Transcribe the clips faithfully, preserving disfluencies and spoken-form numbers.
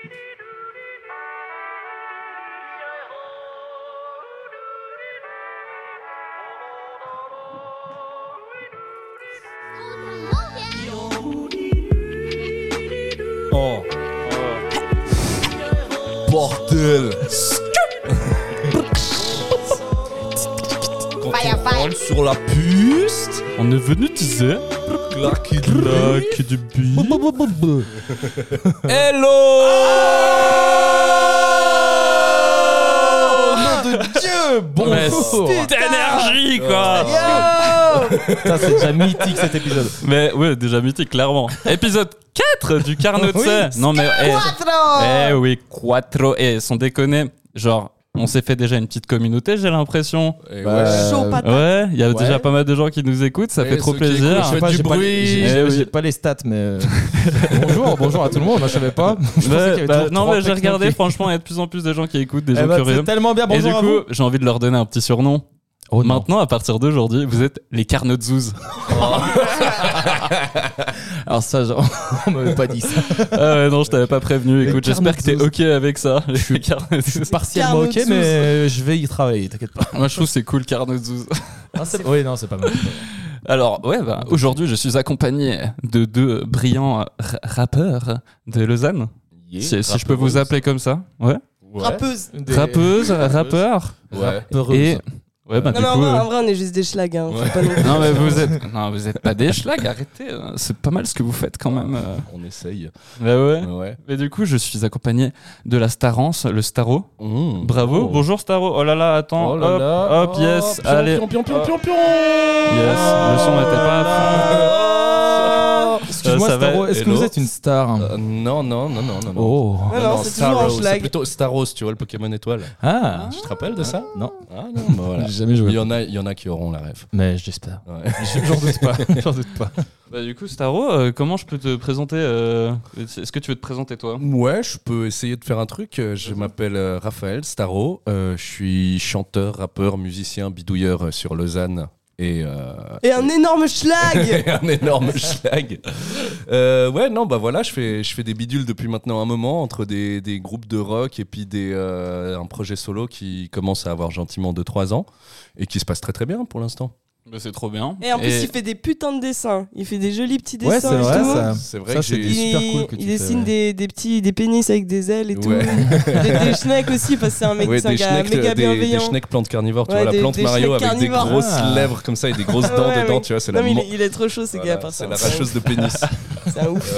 Oh. Bordel. Quand Fire, on fire. roule sur la piste, On est venu teaser. claque Claque du beat. Hello. Nom de Dieu. Bonjour. Cette énergie, quoi. Putain, c'est déjà mythique cet épisode. Mais ouais, déjà mythique, clairement. Épisode quatre du Carnot de Oui. Non, mais. Eh, Quattro. eh oui, quattro. Eh, sans déconner. Genre, on s'est fait déjà une petite communauté, j'ai l'impression. Et Bah, ouais. Chaud patate. Ouais, il y a Ouais. déjà pas mal de gens qui nous écoutent, ça Et fait trop ceux qui plaisir. écoutent, Je sais pas, du j'ai pas, bruit. j'ai, Eh j'ai- oui. j'ai pas les stats, mais euh, bonjour, bonjour à tout le monde. Moi, je savais pas. Je pensais qu'il y Ouais, avait bah, toujours non, trois mais j'ai mecs regardé, qui- franchement, il y a de plus en plus de gens qui écoutent, des Eh gens bah, curieux. c'est tellement bien. Et Bonjour du à coup, vous. j'ai envie de leur donner un petit surnom. Oh, non. Maintenant, à partir d'aujourd'hui, vous êtes les Carnotzouz. Alors ça, genre, on m'avait pas dit ça. Ah ouais, non, je t'avais pas prévenu. Les Écoute, j'espère que t'es Carnotzouz. ok avec ça. Les Carnotzouz. Partiellement ok, Carnotzouz. mais je vais y travailler. T'inquiète pas. Moi, je trouve que c'est cool, Carnotzouz. Ah, c'est... Oui, non, c'est pas mal. Alors, ouais, bah, aujourd'hui, je suis accompagné de deux brillants ra- rappeurs de Lausanne. Si, si je peux vous appeler comme ça. Ouais. Rappeuse. Des- Rappeuse, rappeur. Ouais. Rappeureuses. Et. Ouais, bah, Non, du mais en coup. vrai, euh, en vrai, on est juste des schlags. Hein. Faut pas nous- Non, mais vous êtes. Non, vous êtes pas des schlags, arrêtez. euh, C'est pas mal ce que vous faites quand même. euh. On essaye. Bah ouais. Ouais. Mais du coup, je suis accompagné de la Starance, le Staro. Mmh. Bravo. Oh. Bonjour Staro. Oh là là, attends. Oh là hop, là. hop, yes. Oh, pion, Allez. pion, pion, pion, pion, pion. Yes. Le son était pas à fond. Excuse-moi, Euh, ça va, Staro, est-ce que hello vous êtes une star? Euh, non, non, non, non, non. Oh. Non, non, c'est toujours un Staros, schlag. c'est plutôt Staros, tu vois, le Pokémon étoile. Ah, Tu te rappelles de ça? non. Ah non, bah voilà. J'ai jamais Il joué. y en a, il y en a qui auront la rêve. Mais j'espère. Ouais. J'en doute pas. J'en doute pas. Bah, du coup, Staro, euh, comment je peux te présenter euh, Est-ce que tu veux te présenter toi? Ouais, je peux essayer de faire un truc. Euh, Je m'appelle euh, Raphaël Staro. Euh, je suis chanteur, rappeur, musicien, bidouilleur euh, sur Lausanne. Et, euh, Et un énorme schlag. un énorme schlag. Euh, ouais, non, bah voilà, je fais, je fais des bidules depuis maintenant un moment entre des, des groupes de rock et puis des, euh, un projet solo qui commence à avoir gentiment deux trois ans et qui se passe très très bien pour l'instant. Bah, c'est trop bien. Et en plus, il fait des putains de dessins. Il fait des jolis petits Ouais, dessins. c'est et vrai, tout. ça. C'est vrai Ça, que c'est j'ai... des- super Il, cool que tu il fais, dessine ouais. des, des petits des pénis avec des ailes et tout. Ouais. des, des schnecks aussi parce que c'est un mec Ouais, c'est un des gars schnecks, méga des, des bienveillant. schnecks plantes carnivores, tu Ouais, vois, la des- plante des Mario schnecks avec des carnivores. grosses Ah. lèvres comme ça et des grosses dents Ouais, dedans, mais- tu vois, c'est non, la, mais il, mo- est, il est trop chaud ce voilà, gars par c'est ça. la racheuse de pénis. C'est un ouf.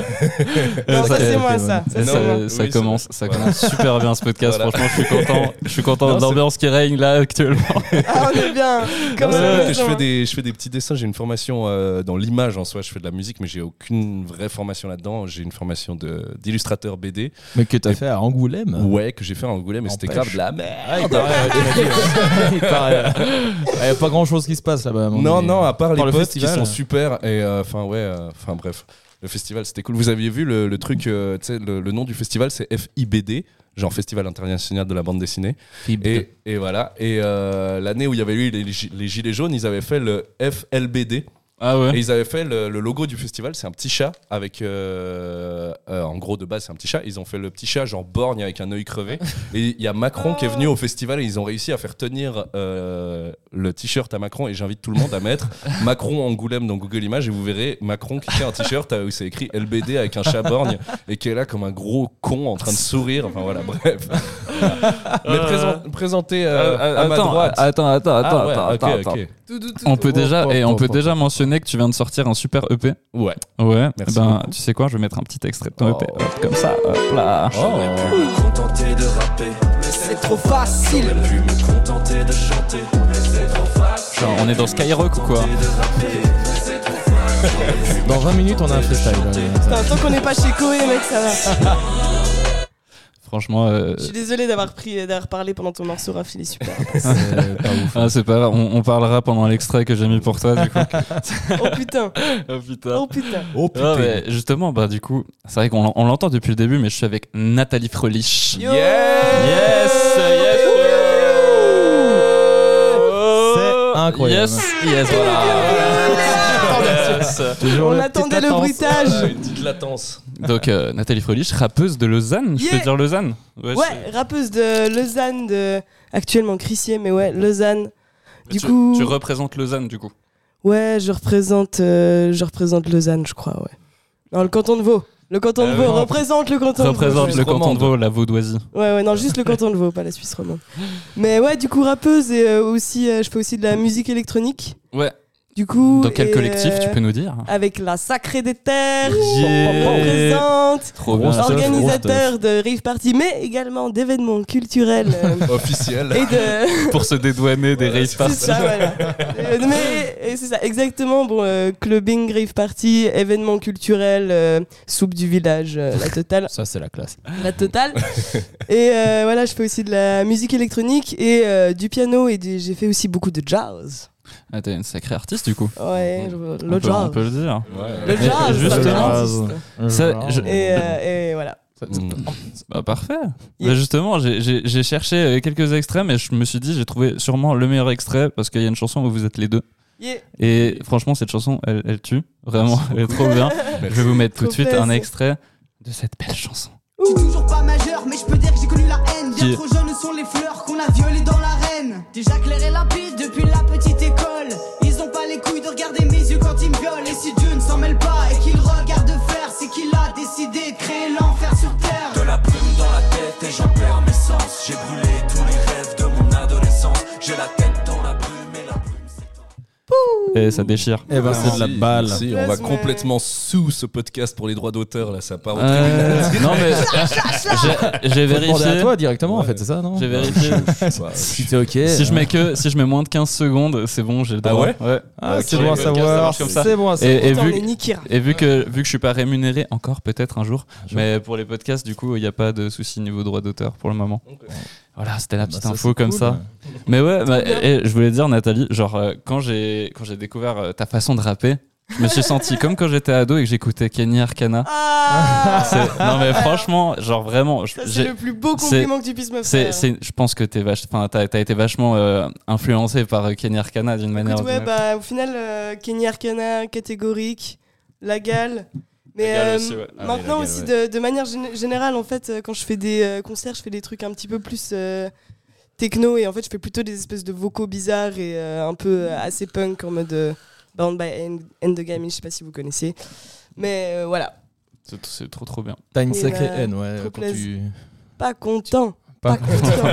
Ouais. Non, ça ça- c'est moi ok, ça. Ça, Et c'est ça, moi. ça Oui, c'est commence, vrai. ça Voilà. commence super bien ce podcast. Voilà. Franchement, je suis content. Je suis content Non, de l'ambiance qui règne là actuellement. Ah on est bien. Comme Non, c'est ça, vrai que je ça. fais des, je fais des petits dessins. J'ai une formation euh, dans l'image en soi. Je fais de la musique, mais j'ai aucune vraie formation là-dedans. J'ai une formation de, d'illustrateur B D. Mais que t'as fait à Angoulême. Ouais, que j'ai fait à Angoulême, mais c'était Empêche. grave de la merde. Ah, il paraît, ouais, tu m'as dit, ouais. Il paraît. Il n'y a pas grand chose qui se passe là-bas. à mon Non, avis. non, à part les Par le potes festival. qui sont super. Et enfin, ouais, enfin bref. Le festival, c'était cool. Vous aviez vu le, le truc, euh, tu sais, le, le nom du festival, c'est F I B D, genre Festival International de la Bande Dessinée. Et, et voilà. Et euh, l'année où il y avait eu les, les Gilets jaunes, ils avaient fait le F L B D. Ah ouais. Et ils avaient fait le, le logo du festival, c'est un petit chat avec, euh, euh, en gros de base c'est un petit chat. Ils ont fait le petit chat genre borgne avec un œil crevé. Et il y a Macron qui est venu au festival et ils ont réussi à faire tenir euh, le t-shirt à Macron. Et j'invite tout le monde à mettre Macron Angoulême dans Google Images et vous verrez Macron qui fait un t-shirt où c'est écrit L B D avec un chat borgne et qui est là comme un gros con en train de sourire. Enfin voilà, bref. Mais présent- présenté euh, Euh, à ma attends, droite. attends, attends, attends, Ah ouais, attends, ok, attends, ok. attends. Tout, tout, tout, On tout. peut déjà, Oh, et oh, on oh, peut oh, déjà mentionner que tu viens de sortir un super E P. Ouais. Ouais. Merci Ben, beaucoup. tu sais quoi, je vais mettre un petit extrait de ton Oh. E P. Hop, comme ça, hop là. Oh. Contenter de rapper, mais C'est trop facile. plus me contenter de chanter, mais c'est trop facile. Genre, on est dans Skyrock ou quoi? Dans vingt minutes, on a un freestyle. là. Putain, tant qu'on n'est pas chez Koé, mec, ça va. Franchement, euh, Je suis désolé d'avoir pris, d'avoir parlé pendant ton morceau, Raph, il est super. C'est pas ouf. ah, c'est pas grave, on, on parlera pendant l'extrait que j'ai mis pour toi, du coup. Oh putain, oh putain. oh putain. Oh Ah, mais justement, bah du coup, c'est vrai qu'on l'en- on l'entend depuis le début, mais je suis avec Nathalie Frelich. Yo. Yes, yes. C'est incroyable. Yes, yes, voilà. Toujours On le attendait petit le latence. bruitage. Euh, une petite latence. Donc euh, Nathalie Fröhlich, rappeuse de Lausanne, je peux Yeah. dire Lausanne. Ouais, rappeuse de Lausanne, de... actuellement Crissier, mais ouais, Lausanne. Du tu, coup, tu représentes Lausanne du coup. ouais, je représente, euh, je représente Lausanne, je crois, ouais. Non, le canton de Vaud. Le canton Ah de oui. Vaud représente le canton de Vaud. Représente Suisse le canton romande. de Vaud, la Vaudoisie. Ouais, ouais, non, juste le canton de Vaud, pas la Suisse romande. Mais ouais, du coup, rappeuse et euh, aussi, euh, je fais aussi de la musique électronique. Ouais. Du coup. Dans quel et, collectif euh, tu peux nous dire? Avec la Sacrée des Terres, Yeah. représente, Trop bien. bien. Stuff, organisateur de rave party, mais également d'événements culturels euh, Officiel. et de. Pour se dédouaner des rave C'est parties. ça, voilà. Euh, mais et c'est ça, exactement. Bon, euh, clubbing, rave party, événements culturels, euh, soupe du village, euh, la totale. Ça, c'est la classe. La totale. Et euh, voilà, je fais aussi de la musique électronique et euh, du piano et du- j'ai fait aussi beaucoup de jazz. Ah, t'es une sacrée artiste du coup. Ouais, je- On le peut, jazz. on peut le dire. Ouais. Le jazz, Justement. le jazz. Ça, je- Et, euh, et voilà. Mm. Bah, parfait. Yeah. Bah, justement, j'ai- j'ai j'ai cherché euh, quelques extraits, mais je me suis dit, j'ai trouvé sûrement le meilleur extrait parce qu'il y a une chanson où vous êtes les deux. Yeah. Et franchement, cette chanson, elle, elle tue. Vraiment, elle est trop bien. Je vais vous mettre tout de Trop suite un plaisir. extrait de cette belle chanson. Je suis toujours pas majeur, mais je peux dire que j'ai connu la haine. Bien Qui- trop jeunes sont les fleurs qu'on a violées dans l'arène. Déjà clair et limpide depuis la petite école. Ils ont pas les couilles de regarder mes yeux quand ils me violent. Et si Dieu ne s'en mêle pas et qu'il regarde faire, c'est qu'il a décidé de créer l'enfer sur terre. De la plume dans la tête et j'en perds mes sens. J'ai brûlé tous les rêves de mon adolescence. J'ai la tête dans la brume et la brume s'étend. Et ça déchire. Eh ben, c'est de la Merci, balle. merci. On Laisse, va mais- complètement sous ce podcast pour les droits d'auteur. Là, ça part au Euh, tribunal. non, mais j'ai- j'ai Faut demander à vérifié. toi directement, en Ouais. fait, c'est ça, non? J'ai vérifié. Je sais pas. Si t'es ok. Si je mets que si je mets moins de quinze secondes, c'est bon, j'ai le Ah droit. ouais Ouais. Ah, c'est Ok, bon à ok, ça savoir. marche comme ça. C'est bon à savoir. Et, et Putain, on est vu niqués. et vu que vu que je suis pas rémunéré encore, peut-être un jour, jour. mais pour les podcasts, du coup, il n'y a pas de souci niveau droit d'auteur pour le moment. Ok. Voilà, c'était la Bah, petite ça, info c'est comme cool. ça. Mais ouais, bah, bien. et, je voulais dire Nathalie, genre euh, quand j'ai quand j'ai découvert euh, ta façon de rapper, je me suis senti comme quand j'étais ado et que j'écoutais Kenny Arcana. Ah C'est- Non mais franchement, genre vraiment, je- Ça, c'est j'ai- le plus beau c'est- compliment que tu puisses me c'est, faire. c'est, je pense que t'es vache, enfin, t'as, t'as été vachement euh, influencé par euh, Kenny Arcana d'une manière. Écoute, ou ouais, d'une autre. bah, au final, euh, Kenny Arcana, catégorique, La Gale. Mais La Gale euh, aussi, ouais. Ah oui, maintenant La Gale, aussi, ouais. de, de manière gén- générale, en fait, euh, quand je fais des euh, concerts, je fais des trucs un petit peu plus euh, techno et en fait, je fais plutôt des espèces de vocaux bizarres et euh, un peu euh, assez punk en mode euh, Bound by End, End the Game, je sais pas si vous connaissez. Mais euh, voilà, C'est, c'est trop trop bien. T'as une Et sacrée bah, haine, ouais. trop Quand plaise. tu... pas content. Pas Pas content.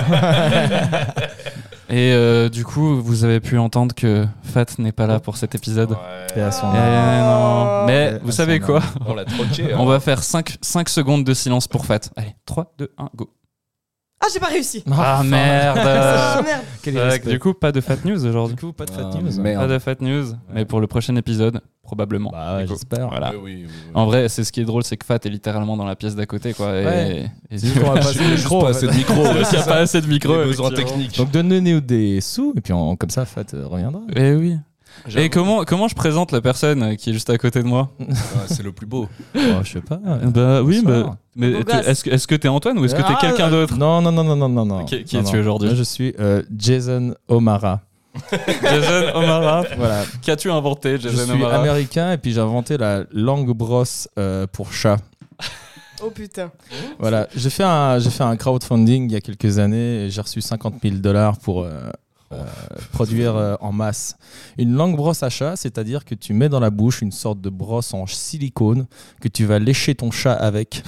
Et euh, du coup, vous avez pu entendre que Fat n'est pas là pour cet épisode. T'es à son Eh, non. Mais Ouais, vous à savez son quoi? Euh, On l'a troqué. On va faire cinq secondes de silence pour Fat. Allez, trois, deux, un, go. Ah, j'ai pas réussi. Ah merde. Ah, merde. Quel Euh, irrespect. du coup, pas de Fat News aujourd'hui. Du coup, pas de Ah, fat news. merde. Pas de Fat News, mais pour le prochain épisode, probablement. Bah ouais, Du coup, j'espère. Voilà. Oui, oui, oui, oui. En vrai, c'est ce qui est drôle, c'est que Fat est littéralement dans la pièce d'à côté, quoi. Et, Ouais. et- C'est juste qu'on va passer J'ai le juste micro. pas en assez fait. de micro. ouais, Il n'y c'est a ça. pas assez de micro. Des besoins effectivement. techniques. Donc donnez-nous des sous et puis on- comme ça, Fat euh, reviendra. Eh oui. J'avoue. Et comment, comment je présente la personne qui est juste à côté de moi? Ah, c'est le plus beau. Oh, je sais pas. Bah oui, bonsoir. bah, mais Beau tu- gosse. est-ce que est-ce que t'es Antoine ou est-ce que t'es Ah, quelqu'un d'autre? Non, non, non, non, non, non, non. Qui- qui Non, es-tu non. aujourd'hui? Moi, je suis euh, Jason O'Mara. Jason O'Mara. Voilà. Qu'as-tu inventé, Je Jason suis O'Mara? américain et puis j'ai inventé la langue brosse euh, pour chat. Oh putain. Voilà. J'ai fait un, j'ai fait un crowdfunding il y a quelques années et j'ai reçu cinquante mille dollars pour euh, euh, produire euh, en masse une langue brosse à chat, c'est-à-dire que tu mets dans la bouche une sorte de brosse en silicone que tu vas lécher ton chat avec.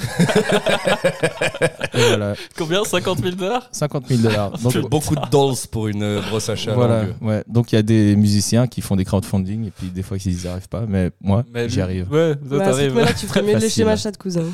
Et voilà. Combien? cinquante mille dollars? cinquante mille dollars. Donc, Tu as beaucoup de dolls pour une euh, brosse à chat. voilà, longue. ouais. Donc il y a des musiciens qui font des crowdfunding et puis des fois ils n'y arrivent pas, mais moi Mais j'y lui- arrive. Ouais, toi Bah, à ce t'arrives. rythme-là, tu ferais mieux de lécher Facile. ma chatte, cousin.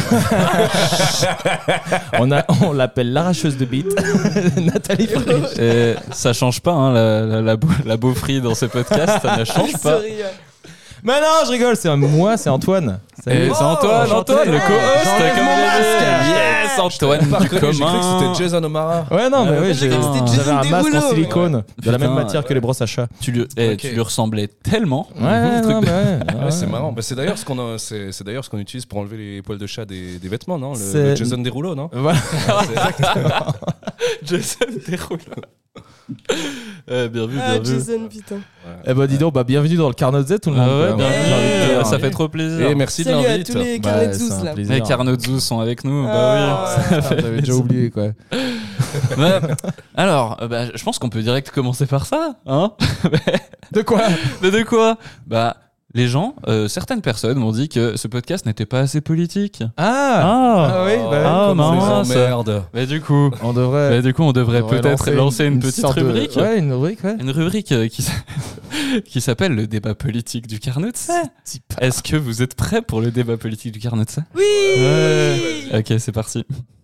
On, a, on l'appelle l'arracheuse de bite, Nathalie Fröhlich. Et ça change pas, hein, la, la, la, beau- la beaufrie dans ce podcast, ça ne change pas. Sorry, ouais. Mais non, je rigole, c'est moi, c'est Antoine. Et Salut. c'est Antoine, enchanté. Antoine, le Hey, co-host, j'enlève comme mon il masque. est. Yes, Antoine Par du contre, j'ai cru que commun. c'était Jason O'Mara. Ouais, non, mais Euh, oui, j'ai j'ai- cru que c'était j'avais Jason un masque en Derulo. silicone, de la Putain, même matière que ouais. les brosses à chat. Tu lui, eh, Ok. tu lui ressemblais tellement. Ouais, Le truc non, de- mais ouais, Ouais, ouais. c'est marrant. Bah, c'est d'ailleurs ce qu'on a- c'est, c'est d'ailleurs ce qu'on utilise pour enlever les poils de chat des, des vêtements, non? Le, C'est- le Jason Derulo, non? Voilà. Jason Derulo. Euh, bien vu, Ah, bien vu. Jason, putain. Eh ben dis donc, bah, bienvenue dans le Carnot Z tout le monde. Ah ouais, quoi. bienvenue, J'ai envie de euh, dire. ça fait trop plaisir. Et merci de Salut à l'invite. tous les Bah, carnets de c'est Zeus un là. plaisir. Les Carnot Zoos sont avec nous. Ah, Bah ouais. Ah, J'avais déjà oublié quoi. oui. Ouais. Alors, euh, bah, je pense qu'on peut direct commencer par ça. Hein. De quoi? Mais de quoi? Bah, les gens, euh, certaines personnes m'ont dit que ce podcast n'était pas assez politique. Ah, Ah, Ah oui, bah, ah, Comment marrant, les ça. emmerde. Mais du coup, on devrait, mais du coup, on devrait on devrait peut-être lancer une, une petite sorte de- rubrique. Ouais, une rubrique, ouais. Une rubrique euh, qui, s- qui s'appelle le débat politique du Carnot. Type. Est-ce que vous êtes prêts pour le débat politique du Carnot? Oui. Ouais. Ok, c'est parti.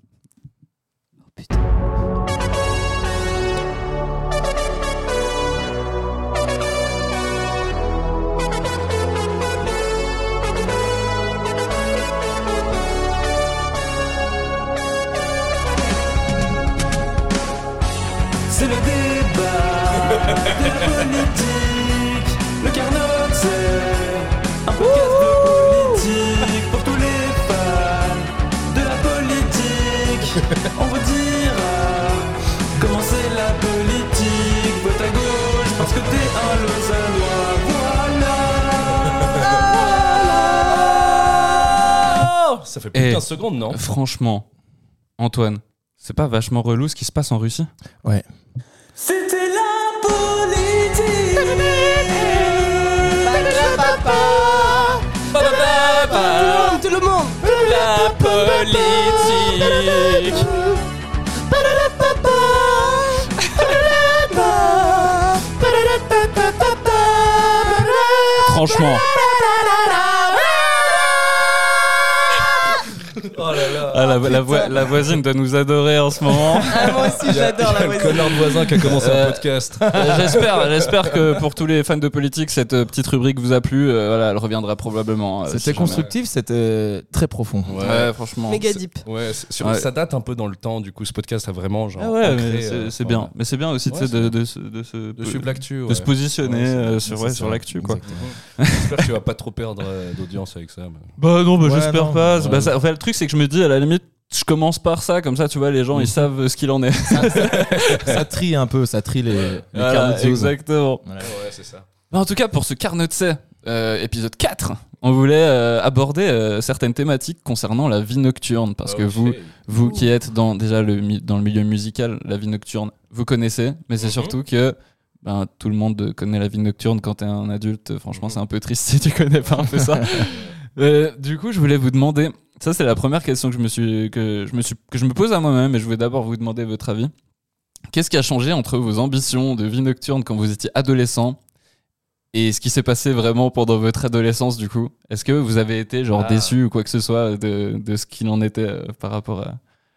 C'est le débat de la politique. Le Carnot, c'est un podcast de politique pour tous les fans de la politique. On vous dira comment c'est la politique. Vote à gauche parce que t'es un Lausannois. Voilà. Ça fait plus de Eh. quinze secondes, non? Franchement, Antoine, c'est pas vachement relou ce qui se passe en Russie? Ouais. C'était la politique. Tout le monde. La politique. Franchement. Oh là là. Ah, la, la voi- la voisine doit nous adorer en ce moment. Ah, moi aussi, j'adore la Le voisine. connard de voisin qui a commencé Euh, un podcast. Euh, j'espère, j'espère que pour tous les fans de politique, cette euh, petite rubrique vous a plu. Euh, voilà, elle reviendra probablement. euh, si C'était jamais. constructif, c'était très profond. Ouais, franchement. Méga deep. Ouais, c'est- sur- Ouais. ça date un peu dans le temps, du coup, ce podcast a vraiment genre. Ah ouais, ancré, mais c'est euh, c'est ouais. bien. Mais c'est bien aussi tu Ouais, sais, c'est de, bien. de, se- de, se- De suivre l'actu. de ouais. se positionner Ouais, c'est- euh, sur, c'est ouais, ça. sur l'actu. Quoi. Exactement. J'espère que tu vas pas trop perdre euh, d'audience avec ça. mais- Bah non, bah, Ouais, j'espère non. pas. Ouais. Bah, ça, enfin, le truc, c'est que je me dis, à la limite, je commence par ça, comme ça, tu vois, les gens, ils savent ce qu'il en est. Ça trie un peu, ça trie les, les Voilà, Carnot Z. exactement. Voilà. Ouais, c'est ça. Bah, en tout cas, pour ce Carnot C, euh, épisode quatre, on voulait euh, aborder euh, certaines thématiques concernant la vie nocturne. Parce que vous, vous qui êtes dans, déjà le, mi- dans le milieu musical, la vie nocturne, vous connaissez, mais c'est Mhm. surtout que ben, tout le monde connaît la vie nocturne quand t'es un adulte. Franchement, c'est un peu triste si tu connais pas un peu ça. Euh, du coup, je voulais vous demander, ça c'est la première question que je me suis, que je me suis, que je me pose à moi-même, et je voulais d'abord vous demander votre avis. Qu'est-ce qui a changé entre vos ambitions de vie nocturne quand vous étiez adolescent et ce qui s'est passé vraiment pendant votre adolescence du coup? Est-ce que vous avez été genre Ah. déçu ou quoi que ce soit de, de ce qu'il en était euh, par rapport à,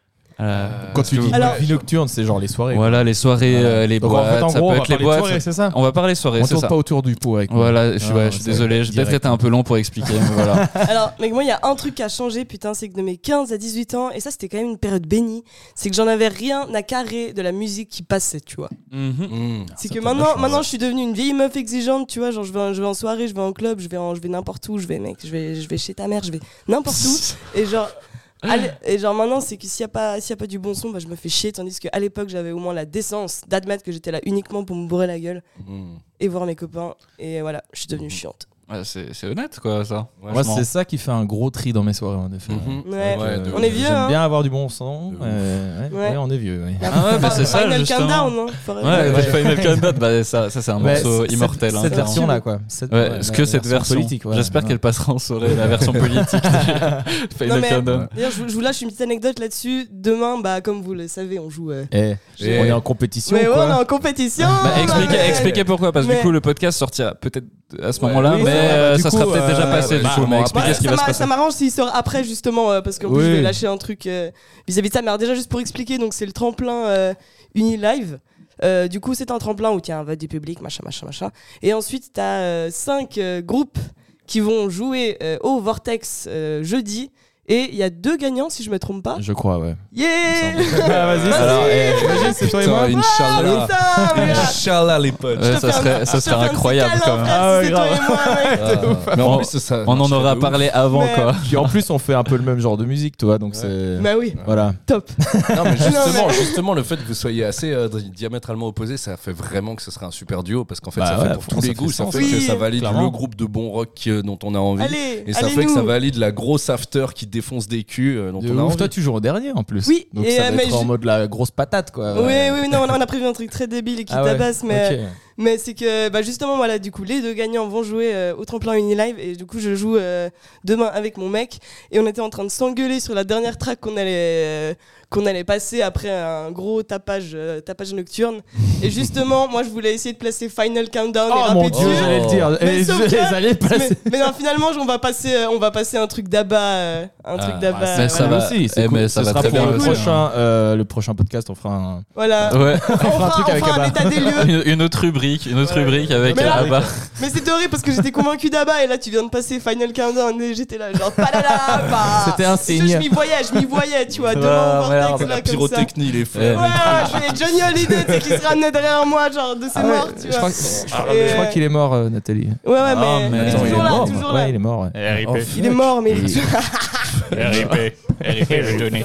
à la- Quand Est-ce tu que dis vous- Alors- vie nocturne, c'est genre les soirées. Voilà, les soirées, Voilà. euh, les Donc, boîtes, en fait, en ça gros, peut on va être les parler de boîtes. soirées, c'est ça? On va parler soirées, On c'est tourne ça. pas autour du pot avec moi. Voilà, je suis, Ah, ouais, je suis c'est désolé, j'ai peut-être direct. été un peu long pour expliquer, mais voilà. Alors, mec, moi, il y a un truc qui a changé, putain, c'est que de mes quinze à dix-huit ans, et ça, c'était quand même une période bénie, c'est que j'en avais rien à carrer de la musique qui passait, tu vois. Mhm. Mmh. C'est ça, que t'as maintenant, vachement maintenant, raison. je suis devenue une vieille meuf exigeante, tu vois. Genre, je vais, en- je vais en soirée, je vais en club, je vais, en- je vais n'importe où, je vais, mec, je vais, je vais chez ta mère, je vais n'importe où. Et genre, allez- et genre maintenant, c'est que s'il n'y a, pas- s'il y a pas du bon son, bah, je me fais chier. Tandis qu'à l'époque, j'avais au moins la décence d'admettre que j'étais là uniquement pour me bourrer la gueule Mmh. et voir mes copains. Et voilà, je suis devenue chiante. Ouais, c'est c'est honnête, quoi, ça. Ouais, Moi, franchement. c'est ça qui fait un gros tri dans mes soirées, en effet. Mhm. Ouais. Ouais, de On ouf. est vieux, J'aime hein. bien avoir du bon son. De ouf. euh, ouais, Ouais. ouais, on est vieux. ouais. Ah ouais, bah, c'est ça, Final justement. Countdown, hein. Faut- Ouais, Ouais, ouais. ouais. Final Countdown, bah, ça, ça c'est un Ouais, morceau cette- immortel. hein, Cette clairement. version-là, quoi. Cette- Ouais, la- ce la que cette version. politique, ouais. J'espère Ouais. qu'elle passera en soirée, la version politique. de Final Non, mais- Countdown. D'ailleurs, je, vous- je vous lâche une petite anecdote là-dessus. Demain, bah, comme vous le savez, on joue. euh, Eh, Et- on est en compétition, Mais ouais, quoi. on est en compétition. Bah, expliquez, Ouais. expliquez pourquoi, parce que Mais- du coup, le podcast sortira peut-être à ce Ouais, moment-là, oui, mais c'est vrai, euh, bah, du ça coup, sera peut-être déjà euh, passé. bah, du coup, mais on va expliquez Ouais, ce qui ça va se m'a- passer. ça m'arrange s'il sort après justement euh, parce qu'en plus Oui. je vais lâcher un truc euh, vis-à-vis de ça. Mais alors, déjà juste pour expliquer, donc c'est le tremplin euh, Unilive. Euh, du coup c'est un tremplin où il y a un vote du public, machin, machin, machin. Et ensuite t'as euh, cinq euh, groupes qui vont jouer euh, au Vortex euh, jeudi. Et il y a deux gagnants, si je me trompe pas. Je crois, ouais. Yeah. Ah, vas-y, alors, eh, imagine, c'est toi et moi. Putain, Inch'Allah. Ah, putain, mais là, Inch'Allah, les potes. Ouais, je te ça fais un- serait, ça je te serait fais un petit incroyable câlin, quand même. frère, Ah ouais, si c'est toi grave. et moi, mec. Ah, mais en On- plus, ça, On en marcherait aura de ouf. parlé avant, Mais- quoi. Puis en plus, on fait un peu le même genre de musique, toi, donc c'est. Bah oui, Voilà. top. Non, mais justement, Non, mais- justement, le fait que vous soyez assez euh, diamétralement opposés, ça fait vraiment que ce serait un super duo parce qu'en fait, Bah ça ouais, fait pour franchement, tous les ça goûts, fait ça sens. fait que Oui, ça valide clairement. le groupe de bon rock euh, dont on a envie. Allez, Et ça allez fait que nous. ça valide la grosse after qui défonce des culs euh, dont De on a ouf, envie. toi, tu joues au dernier en plus. Oui, donc et, ça euh, va mais être en je- mode la grosse patate, quoi. Oui, oui, oui, non, on a prévu un truc très débile et qui Ah ouais, tabasse, mais, ok. mais c'est que bah justement, voilà, du coup, les deux gagnants vont jouer euh, au tremplin Unilive et du coup, je joue euh, demain avec mon mec et on était en train de s'engueuler sur la dernière track qu'on allait, euh, qu'on allait passer après un gros tapage, euh, tapage nocturne. Et justement, moi, je voulais essayer de placer Final Countdown et Oh rapper mon dessus. dieu, j'allais le dire. Mais Et sauf je que- les allais Mais, passer. mais non, finalement, on va passer, euh, on va passer un truc d'abat, euh, un truc Ah, d'abat. bah, euh, ça voilà. va. aussi, c'est Eh, cool. mais ça Ce va sera très pour bien le aussi, prochain, euh, le prochain podcast, on fera un, Voilà. Ouais. On fera, un truc on avec fera un Abba. état des lieux. Une, une autre rubrique, une autre Ouais. rubrique avec Mais là- Abba. Mais c'était horrible parce que j'étais convaincu d'Abba et là tu viens de passer Final Countdown et j'étais là genre palala bah. C'était un Je- signe. Je m'y voyais, je m'y voyais, tu vois, devant Ah, mon merde, vortex La là comme ça. pyrotechnie, les Eh, frères. Ouais, j'ai Johnny Hallyday tu sais, qui se ramenait derrière moi genre de ses Ah ouais, morts, tu je crois, vois. que- je crois- Et, je crois euh, qu'il est mort, euh, Nathalie. Ouais ouais Ah, mais, mais il est attends, toujours il est là, mort, toujours Ouais, là. il est mort. Ouais. R I P. Il est mort mais Il- R I P. R I P, le Johnny.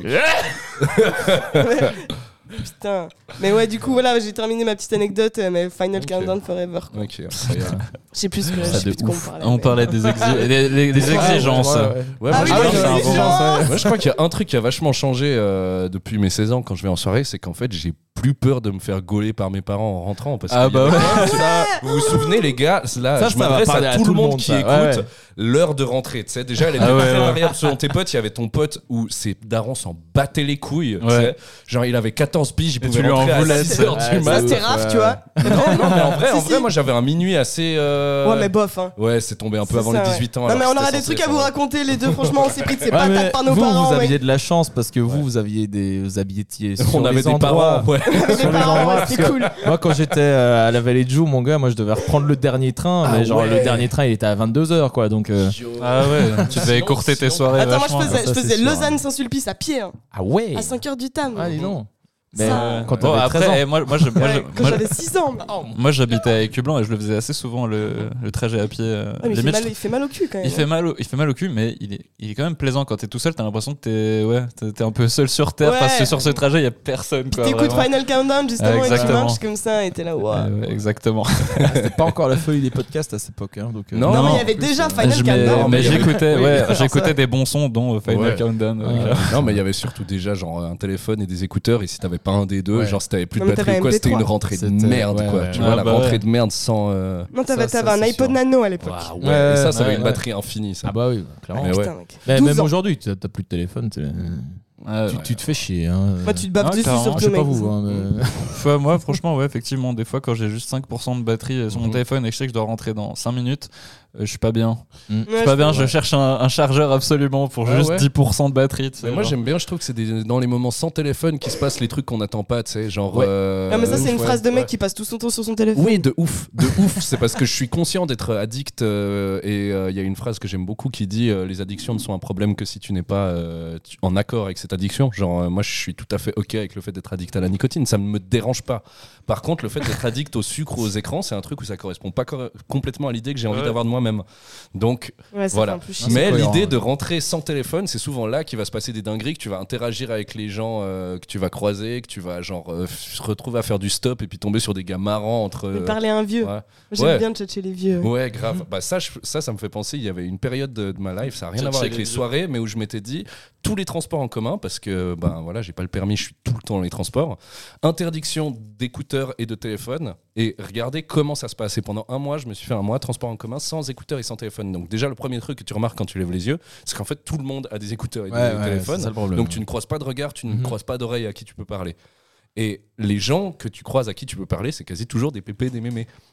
putain. Mais ouais, du coup voilà, j'ai terminé ma petite anecdote euh, mais Final Ok. Countdown Forever. quoi. Ok, incroyable. Je sais plus ce que je Ça sais plus de de quoi on ouf. parlait. On mais- parlait des, exi- des, des- des exigences. Ouais, ouais. Ouais, Ah moi, oui, je les crois que c'est un exigences. bon- Moi, je crois qu'il y a un truc qui a vachement changé euh, depuis mes seize ans quand je vais en soirée, c'est qu'en fait, j'ai plus peur de me faire gauler par mes parents en rentrant. Parce Ah qu'il y bah avait ouais. quand même ça. Vous vous souvenez, les gars, là, Ça, je ça va m'adresse parler à à tout le monde qui ça. écoute. Ouais, ouais. L'heure de rentrée, tu sais, déjà, elle était Ah ouais, très ouais. variable selon tes potes. Il y avait ton pote où ses darons s'en battaient les couilles. tu Ouais. sais. Genre, il avait quatorze piges, il Et pouvait tu lui en rentrer à voulais, six heures c'est- du Ouais, mat. Ça c'était ouf, raf, ouais. tu vois. Non, non, mais en vrai, en Si, vrai, si. moi, j'avais un minuit assez. euh, Ouais mais bof hein. Ouais, c'est tombé un peu C'est avant ça, les ouais. dix-huit ans. Non alors mais que on aura c'était des trucs à censé vous être- raconter les deux, franchement, on s'est pris de ses Ouais, mais patates par nos vous, parents. vous mec. aviez de la chance parce que vous, vous aviez des, vous habitiez sur On les avait des endroits. parents. Ouais. Avec sur les les parents, endroits, ouais, parce c'était que- cool. Moi, quand j'étais euh, à la Vallée de Joux, mon gars, moi, je devais reprendre le dernier train, Ah mais genre ouais. le dernier train, il était à vingt-deux heures, quoi. Donc, euh, Ah ouais, tu devais écourter tes soirées. Attends, moi je vachement, faisais, ça, je c'est faisais sûr. Lausanne-Saint-Sulpice à pied, hein, ah ouais. à cinq heures du tam. Ah, dis donc. Ça. Mais Euh, quand Bon, t'avais treize après, ans. moi, moi, je- moi, Ouais, je- quand moi, j'avais six ans. mais- moi, j'habitais à Écublanc et je le faisais assez souvent le, le trajet à pied. euh, Ouais, mais il, fait limite, mal, je- il fait mal au cul quand même. il fait hein. mal, au, il fait mal au cul, mais il est, il est quand même plaisant quand t'es tout seul. T'as l'impression que t'es, ouais, t'es, t'es un peu seul sur terre Ouais. parce que sur ce trajet, il y a personne. Puis Quoi, t'écoutes vraiment. Final Countdown justement Ah, et tu exactement. marches comme ça et t'es là, waouh. Euh, ouais, exactement. C'était pas encore la feuille des podcasts à cette époque. Hein, donc, euh, Non, Non, mais il y en avait plus, déjà euh, Final Je- mais Countdown. mais il y avait- j'écoutais, Oui, ouais, alors ça- j'écoutais des bons sons, dont euh, Final Ouais. Countdown. Ouais. euh, Non, mais il y avait surtout déjà genre un téléphone et des écouteurs. Et si t'avais pas un des deux, Ouais. genre si t'avais plus de Non, mais batterie ou t'avais quoi, un c'était M P trois. une rentrée de C'était- merde, ouais, quoi. ouais. Tu Ah, vois, la bah rentrée ouais. de merde sans. euh, Non, t'avais ça, t'avais ça, un c'est iPod sûr. Nano à l'époque. Waouh, ouais. Ouais, Et ça, ça ouais, avait une ouais. batterie infinie, ça. Ah bah oui, clairement. Mais ouais. Putain, mec. Mais douze même ans. aujourd'hui, t'as t'as plus de téléphone. t'es- ouais, tu, ouais. tu te fais chier. Hein. Moi, tu te baves Ah, dessus clairement. surtout, Je sais pas mec. vous. Hein, mais- Fois, moi, franchement, ouais, effectivement, des fois, quand j'ai juste cinq pour cent de batterie euh, sur mon Mhm. téléphone et que je sais que je dois rentrer dans cinq minutes, euh, je suis pas bien. Mm. Ouais, Je suis pas bien, ouais. je cherche un, un chargeur absolument pour Ah juste ouais. dix pour cent de batterie. tu sais, Mais moi genre. j'aime bien, je trouve que c'est des- dans les moments sans téléphone qui se passent les trucs qu'on n'attend pas, tu sais, genre. Ouais. euh, Non, mais ça, c'est une ouais, phrase de mec ouais. qui passe tout son temps sur son téléphone. Oui, de ouf, de ouf. C'est parce que je suis conscient d'être addict euh, et euh, il y a une phrase que j'aime beaucoup qui dit euh, les addictions ne sont un problème que si tu n'es pas euh, tu- en accord avec cette addiction. Genre, euh, moi, je suis tout à fait ok avec le fait d'être addict à la nicotine, ça ne me dérange pas. Par contre, le fait d'être addict au sucre ou aux écrans, c'est un truc où ça correspond pas cor- complètement à l'idée que j'ai envie Ouais. d'avoir de moi-même. Donc, Ouais, ça voilà. fait un peu chier. c'est mais cohérent, l'idée ouais. de rentrer sans téléphone, c'est souvent là qu'il va se passer des dingueries, que tu vas interagir avec les gens euh, que tu vas croiser, que tu vas genre euh, f- se retrouver à faire du stop et puis tomber sur des gars marrants entre. Mais euh, parler à un vieux. ouais. J'aime Ouais. bien tchatcher les vieux. Ouais, grave. Bah ça, je- ça, ça me fait penser. Il y avait une période de, de ma life, ça n'a rien à voir Tchatcher avec les les vieux. soirées, mais où je m'étais dit tous les transports en commun, parce que ben voilà, j'ai pas le permis, je suis tout le temps dans les transports. Interdiction d'écouteurs et de téléphone. Et regardez comment ça se passe. Et pendant un mois, je me suis fait un mois transport en commun sans écouteurs et sans téléphone. Donc déjà, le premier truc que tu remarques quand tu lèves les yeux, c'est qu'en fait tout le monde a des écouteurs et Ouais, des ouais, téléphones. c'est ça le problème. Donc tu ne croises pas de regard, tu ne Mhm. croises pas d'oreille à qui tu peux parler. Et les gens que tu croises à qui tu peux parler, c'est quasi toujours des pépés, des mémés.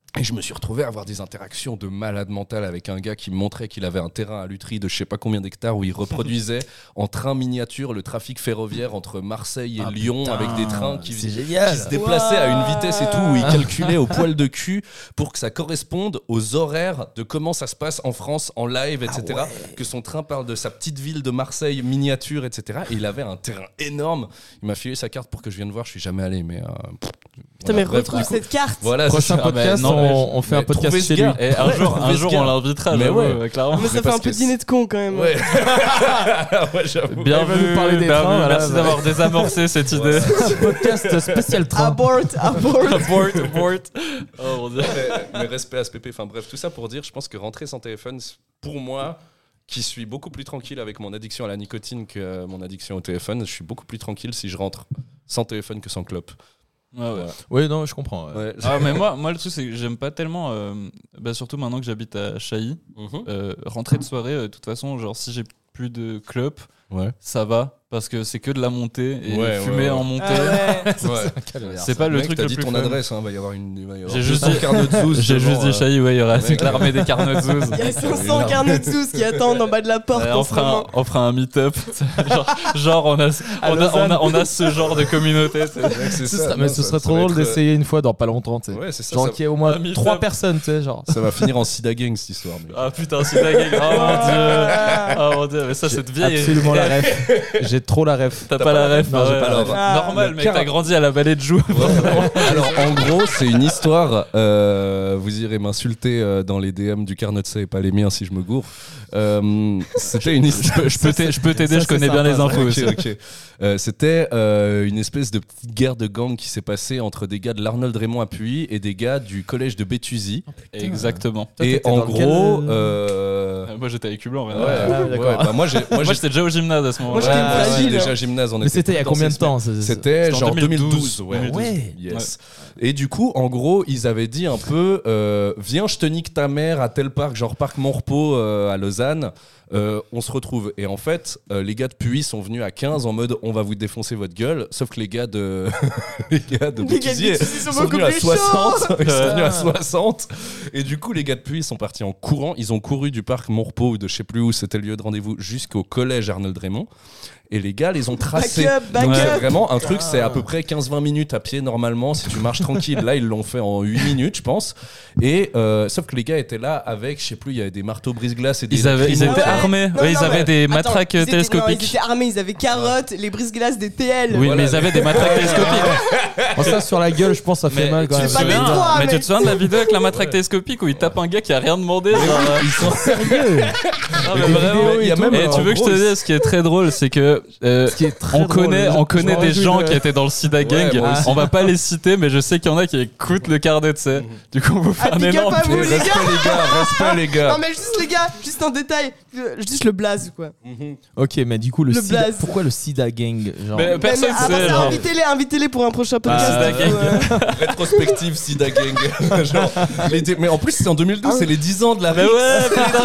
Et je me suis retrouvé à avoir des interactions de malade mental avec un gars qui me montrait qu'il avait un terrain à Lutry de je sais pas combien d'hectares où il reproduisait en train miniature le trafic ferroviaire entre Marseille et Ah, Lyon putain, avec des trains qui, c'est qui génial. se déplaçaient à une vitesse et tout, où il calculait au poil de cul pour que ça corresponde aux horaires de comment ça se passe en France en live, et cetera. Que son train parle de sa petite ville de Marseille miniature, et cetera. Et il avait un terrain énorme. Il m'a filé sa carte pour que je vienne voir. Je suis jamais allé, mais. Euh, pff, Putain, voilà. mais Bref, retrouve du coup- cette carte. Voilà, Prochain c'est ça. podcast, non, mais- on, on fait mais un podcast trouvez ce chez lui. gars. Et un Ouais, jour, un trouvez ce jour gars. on l'invitera, Mais j'avoue, ouais. euh, clairement. Mais ça Mais fait un parce peu que dîner de con quand même. Ouais. Ouais, j'avoue. Bien Il va vu, nous parler des bien trains, vu. voilà, Merci bah. d'avoir désamorcé cette idée. Un podcast spécial train. Abort, abort. abort, abort. Oh mon dieu. mais, mais respect à S P P. Enfin bref, tout ça pour dire, je pense que rentrer sans téléphone, c'est- pour moi, qui suis beaucoup plus tranquille avec mon addiction à la nicotine que mon addiction au téléphone, je suis beaucoup plus tranquille si je rentre sans téléphone que sans clope. Ouais, ouais. Voilà. Oui, non, je comprends. ouais. Ouais. Ah, mais moi, moi, le truc, c'est que j'aime pas tellement, euh, bah, surtout maintenant que j'habite à Chailly, Mhm. euh, rentrer de soirée, euh, de toute façon, genre si j'ai plus de clope, Ouais. ça va, parce que c'est que de la montée et Ouais, fumer ouais, ouais. en montée. Ah ouais. Ouais. C'est pas le Mec, truc t'as le dit plus ton fun. adresse, hein, va y avoir une. il va y avoir J'ai juste deux cents dit- carnets de Zouz J'ai devant, juste dit euh, Chailly, ouais, il y aura ouais. l'armée des carnets de Zouz. Il y a cinq cents carnets de sous qui attendent en bas de la porte Ouais, en on, ce fera un, moment. on fera un meet-up. genre, genre, on a, on, a, on, a, on a ce genre de communauté. c'est- Mec, c'est Ce ça, serait- mais non, ce ça- serait ça trop va drôle être, euh, d'essayer une fois dans pas longtemps, tu sais. Ouais, c'est ça. Genre ça- qu'il y ait au moins Un meet-up. trois personnes, tu sais, genre. Ça va finir en sida gang cette histoire. mais- Ah putain, c'est la gang. Oh mon dieu. Oh mon dieu, mais ça, cette vieille. Absolument la ref. J'ai trop la ref. T'as pas, la ref, Non, j'ai ouais, pas la ouais. ref. Ah. Normal, Le mec, car- t'as grandi à la vallée de Joux. Alors en gros, c'est une histoire. euh, vous irez m'insulter euh, dans les D M du Carnot C et pas les miens si je me gourre. Euh, C'était une histoire. Je peux t'a- je peux t'aider, Ça, je connais c'est bien sympa, les infos Ok, aussi. ok. Euh, C'était euh, une espèce de petite guerre de gang qui s'est passée entre des gars de l'Arnold Raymond à Puy et des gars du collège de Béthusy. Exactement. Toi, Et t'étais en dans lequel, gros, euh, euh, Euh, Moi j'étais avec Hublan. ouais, Ouais. Ah, ouais, d'accord. bah moi j'ai, moi, Moi j'ai- j'étais déjà au gymnase à ce moment-là. Moi, j'étais Ouais, une moi, fragile. ouais, déjà gymnase. On Mais était c'était il y a dans combien de ces semaines. temps c'est- c'est- C'était C'était en genre deux mille douze. deux mille douze. Ouais. deux mille douze. Ouais. Yes. Et du coup, en gros, ils avaient dit un peu euh, viens, je te nique ta mère à tel parc, genre parc Montrepos euh, à Lausanne. Euh, on se retrouve. Et en fait, euh, les gars de Puy sont venus à quinze en mode on va vous défoncer votre gueule. Sauf que les gars de les gars de Les gars de Béthusy Béthusy sont sont beaucoup venus à plus soixante. Ils sont venus à Ah. soixante. Et du coup, les gars de Puy sont partis en courant. Ils ont couru du parc Montrepos ou de je sais plus où c'était le lieu de rendez-vous jusqu'au collège Arnold Raymond. Et les gars les ont tracés. Back up, back Donc c'est up. vraiment un truc, c'est à peu près quinze vingt minutes à pied normalement si tu marches tranquille. Là, ils l'ont fait en huit minutes, je pense. Et euh, sauf que les gars étaient là avec, je sais plus, il y avait des marteaux brise-glace et des Ils, avaient, ils lacrymos. étaient Ah ouais. armés. Non, Ouais, ils non, avaient mais- des Attends, matraques ils étaient- non, télescopiques. ils étaient armés, ils avaient carottes, les brise-glaces des T L. Oui, Voilà. mais ils avaient des matraques télescopiques. Oh, ça sur la gueule, je pense, ça fait Mais mal quand tu même. te pas souviens, les trois, mais tu mec. te souviens de la vidéo avec la matraque télescopique où il tape un gars qui a rien demandé genre, euh, Ils sont sérieux. ah, mais des vraiment, vidéos il y a et tout, même, Et en tu veux que je te gros, dise, ce qui est très drôle, c'est que euh, Ce qui est très on drôle, connaît, je- on je connaît m'en des réjouis gens de- qui étaient dans le Sida Gang. moi aussi. On va pas les citer, mais je sais qu'il y en a qui écoutent le carnet, tu sais. Du coup, on vous fait Ah, un big up énorme. à vous, les Respect gars. les gars, respect les gars. Non mais juste les gars, juste en détail, euh, juste le blaze quoi. Ok, mais du coup, le, Le sida, blaze. pourquoi le Sida Gang genre... Mais personne Mais- ah, bah, sait. ça, genre. invitez-les, invitez-les pour un prochain podcast. Sida ou, Gang. euh, Rétrospective Sida Gang. Genre, les dé- mais en plus, c'est en deux mille douze, c'est les dix ans de la Mais Rix. ouais,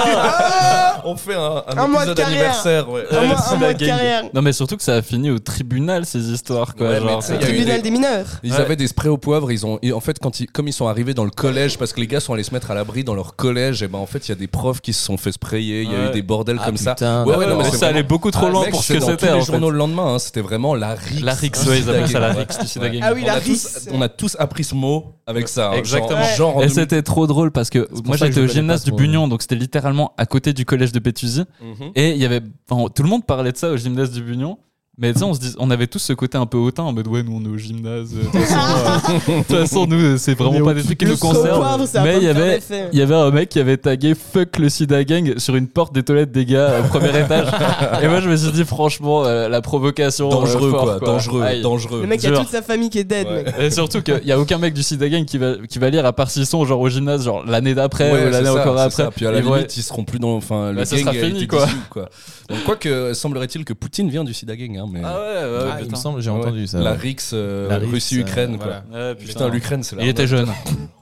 putain. On fait un, un Un mois de épisode carrière. anniversaire. Ouais. un Ouais, mois- le un Sida mois de Gang. carrière. Non, mais surtout que ça a fini au tribunal ces histoires, quoi. Ouais, mais genre, tu sais, Le il y a eu tribunal des- des mineurs. Ils Ouais. avaient des sprays au poivre. Ils ont, et en fait, quand ils, comme ils sont arrivés dans le collège, parce que les gars sont allés se mettre à l'abri dans leur collège, et ben en fait, il y a des profs qui se sont fait sprayer. Il y a Ouais. eu des bordels Ah, comme ça. putain, Ouais, ouais, d'accord. non, mais mais c'est ça allait vraiment- beaucoup trop Ah, loin mec, pour ce c'est que dans c'était. tous les en fait. journaux le lendemain. Hein, c'était vraiment la Rix. La Rix, du ouais, ils Sida appellent ça la Gang. Rix du Sida Ouais. Gang. Ah oui, On la a, Rix. tous, on a tous appris ce mot avec ça. hein, Exactement. Genre, genre en Et deux mille- c'était trop drôle parce que pour moi ça que j'étais je au connais gymnase pas du trop. Bugnon, donc c'était littéralement à côté du collège de Béthusy. Mhm. Et il y avait, enfin, tout le monde parlait de ça au gymnase du Bugnon. Mais tu sais, on, se dis- on avait tous ce côté un peu hautain en mode ouais, nous on est au gymnase. euh, De toute façon, euh, de toute façon, nous c'est vraiment pas des trucs qui Le nous saut au concernent. poivre, ça va Mais pas il y me faire avait, d'effet. il y avait un mec qui avait tagué fuck le Sida Gang sur une porte des toilettes des gars au premier étage. Et moi je me suis dit franchement, euh, la provocation. Dangereux, euh, fort, quoi. Dangereux, Aïe. dangereux. Le mec, il y a Genre. toute sa famille qui est dead, Ouais. mec. Et surtout qu'il n'y a aucun mec du Sida Gang qui va, qui va lire à part s'ils sont genre au gymnase, genre l'année d'après Ouais, ou l'année c'est ça, encore c'est après. ça. Puis à la Ils vont limite, être- ils seront plus dans. Enfin, le Bah, ça gang sera a fini, été quoi. dissous, quoi. Donc, quoique, semblerait-il que Poutine vient du Sida Gang. Hein, mais... Ah ouais, ouais, ouais, Ah, il me putain. semble, j'ai Ouais. entendu ça. La ouais. Rix, euh, La Rix, Russie-Ukraine, euh, quoi. voilà. Ouais, Putain, l'Ukraine, c'est la. Il était jeune.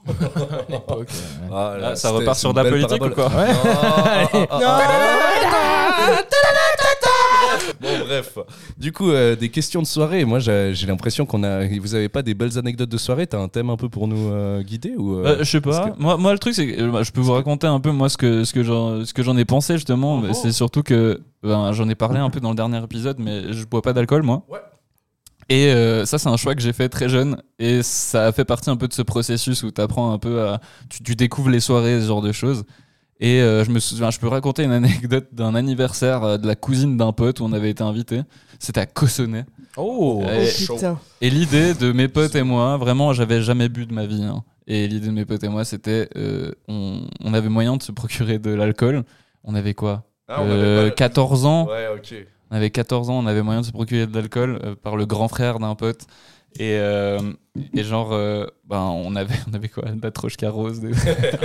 Ok, ouais. Ah, là, Ah, ça c'était- repart c'est sur une de la belle politique ou parabole. quoi Ah, ah, ah, ah, Non. Bon, Bref, du coup, euh, des questions de soirée. Moi, j'ai, j'ai l'impression qu'on a. Vous avez pas des belles anecdotes de soirée? T'as un thème un peu pour nous euh, guider ou euh, Euh, je sais pas. parce que- Moi, moi, le truc, c'est que euh, je peux vous raconter un peu moi ce que ce que j'en ce que j'en ai pensé justement. Mais c'est surtout que ben, j'en ai parlé un peu dans le dernier épisode, mais je bois pas d'alcool moi. Ouais. Et euh, ça, c'est un choix que j'ai fait très jeune, et ça a fait partie un peu de ce processus où t'apprends un peu à, tu, tu découvres les soirées, ce genre de choses. Et euh, je me souviens, je peux raconter une anecdote d'un anniversaire euh, de la cousine d'un pote où on avait été invité. C'était à Cossonay. Oh, Et- Oh putain. Et l'idée de mes potes et moi, vraiment, j'avais jamais bu de ma vie. hein. Et l'idée de mes potes et moi, c'était, euh, on, on avait moyen de se procurer de l'alcool. On avait quoi Ah, on Euh, avait pas- quatorze ans. Ouais, ok. On avait quatorze ans, on avait moyen de se procurer de l'alcool euh, par le grand frère d'un pote. Et, euh, et genre, euh, ben, on avait, on avait quoi? De la Trochka rose. Des...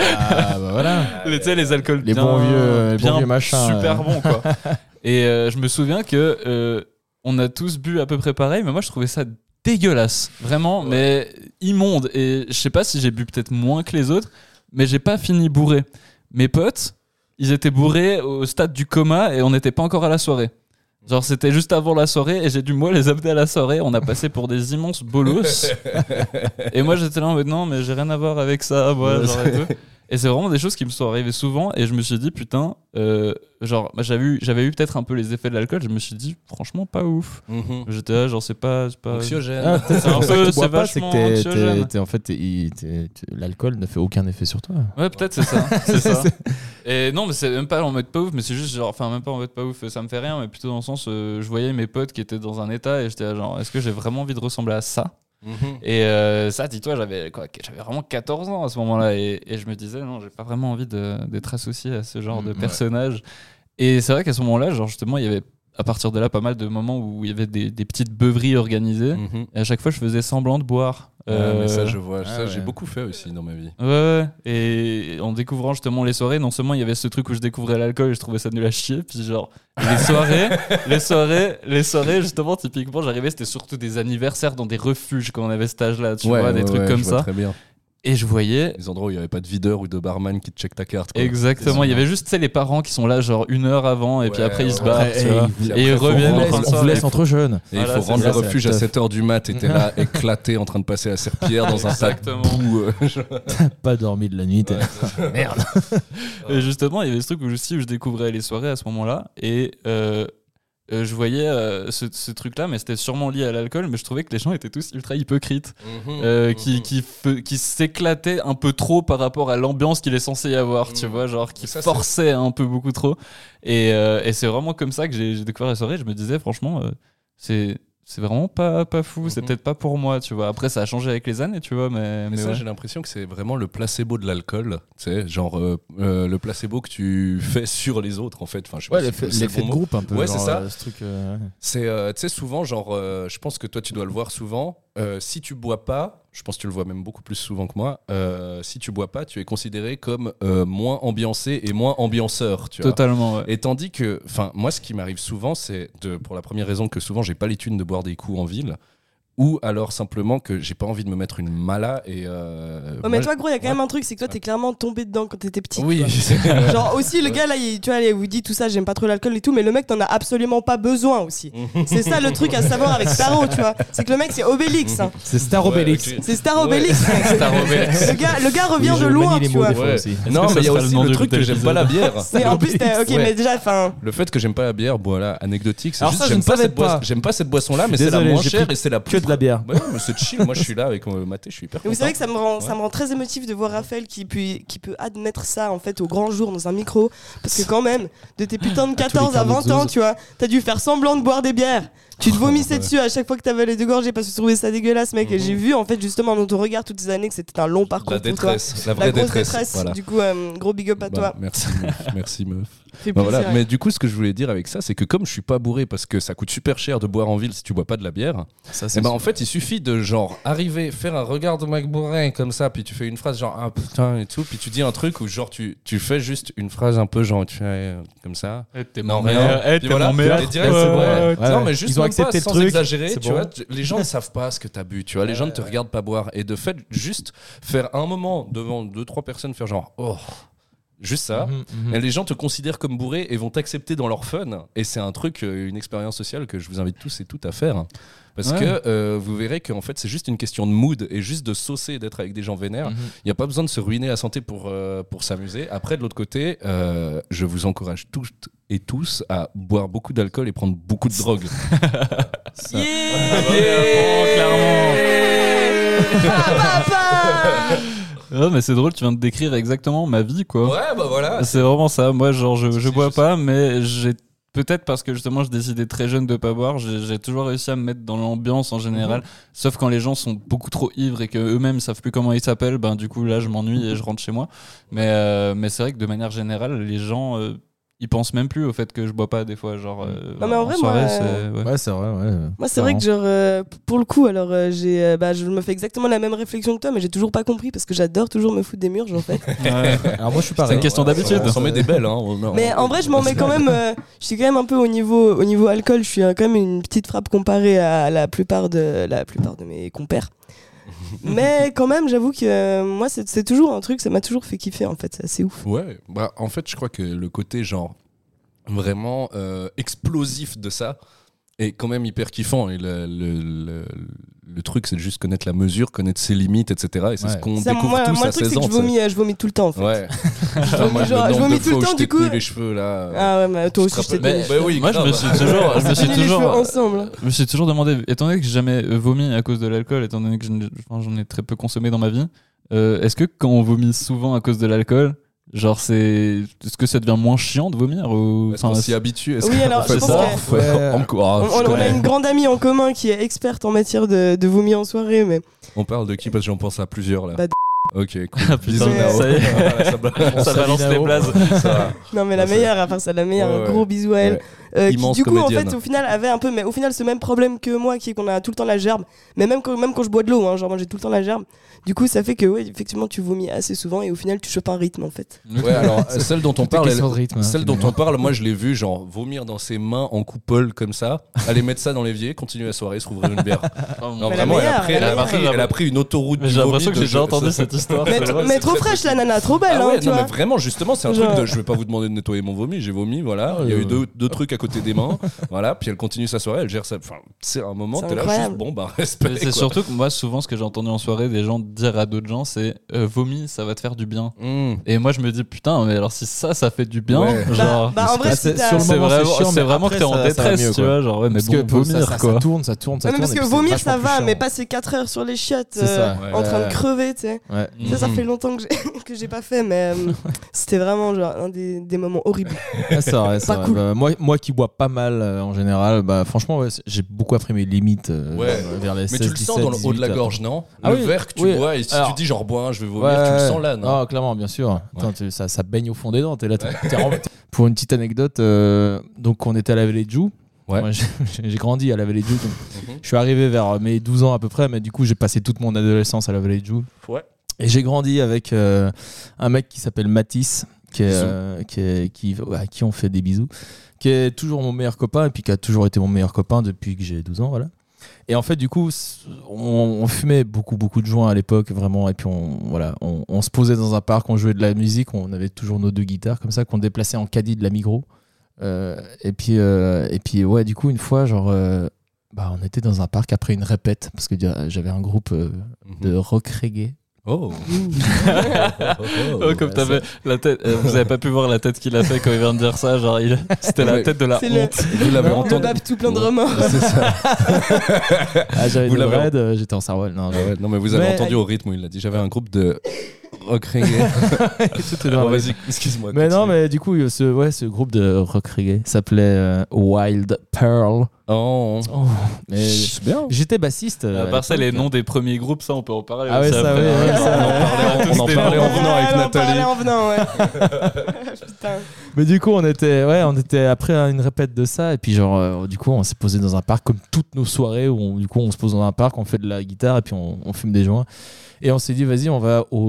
ah bah voilà. Les- tu sais, les alcools Les bien, bons vieux- les bons bien vieux machins, super euh. bons, quoi. Et euh, je me souviens que euh, on a tous bu à peu près pareil, mais moi, je trouvais ça dégueulasse. Vraiment, Ouais. mais immonde. Et je sais pas si j'ai bu peut-être moins que les autres, mais j'ai pas fini bourré. Mes potes, ils étaient bourrés au stade du coma et on n'était pas encore à la soirée. Genre, c'était juste avant la soirée et j'ai dû, moi, les amener à la soirée. On a passé pour des immenses bolos. Et moi, j'étais là en mode non, mais j'ai rien à voir avec ça, moi, genre et tout. Et c'est vraiment des choses qui me sont arrivées souvent. Et je me suis dit, putain, euh, genre, bah, j'avais eu, j'avais eu peut-être un peu les effets de l'alcool. Je me suis dit, franchement, pas ouf. Mhm. J'étais là, genre, c'est pas. C'est pas... Anxiogène. Ah, peut-être C'est un pour ça que peu- tu bois c'est pas, c'est que vachement t'es- anxiogène. t'es- t'es- en fait, t'es- il- t'es- t'es- l'alcool ne fait aucun effet sur toi. Ouais, peut-être c'est ça. C'est ça. Et non, mais c'est même pas en mode pas ouf, mais c'est juste genre, enfin, même pas en mode pas ouf, ça me fait rien, mais plutôt dans le sens, euh, je voyais mes potes qui étaient dans un état et j'étais là, genre, est-ce que j'ai vraiment envie de ressembler à ça? Mhm. Et euh, ça, dis-toi, j'avais quoi, j'avais vraiment quatorze ans à ce moment-là et, et je me disais, non, j'ai pas vraiment envie de- d'être associé à ce genre de Ouais. personnage. Et c'est vrai qu'à ce moment-là, genre, justement, il y avait à partir de là pas mal de moments où il y avait des, des petites beuveries organisées. Mhm. Et à chaque fois, je faisais semblant de boire. Ah, mais ça, Euh, je vois. ah ça, j'ai ouais. beaucoup fait aussi dans ma vie. Ouais, ouais, et en découvrant justement les soirées, non seulement il y avait ce truc où je découvrais l'alcool et je trouvais ça nul à chier, puis genre les soirées, les soirées, les soirées justement typiquement j'arrivais, c'était surtout des anniversaires dans des refuges quand on avait cet âge-là, tu vois, des ouais, trucs ouais, comme je vois ça. Très bien. Et je voyais Les endroits où il n'y avait pas de videur ou de barman qui te check ta carte. quoi. exactement, il y avait juste tu sais, les parents qui sont là genre une heure avant et puis Ouais, après ils se ouais. barrent, Après, tu hey, vois. Puis Et après, ils faut reviennent rendre- en train de on vous soirée. laisse entre jeunes. Et il Voilà, faut c'est rendre ça, le c'est refuge la à teuf. sept heures du mat. Et t'es là éclaté en train de passer à Serpillère dans un tas de Exactement. boue. euh, genre. Pas dormi de la nuit. t'es- Merde. Et justement, il y avait ce truc où, aussi où je découvrais les soirées à ce moment-là. Et euh, euh, je voyais euh, ce, ce truc-là, mais c'était sûrement lié à l'alcool. Mais je trouvais que les gens étaient tous ultra hypocrites. euh, qui, qui, fe- qui s'éclataient un peu trop par rapport à l'ambiance qu'il est censé y avoir. Tu Mm. vois, genre qui Ça, c'est- forçait un peu beaucoup trop. Et, euh, et c'est vraiment comme ça que j'ai j'ai découvert les soirées. Je me disais, franchement, euh, c'est. C'est vraiment pas, pas fou, c'est Mhm. peut-être pas pour moi, tu vois. Après, ça a changé avec les années, tu vois, mais, Mais mais ça, ouais. j'ai l'impression que c'est vraiment le placebo de l'alcool. Tu sais, genre euh, euh, le placebo que tu fais sur les autres, en fait. Enfin, je sais Ouais, pas si l'effet c'est le l'effet bon de mot. groupe un peu. Ouais, genre, c'est ça. euh, ce truc. euh, ouais. C'est, euh, tu sais, souvent, genre, euh, je pense que toi, tu dois le voir souvent. Euh, si tu bois pas, je pense que tu le vois même beaucoup plus souvent que moi. euh, si tu bois pas, tu es considéré comme euh, moins ambiancé et moins ambianceur. Tu vois. Totalement, ouais. Et tandis que, enfin, moi, ce qui m'arrive souvent, c'est de, pour la première raison que souvent, j'ai pas les thunes de boire des coups en ville, ou alors simplement que j'ai pas envie de me mettre une mala et. Euh, Ouais, mais moi, toi, gros, il y a quand ouais. même un truc, c'est que toi, t'es clairement tombé dedans quand t'étais petit. Oui, tu vois. Genre aussi, le gars là, il, tu vois, il vous dit tout ça, j'aime pas trop l'alcool et tout, mais le mec, t'en as absolument pas besoin aussi. C'est ça le truc à savoir avec Staro, tu vois. C'est que le mec, c'est Obélix. hein. C'est Star Obélix. Ouais, ok. C'est Star Ouais. Obélix. mec. Star Obélix. Le gars, le gars revient Oui, je de loin, manie les tu mots vois. des fois Ouais. aussi. Non, que mais il y a ça sera aussi le nom le du truc que tel j'aime pas la bière. Mais en plus, t'as- ok, Ouais. mais déjà, enfin. Le fait que j'aime pas la bière, voilà, anecdotique, c'est Alors juste ça, je j'aime ne pas savais cette boisson. pas. J'aime pas cette boisson-là, mais suis c'est la désolé, moins j'ai chère pris et c'est la Que plus. de la bière. Ouais, mais c'est chill. Moi, je suis là avec euh, Mathé, je suis hyper Et vous content. savez que ça me rend, ça Ouais. me rend très émotif de voir Raphaël qui peut, qui peut admettre ça en fait au grand jour dans un micro. Parce que quand même, de tes putains de quatorze à vingt ans, tu vois, t'as dû faire semblant de boire des bières. Tu te vomissais ouais. dessus à chaque fois que t'avais les deux gorgées parce que tu trouvais ça dégueulasse, mec. Et Mhm. j'ai vu en fait justement dans ton regard toutes ces années que c'était un long parcours La pour toi. détresse, la La vraie grosse détresse. détresse. Voilà. Du coup, euh, gros big up à Bah, toi. merci, meuf. Merci, meuf. Fait Bah, plaisir. voilà. Mais du coup, ce que je voulais dire avec ça, c'est que comme je suis pas bourré parce que ça coûte super cher de boire en ville si tu bois pas de la bière, Ça, et ben en fait, il suffit de genre arriver, faire un regard de mec bourrin comme ça, puis tu fais une phrase genre ah putain et tout, puis tu dis un truc où genre tu, tu fais juste une phrase un peu genre tu fais euh, comme ça. T'es Non, mon rien. meilleur. Eh, Puis t'es voilà, mon meilleur. et direct, Ouais, c'est ouais, bon. ouais. Ouais. Non, mais juste Ils ont même accepté pas, le sans truc, exagérer, c'est tu bon. vois, tu- les gens ne savent pas ce que t'as bu, tu vois, les gens ne te regardent pas boire, et de fait juste faire un moment devant deux trois personnes faire genre oh Juste ça. Mhm, mhm. Et les gens te considèrent comme bourré et vont t'accepter dans leur fun. Et c'est un truc, euh, une expérience sociale que je vous invite tous et toutes à faire. Parce Ouais. que euh, vous verrez qu'en fait, c'est juste une question de mood et juste de saucer et d'être avec des gens vénères. Il Mhm. n'y a pas besoin de se ruiner la santé pour, euh, pour s'amuser. Après, de l'autre côté, euh, je vous encourage toutes et tous à boire beaucoup d'alcool et prendre beaucoup de drogue. Yeah clairement. Ah, papa Ouais, mais c'est drôle, tu viens de décrire exactement ma vie, quoi. Ouais, bah voilà. C'est vraiment ça. Moi, genre, je, je C'est bois juste pas, mais j'ai peut-être parce que justement, je décidais très jeune de pas boire. J'ai, j'ai toujours réussi à me mettre dans l'ambiance en général. Sauf quand les gens sont beaucoup trop ivres et que eux-mêmes savent plus comment ils s'appellent. Ben du coup, là, je m'ennuie et je rentre chez moi. Mais euh, mais c'est vrai que de manière générale, les gens euh, ils pensent même plus au fait que je bois pas des fois. Genre. Euh, Non, mais en vrai, soirée, moi, c'est ouais. Ouais, c'est vrai. Ouais. Moi, c'est vrai que genre, euh, pour le coup, alors euh, j'ai, euh, bah, je me fais exactement la même réflexion que toi, mais j'ai toujours pas compris parce que j'adore toujours me foutre des murges en fait. Ouais. Alors moi, je suis C'est pareil. une question d'habitude. On s'en met des belles. Hein. On- Mais on- en vrai, je m'en mets quand même. euh, je suis quand même un peu au niveau, au niveau alcool. Je suis euh, quand même une petite frappe comparée à la plupart de, la plupart de mes compères. Mais quand même, j'avoue que euh, moi, c'est, c'est toujours un truc, ça m'a toujours fait kiffer en fait. C'est assez ouf. Ouais, bah en fait, je crois que le côté genre vraiment euh, explosif de ça est quand même hyper kiffant. Et le, le, le, le truc, c'est juste connaître la mesure, connaître ses limites, et cetera. Et c'est Ouais. ce qu'on Ça, découvre moi, tous moi, à le truc, seize c'est que ans. je vomis, euh, je vomis tout le temps en fait. Ouais. Moi, Genre, le je nombre vomis de tout le fois où temps, je t'ai du coup. tenu les cheveux là. Ah ouais, mais toi Tu te aussi, je t'ai rappelles- tenu les Bah oui, Moi, je me grave. suis toujours, je me suis tenu les toujours, cheveux ensemble. je me suis toujours demandé, étant donné que j'ai jamais euh, vomi à cause de l'alcool, étant donné que je n'ai- enfin, j'en ai très peu consommé dans ma vie, euh, est-ce que quand on vomit souvent à cause de l'alcool, genre c'est, est-ce que ça devient moins chiant de vomir ou Est-ce qu'on enfin, s'y habitue? Est-ce Oui, qu'on alors, fait je pense ça que- Ouais, encore. On, on- on a une grande amie en commun qui est experte en matière de, de vomi en soirée, mais On parle de qui? Parce que j'en pense à plusieurs là. Bah, Ok, cool. Ah, putain, Bisous, Nao. ça y est. Voilà, ça balance. ça balance les Nao. blazes. Ça va. non, mais la Ouais, c'est- meilleure, à part ça, la meilleure, Ouais, un ouais. gros bisou à elle. Ouais. Euh, qui Immense du coup en comédienne. fait au final avait un peu mais au final ce même problème que moi qui est qu'on a tout le temps la gerbe, mais même quand, même quand je bois de l'eau hein, genre moi j'ai tout le temps la gerbe, du coup ça fait que ouais effectivement tu vomis assez souvent et au final tu chopes un rythme en fait. Ouais, alors euh, celle dont on Tout est parle, elle- question de rythme, hein, celle dont finalement. on parle, moi je l'ai vu genre vomir dans ses mains en coupole comme ça, aller mettre ça dans l'évier, continuer la soirée, se rouvrir une bière. Non, Mais la vraiment, elle a, meilleure, pris, la elle, a meilleure. pris, elle a pris une autoroute Mais du j'ai vomi l'impression que de- j'ai déjà entendu ça- cette histoire. mais c'est trop- vrai. mais trop fraîche la nana, trop belle Ah hein, ouais, tu non vois. mais vraiment justement c'est un Genre- truc de je vais pas vous demander de nettoyer mon vomi, j'ai vomi voilà, il y a eu deux, deux trucs à côté des mains, voilà, puis elle continue sa soirée, elle gère ça, enfin c'est un moment C'est t'es là incroyable. juste bon bah respect. Mais c'est quoi. surtout que moi, souvent, ce que j'ai entendu en soirée, des gens dire à d'autres gens, c'est euh, vomi, ça va te faire du bien. Mmh. Et moi, je me dis, putain, mais alors si ça, ça fait du bien, Ouais. genre. Bah, en vrai Ah, si c'est- t'as- sur le c'est moment, vraiment, chiant, c'est mais vraiment que après, t'es en ça- ça va détresse, mieux, tu quoi. vois. Genre, ouais, mais Parce bon, que vomir, ça, ça, quoi. ça tourne, ça tourne, ça Ouais, mais tourne. parce et que puis c'est vomir vachement ça plus va, chiant. mais passer quatre heures sur les chiottes C'est ça, euh, ouais. en train de Ouais. crever, tu sais. Ouais. Ça, ça Mhm. fait longtemps que j'ai, que j'ai pas fait, mais euh, c'était vraiment genre un des, des moments horribles. Ah, c'est vrai, c'est Pas vrai. cool. Bah, moi, moi qui bois pas mal euh, en général, bah, franchement, ouais, c'est- j'ai beaucoup appris mes limites euh, Ouais. vers les Mais seize, tu le sens dix-sept, dans le haut de la dix-huit, gorge, non? Ah Le oui, verre que tu oui. bois, et si Alors- tu dis genre bois un, je vais vomir, Ouais, tu le ouais. sens là, non? Ah, clairement, bien sûr. Attends, tu- ça, ça baigne au fond des dents. T'es là, t'es- t'es rem- Pour une petite anecdote, euh, donc on était à la Vallée de Joux. Ouais. Moi, j'ai j'ai grandi à la Vallée de Joux. donc Mhm. Je suis arrivé vers mes douze ans à peu près, mais du coup, j'ai passé toute mon adolescence à la Vallée de Joux. Ouais. Et j'ai grandi avec euh, un mec qui s'appelle Mathis, qui, est, Bisous. euh, qui, est- qui, à qui on fait des bisous, qui est toujours mon meilleur copain et puis qui a toujours été mon meilleur copain depuis que j'ai douze ans. Voilà. Et en fait, du coup, c- on, on fumait beaucoup, beaucoup de joints à l'époque, vraiment. Et puis, on, voilà, on, on se posait dans un parc, on jouait de la musique, on avait toujours nos deux guitares, comme ça, qu'on déplaçait en caddie de la Migros. Euh, et, puis, euh, et puis, ouais, du coup, une fois, genre, euh, bah, on était dans un parc après une répète, parce que j'avais un groupe euh, de rock reggae. Oh. Oh, comme t'avais la tête, euh, vous avez pas pu voir la tête qu'il a fait quand il vient de dire ça, genre il, c'était la Ouais. tête de la C'est le, honte. Vous l'avez le entendu? bab tout plein de remords. C'est ça. Ah, j'avais Vous des l'avez- dreads, euh, j'étais en Sarwell. Non, Ah ouais, non, mais vous avez Mais- entendu au rythme où il l'a dit. J'avais un groupe de rock reggae. tout est dans Bon, le- vas-y, excuse-moi. Mais non, continue. mais du coup, ce, ouais, ce groupe de rock reggae s'appelait euh, Wild Pearl. Oh. Mais C'est bien. j'étais bassiste. euh, À part ça, les l'époque. noms des premiers groupes, ça on peut en parler. Ah ouais, aussi ça, après, ouais, hein. ouais, ça, On en ouais. parlait en On en tous parlait des en noms. venant avec Ouais, on Nathalie. parlait en venant, ouais. Putain. Mais du coup, on était, ouais, on était après une répète de ça. Et puis, genre, euh, du coup, on s'est posé dans un parc, comme toutes nos soirées où, on- du coup, on se pose dans un parc, on fait de la guitare et puis on, on fume des joints. Et on s'est dit, vas-y, on va au Nautilus.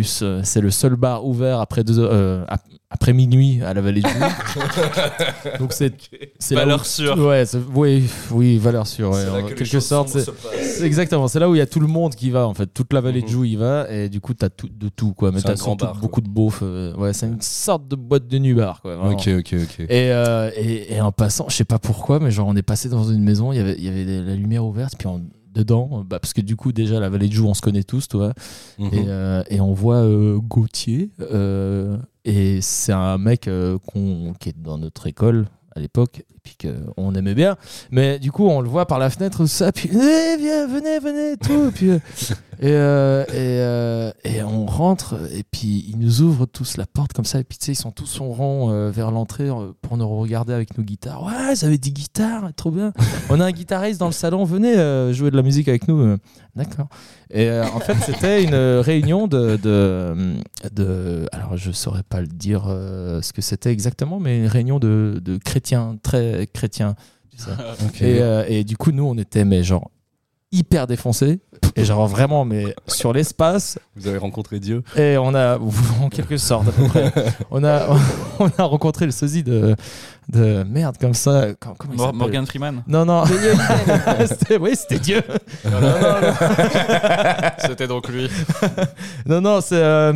Nautilus. Euh, C'est le seul bar ouvert après, deux, euh, ap- après minuit à la Vallée du Joux. Donc c'est, c'est là Valeur où- sûre. Ouais, c'est- oui, oui, valeur sûre. Ouais. C'est là En que les quelque choses sorte, sombres c'est, se passent. c'est exactement. C'est là où il y a tout le monde qui va en fait. Toute la Vallée Mhm. de Joux y va et du coup t'as tout, de tout quoi. Mais C'est un t'as grand surtout bar, quoi. beaucoup de beaufs. euh, ouais, c'est une sorte de boîte de nuit bar quoi. Vraiment. Ok, ok, ok. Et, euh, et, et en passant, je sais pas pourquoi, mais genre on est passé dans une maison, il y avait, il y avait la lumière ouverte, puis en- dedans, bah, parce que du coup déjà la Vallée de Joux on se connaît tous, tu vois, Mhm. et, euh, et on voit euh, Gauthier, euh, et c'est un mec euh, qu'on, qui est dans notre école à l'époque, et puis qu'on aimait bien, mais du coup on le voit par la fenêtre, tout ça, puis eh, viens, venez, venez, tout, et puis euh, et, euh, et, euh, et on rentre, et puis ils nous ouvrent tous la porte comme ça, et puis tu sais, ils sont tous en rond euh, vers l'entrée euh, pour nous regarder avec nos guitares. Ouais, vous avez des guitares, trop bien. On a un guitariste dans le salon, venez euh, jouer de la musique avec nous. Euh, D'accord. Et euh, en fait, c'était une réunion de, de, de. Alors, je saurais pas le dire euh, ce que c'était exactement, mais une réunion de, de chrétiens, très chrétiens. tu sais. Ok. Et, euh, et du coup, nous, on était, mais genre, hyper défoncés. Et genre, vraiment, mais sur l'espace. Vous avez rencontré Dieu. Et on a, en quelque sorte, à peu près, on a, on a rencontré le sosie de, de merde comme ça. Comment, comment il Mor- s'appelle Morgan Freeman. Non, non. C'était- oui, c'était Dieu. Non, non, non. C'était donc lui. Non, non, c'est euh,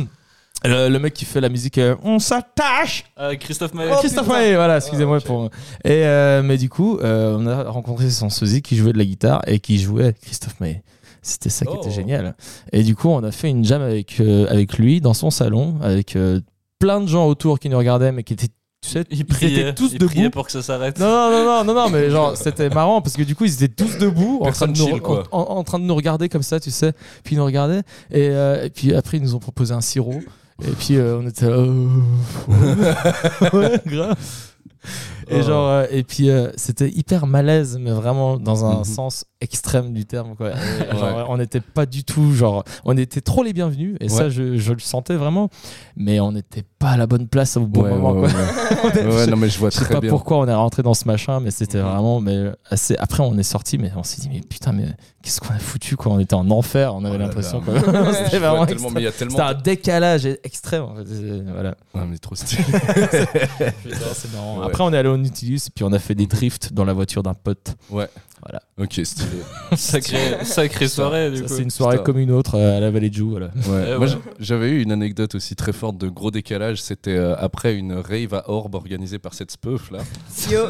le, le mec qui fait la musique. euh, on s'attache. Euh, Christophe Maé. Oh, Christophe putain. Maé, voilà, excusez-moi Ah, ok. pour. Et euh, mais du coup, euh, on a rencontré son sosie qui jouait de la guitare et qui jouait Christophe Maé. C'était ça qui Oh. était génial. Et du coup, on a fait une jam avec euh, avec lui dans son salon, avec euh, plein de gens autour qui nous regardaient, mais qui étaient, tu sais, Il ils priait, étaient tous il debout. priait pour que ça s'arrête. Non, non, non, non, non, non, mais genre, c'était marrant parce que du coup, ils étaient tous debout, en train, Personne de nous, chill, quoi. en, en- en train de nous regarder comme ça, tu sais. Puis ils nous regardaient. Et, euh, et puis après, ils nous ont proposé un sirop. Et puis euh, on était là. euh, ouais, ouais, grave. Et Oh. genre, euh, et puis euh, c'était hyper malaise, mais vraiment dans un Mhm. sens extrême du terme, quoi. Et, genre, Ouais. on n'était pas du tout, genre, on était trop les bienvenus, et ça, Ouais. je, je le sentais vraiment, mais on n'était pas à la bonne place au bon Ouais, moment, ouais, quoi. ouais. On est- Ouais, non, mais je vois je sais très pas bien. pourquoi on est rentré dans ce machin, mais c'était Mhm. vraiment mais assez. Après, on est sorti, mais on s'est dit, mais putain, mais qu'est-ce qu'on a foutu, quoi. On était en enfer, on avait Oh là l'impression, là. quoi. Je C'était vois vraiment tellement, extrême. mais il y a tellement. C'était un décalage extrême, en fait. C'est- Voilà. Ouais, mais trop stylé. Putain, c'est marrant. Ouais. Après, on est allé au Nautilus, et puis on a fait des drifts dans la voiture d'un pote. Ouais. Voilà. Ok, stylé. Sacré, sacrée soirée, du Ça, coup. c'est une soirée Putain. comme une autre euh, à la Vallée de Joux, voilà. Ouais. Eh Moi, ouais. j'- j'avais eu une anecdote aussi très forte de gros décalage. C'était euh, après une rave à Orbe organisée par cette speuf là. Yo.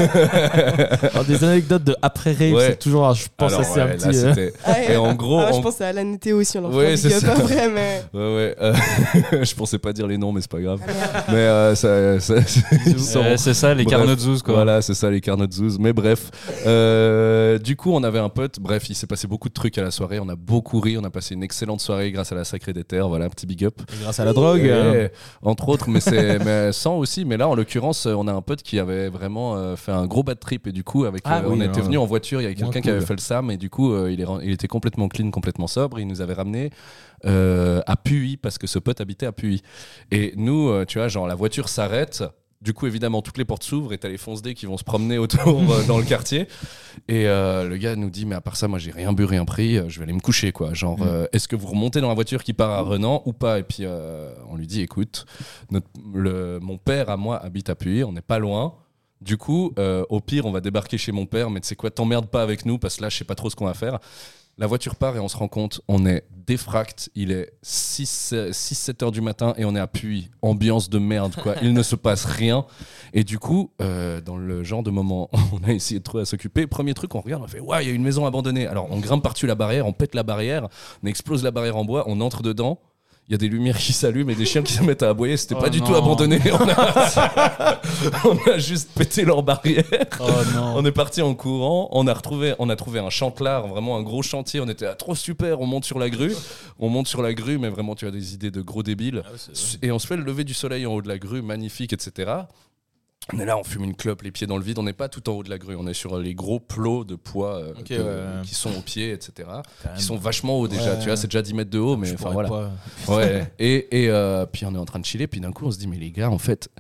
Alors, des anecdotes de après rave, Ouais. c'est toujours, je pense, Alors, assez ouais, un là, petit. euh, c'était- Ah, Et en gros, ah, en- je pense à Alan et Théo aussi, on leur Ouais, fait un c'est big up ça. après, mais. Ouais, ouais. euh, je pensais pas dire les noms, mais c'est pas grave. Mais euh, ça, ça- ils sont- Euh, c'est ça, les Bref, carnets de Zouz, quoi. Voilà, c'est ça, les carnets de Zouz. Mais bref, euh, du coup, on avait un pote. Bref, il s'est passé beaucoup de trucs à la soirée. On a beaucoup ri. On a passé une excellente soirée grâce à la Sacrée des Terres. Voilà, un petit big up. Grâce à la drogue. Ouais, euh, entre autres, mais, c'est, mais sans aussi. Mais là, en l'occurrence, on a un pote qui avait vraiment euh, fait un gros bad trip. Et du coup, avec, Ah euh, oui, on était alors, venu en voiture. Il y avait moins quelqu'un qui cool. avait fait le SAM. Et du coup, euh, il, est, ren- il était complètement clean, complètement sobre. Il nous avait ramené euh, à Puy parce que ce pote habitait à Puy. Et nous, euh, tu vois, genre, la voiture s'arrête. Du coup, évidemment, toutes les portes s'ouvrent et t'as les fonce-dés qui vont se promener autour euh, dans le quartier. Et euh, le gars nous dit, mais à part ça, moi, j'ai rien bu, rien pris, euh, je vais aller me coucher, quoi. Genre, euh, est-ce que vous remontez dans la voiture qui part à Renan ou pas? Et puis, euh, on lui dit, écoute, notre- le, mon père à moi habite à Puy, on n'est pas loin. Du coup, euh, au pire, on va débarquer chez mon père, mais tu sais quoi, t'emmerdes pas avec nous parce que là, je sais pas trop ce qu'on va faire. La voiture part et on se rend compte, on est défracte, il est six sept heures du matin et on est à Puy. Ambiance de merde, quoi. Il ne se passe rien. Et du coup, euh, dans le genre de moment, on a essayé de trouver à s'occuper. Premier truc, on regarde, on fait, ouais, il y a une maison abandonnée. Alors, on grimpe par-dessus la barrière, on pète la barrière, on explose la barrière en bois, on entre dedans. Il y a des lumières qui s'allument et des chiens qui se mettent à aboyer. C'était Oh pas du non. tout abandonné. On a, on a juste pété leur barrière. Oh non. On est parti en courant, on a retrouvé, on a trouvé un chantelard, vraiment un gros chantier. On était là, trop super, on monte sur la grue, on monte sur la grue, mais vraiment tu as des idées de gros débiles. Et on se fait le lever du soleil en haut de la grue, magnifique, et cetera. On est là, on fume une clope, les pieds dans le vide. On n'est pas tout en haut de la grue, on est sur les gros plots de poids euh, Ok, que- ouais. qui sont au pied, et cetera. Quand même. Qui sont vachement hauts déjà, Ouais. tu vois, c'est déjà dix mètres de haut, mais Je enfin pourrais voilà. pas. Ouais. Et, et euh, puis on est en train de chiller, puis d'un coup on se dit, mais les gars, en fait,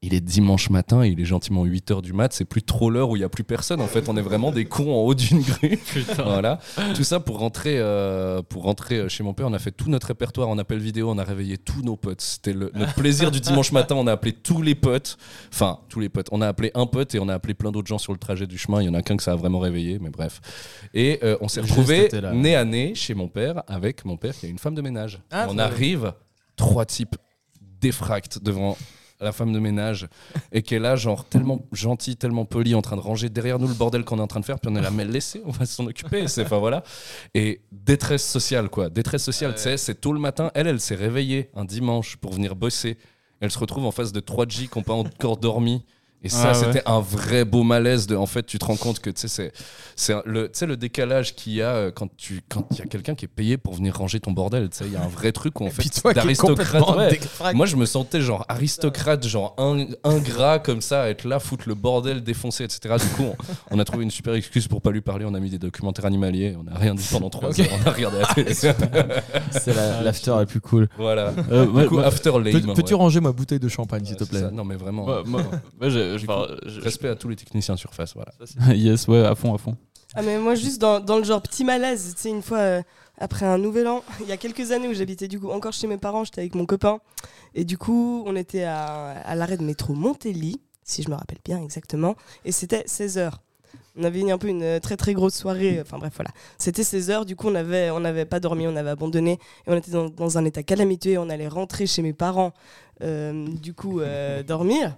il est dimanche matin, il est gentiment huit heures du mat, c'est plus trop l'heure où il y a plus personne. En fait, on est vraiment des cons en haut d'une grue. Voilà. Tout ça pour rentrer, euh, pour rentrer chez mon père. On a fait tout notre répertoire en appel vidéo, on a réveillé tous nos potes. C'était le, notre plaisir du dimanche matin. On a appelé tous les potes, enfin tous les potes. On a appelé un pote et on a appelé plein d'autres gens sur le trajet du chemin. Il y en a qu'un que ça a vraiment réveillé, mais bref. Et euh, on s'est Juste retrouvés était là. nez à nez chez mon père avec mon père qui a une femme de ménage. Ah, Et on ça va. arrive, trois types défractent devant la femme de ménage et qui est là genre tellement gentil, tellement poli, en train de ranger derrière nous le bordel qu'on est en train de faire, puis on est là mais laissez, on va s'en occuper. C'est enfin voilà. Et détresse sociale quoi, détresse sociale, tu sais, c'est tôt le matin. Elle, elle s'est réveillée un dimanche pour venir bosser. Elle se retrouve en face de trois G qui n'ont pas encore dormi. Et ça, Ah ouais. c'était un vrai beau malaise. De, en fait, tu te rends compte que tu sais, c'est, c'est un- le, tu sais, le décalage qu'il y a euh, quand tu, quand il y a quelqu'un qui est payé pour venir ranger ton bordel. Tu sais, il y a un vrai truc où en fait, Puis toi qui es d'aristocrate. complètement ouais. défracté. Moi, je me sentais genre aristocrate, genre in- ingrat comme ça, à être là, foutre le bordel, défoncer, et cetera. Du coup, on, on a trouvé une super excuse pour pas lui parler. On a mis des documentaires animaliers. On n'a rien dit pendant trois Ok. heures. On a regardé la télé. C'est la- l'after la plus cool. Voilà. Euh, Du moi- coup, moi- after Peux- lame. Peux-tu ouais. ranger ma bouteille de champagne, s'il Ouais, te c'est plaît ça. Non, mais vraiment. moi, moi- moi, j'ai- Du enfin, coup, je- Respect à tous les techniciens surface. Voilà. yes, ouais, à fond, à fond. Ah mais moi juste dans, dans le genre petit malaise, tu sais une fois euh, après un nouvel an, il y a quelques années où j'habitais du coup encore chez mes parents, j'étais avec mon copain et du coup on était à, à l'arrêt de métro Montély, si je me rappelle bien exactement, et c'était seize heures. On avait eu un peu une très très grosse soirée, enfin bref voilà. C'était seize heures, du coup on avait, on avait pas dormi, on avait abandonné et on était dans, dans un état calamiteux et on allait rentrer chez mes parents, euh, du coup euh, dormir.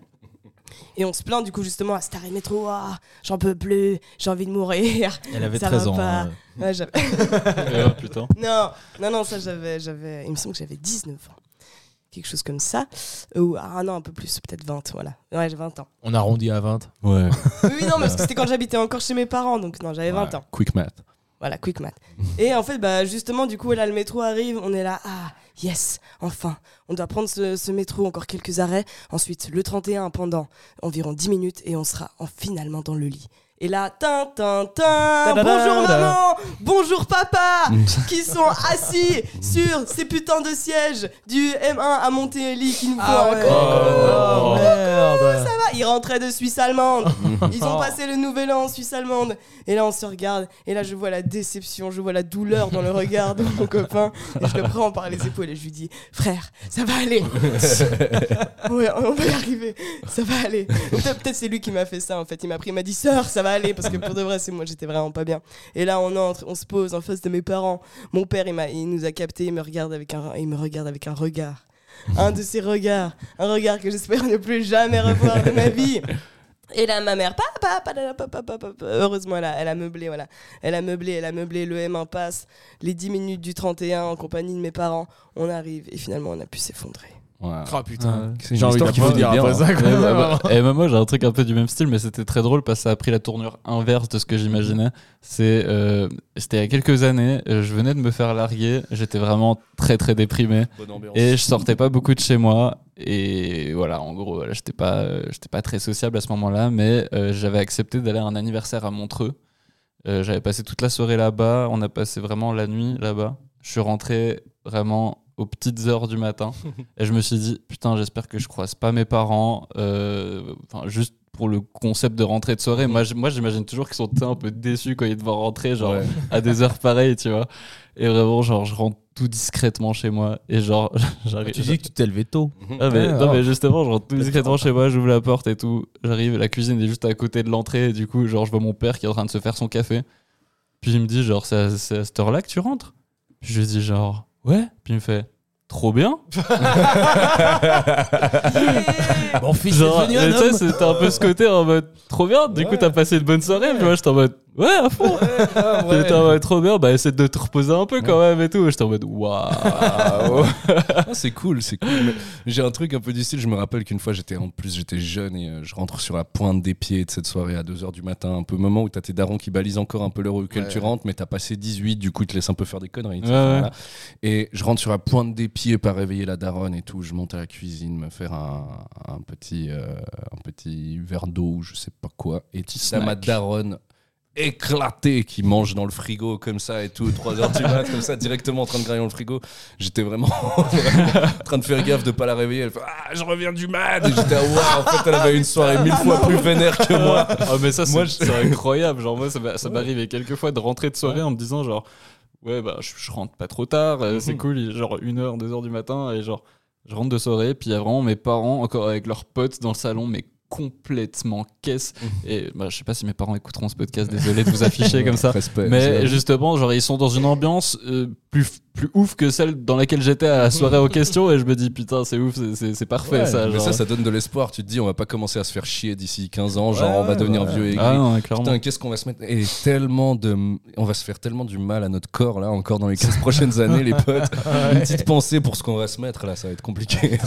Et on se plaint du coup justement à cet arrêt de métro, ah, j'en peux plus, j'ai envie de mourir. Elle avait Ça treize va ans. pas. hein. Ouais, j'avais- Oh, putain. non, non, non, ça j'avais, j'avais, il me semble que j'avais dix-neuf ans. Quelque chose comme ça. Ou, ah non, un peu plus, peut-être vingt, voilà. Ouais, j'ai vingt ans. On arrondit à vingt. Ouais. Oui, oui, non, mais parce que c'était quand j'habitais encore chez mes parents, donc non, j'avais vingt ans. Quick math. Voilà, quick math. Et en fait, bah, justement, du coup, là, le métro arrive, on est là, ah, yes, enfin, on doit prendre ce, ce métro, encore quelques arrêts. Ensuite, le trente et un pendant environ dix minutes et on sera en, finalement dans le lit. Et là, tin, tin, tin, bonjour maman, bonjour papa, qui sont assis sur ces putains de sièges du M un à Montély qui nous font Ah un ouais. coucou. Oh, merde. Ça va, ils rentraient de Suisse allemande. Ils ont passé le nouvel an en Suisse allemande. Et là, on se regarde. Et là, je vois la déception, je vois la douleur dans le regard de mon copain. Et je le prends par les épaules et je lui dis, frère, ça va aller. Ouais, on va y arriver. Ça va aller. Peut-être, peut-être c'est lui qui m'a fait ça. En fait, il m'a pris, il m'a dit, sœur, ça va aller. Parce que pour de vrai, c'est moi, j'étais vraiment pas bien. Et là, on entre, on se pose en face de mes parents. Mon père, il, m'a, il nous a capté. Il me regarde avec un, il me regarde avec un regard. Un de ces regards, un regard que j'espère ne plus jamais revoir de ma vie. Et là, ma mère, papa, papa, papa, papa, papa. Heureusement, elle a, elle a meublé, voilà. Elle a meublé, elle a meublé, le M un passe, les dix minutes du trente et un en compagnie de mes parents. On arrive et finalement, on a pu s'effondrer. Ouais. Oh putain. C'est une J'ai envie histoire de qui vaut dire du bien, après hein. ça. Et quoi. bah, bah, et bah, moi j'ai un truc un peu du même style, mais c'était très drôle parce que ça a pris la tournure inverse de ce que j'imaginais. C'est, euh, c'était il y a quelques années, euh, je venais de me faire larguer, j'étais vraiment très très déprimé Bonne ambiance. et je sortais pas beaucoup de chez moi. Et voilà, en gros, voilà, j'étais pas, euh, j'étais pas très sociable à ce moment-là, mais euh, j'avais accepté d'aller à un anniversaire à Montreux. Euh, j'avais passé toute la soirée là-bas, on a passé vraiment la nuit là-bas. Je suis rentré vraiment aux petites heures du matin et je me suis dit putain, j'espère que je croise pas mes parents, euh, enfin juste pour le concept de rentrée de soirée. Moi, j- moi j'imagine toujours qu'ils sont tu sais, un peu déçus quand ils doivent rentrer genre Ouais. à des heures pareilles, tu vois. Et vraiment genre je rentre tout discrètement chez moi et genre j'arrive. Tu dis que tu t'es levé tôt. Ah mais, Ouais, non alors. mais justement je rentre tout discrètement chez moi, j'ouvre la porte et tout, j'arrive, la cuisine est juste à côté de l'entrée et du coup genre je vois mon père qui est en train de se faire son café, puis il me dit genre c'est à, c'est à cette heure là que tu rentres, puis je lui dis genre ouais, puis il me fait trop bien. Mon fils Genre, est devenu un mais tu sais, homme. c'était un peu ce côté en mode trop bien, du coup Ouais. t'as passé une bonne soirée, puis moi j'étais en mode ouais à fond. Puis j'étais en mode trop bien, bah essaie de te reposer un peu quand même et tout. J'étais en mode waouh. Ah, c'est cool, c'est cool. Mais j'ai un truc un peu du style. Je me rappelle qu'une fois, j'étais en plus, j'étais jeune et euh, je rentre sur la pointe des pieds de cette soirée à deux heures du matin. Un peu moment où t'as tes darons qui balisent encore un peu l'heure auquel Ouais. tu rentres, mais t'as passé dix-huit, du coup, ils te laissent un peu faire des conneries. tu sais, Ouais, ouais. voilà. Et je rentre sur la pointe des pieds, pas réveiller la daronne et tout. Je monte à la cuisine, me faire un, un, petit, euh, un petit verre d'eau ou je sais pas quoi. Et Petit t'as ma snack. daronne éclaté qui mange dans le frigo comme ça et tout, trois heures du mat, comme ça, directement en train de grailler dans le frigo. J'étais vraiment, vraiment en train de faire gaffe de pas la réveiller. Elle fait ah, je reviens du mat. Et j'étais waouh, en fait, elle avait une soirée mille fois plus vénère que moi. Ah, mais ça, c'est, Moi, je- c'est incroyable. Genre, moi, ça, m'a- ça m'arrivait quelques fois de rentrer de soirée en me disant, genre, ouais, bah, je, je rentre pas trop tard, euh, c'est cool, il est genre une heure, deux heures du matin, et genre, je rentre de soirée, puis il y a vraiment mes parents, encore avec leurs potes dans le salon, mais complètement caisse. Et bah, je sais pas si mes parents écouteront ce podcast, désolé de vous afficher comme ça. Respect. Mais justement, genre, ils sont dans une ambiance euh, plus, plus ouf que celle dans laquelle j'étais à la soirée aux questions, et je me dis, putain, c'est ouf, c'est, c'est, c'est parfait Ouais, ça. Mais Genre. ça, ça donne de l'espoir. Tu te dis, on va pas commencer à se faire chier d'ici quinze ans, genre Ouais, on va ouais, devenir ouais. vieux et Ah gris. non, clairement. Putain, qu'est-ce qu'on va se mettre et tellement de, on va se faire tellement du mal à notre corps là, encore dans les quinze prochaines années, les potes. Une petite pensée pour ce qu'on va se mettre là, ça va être compliqué.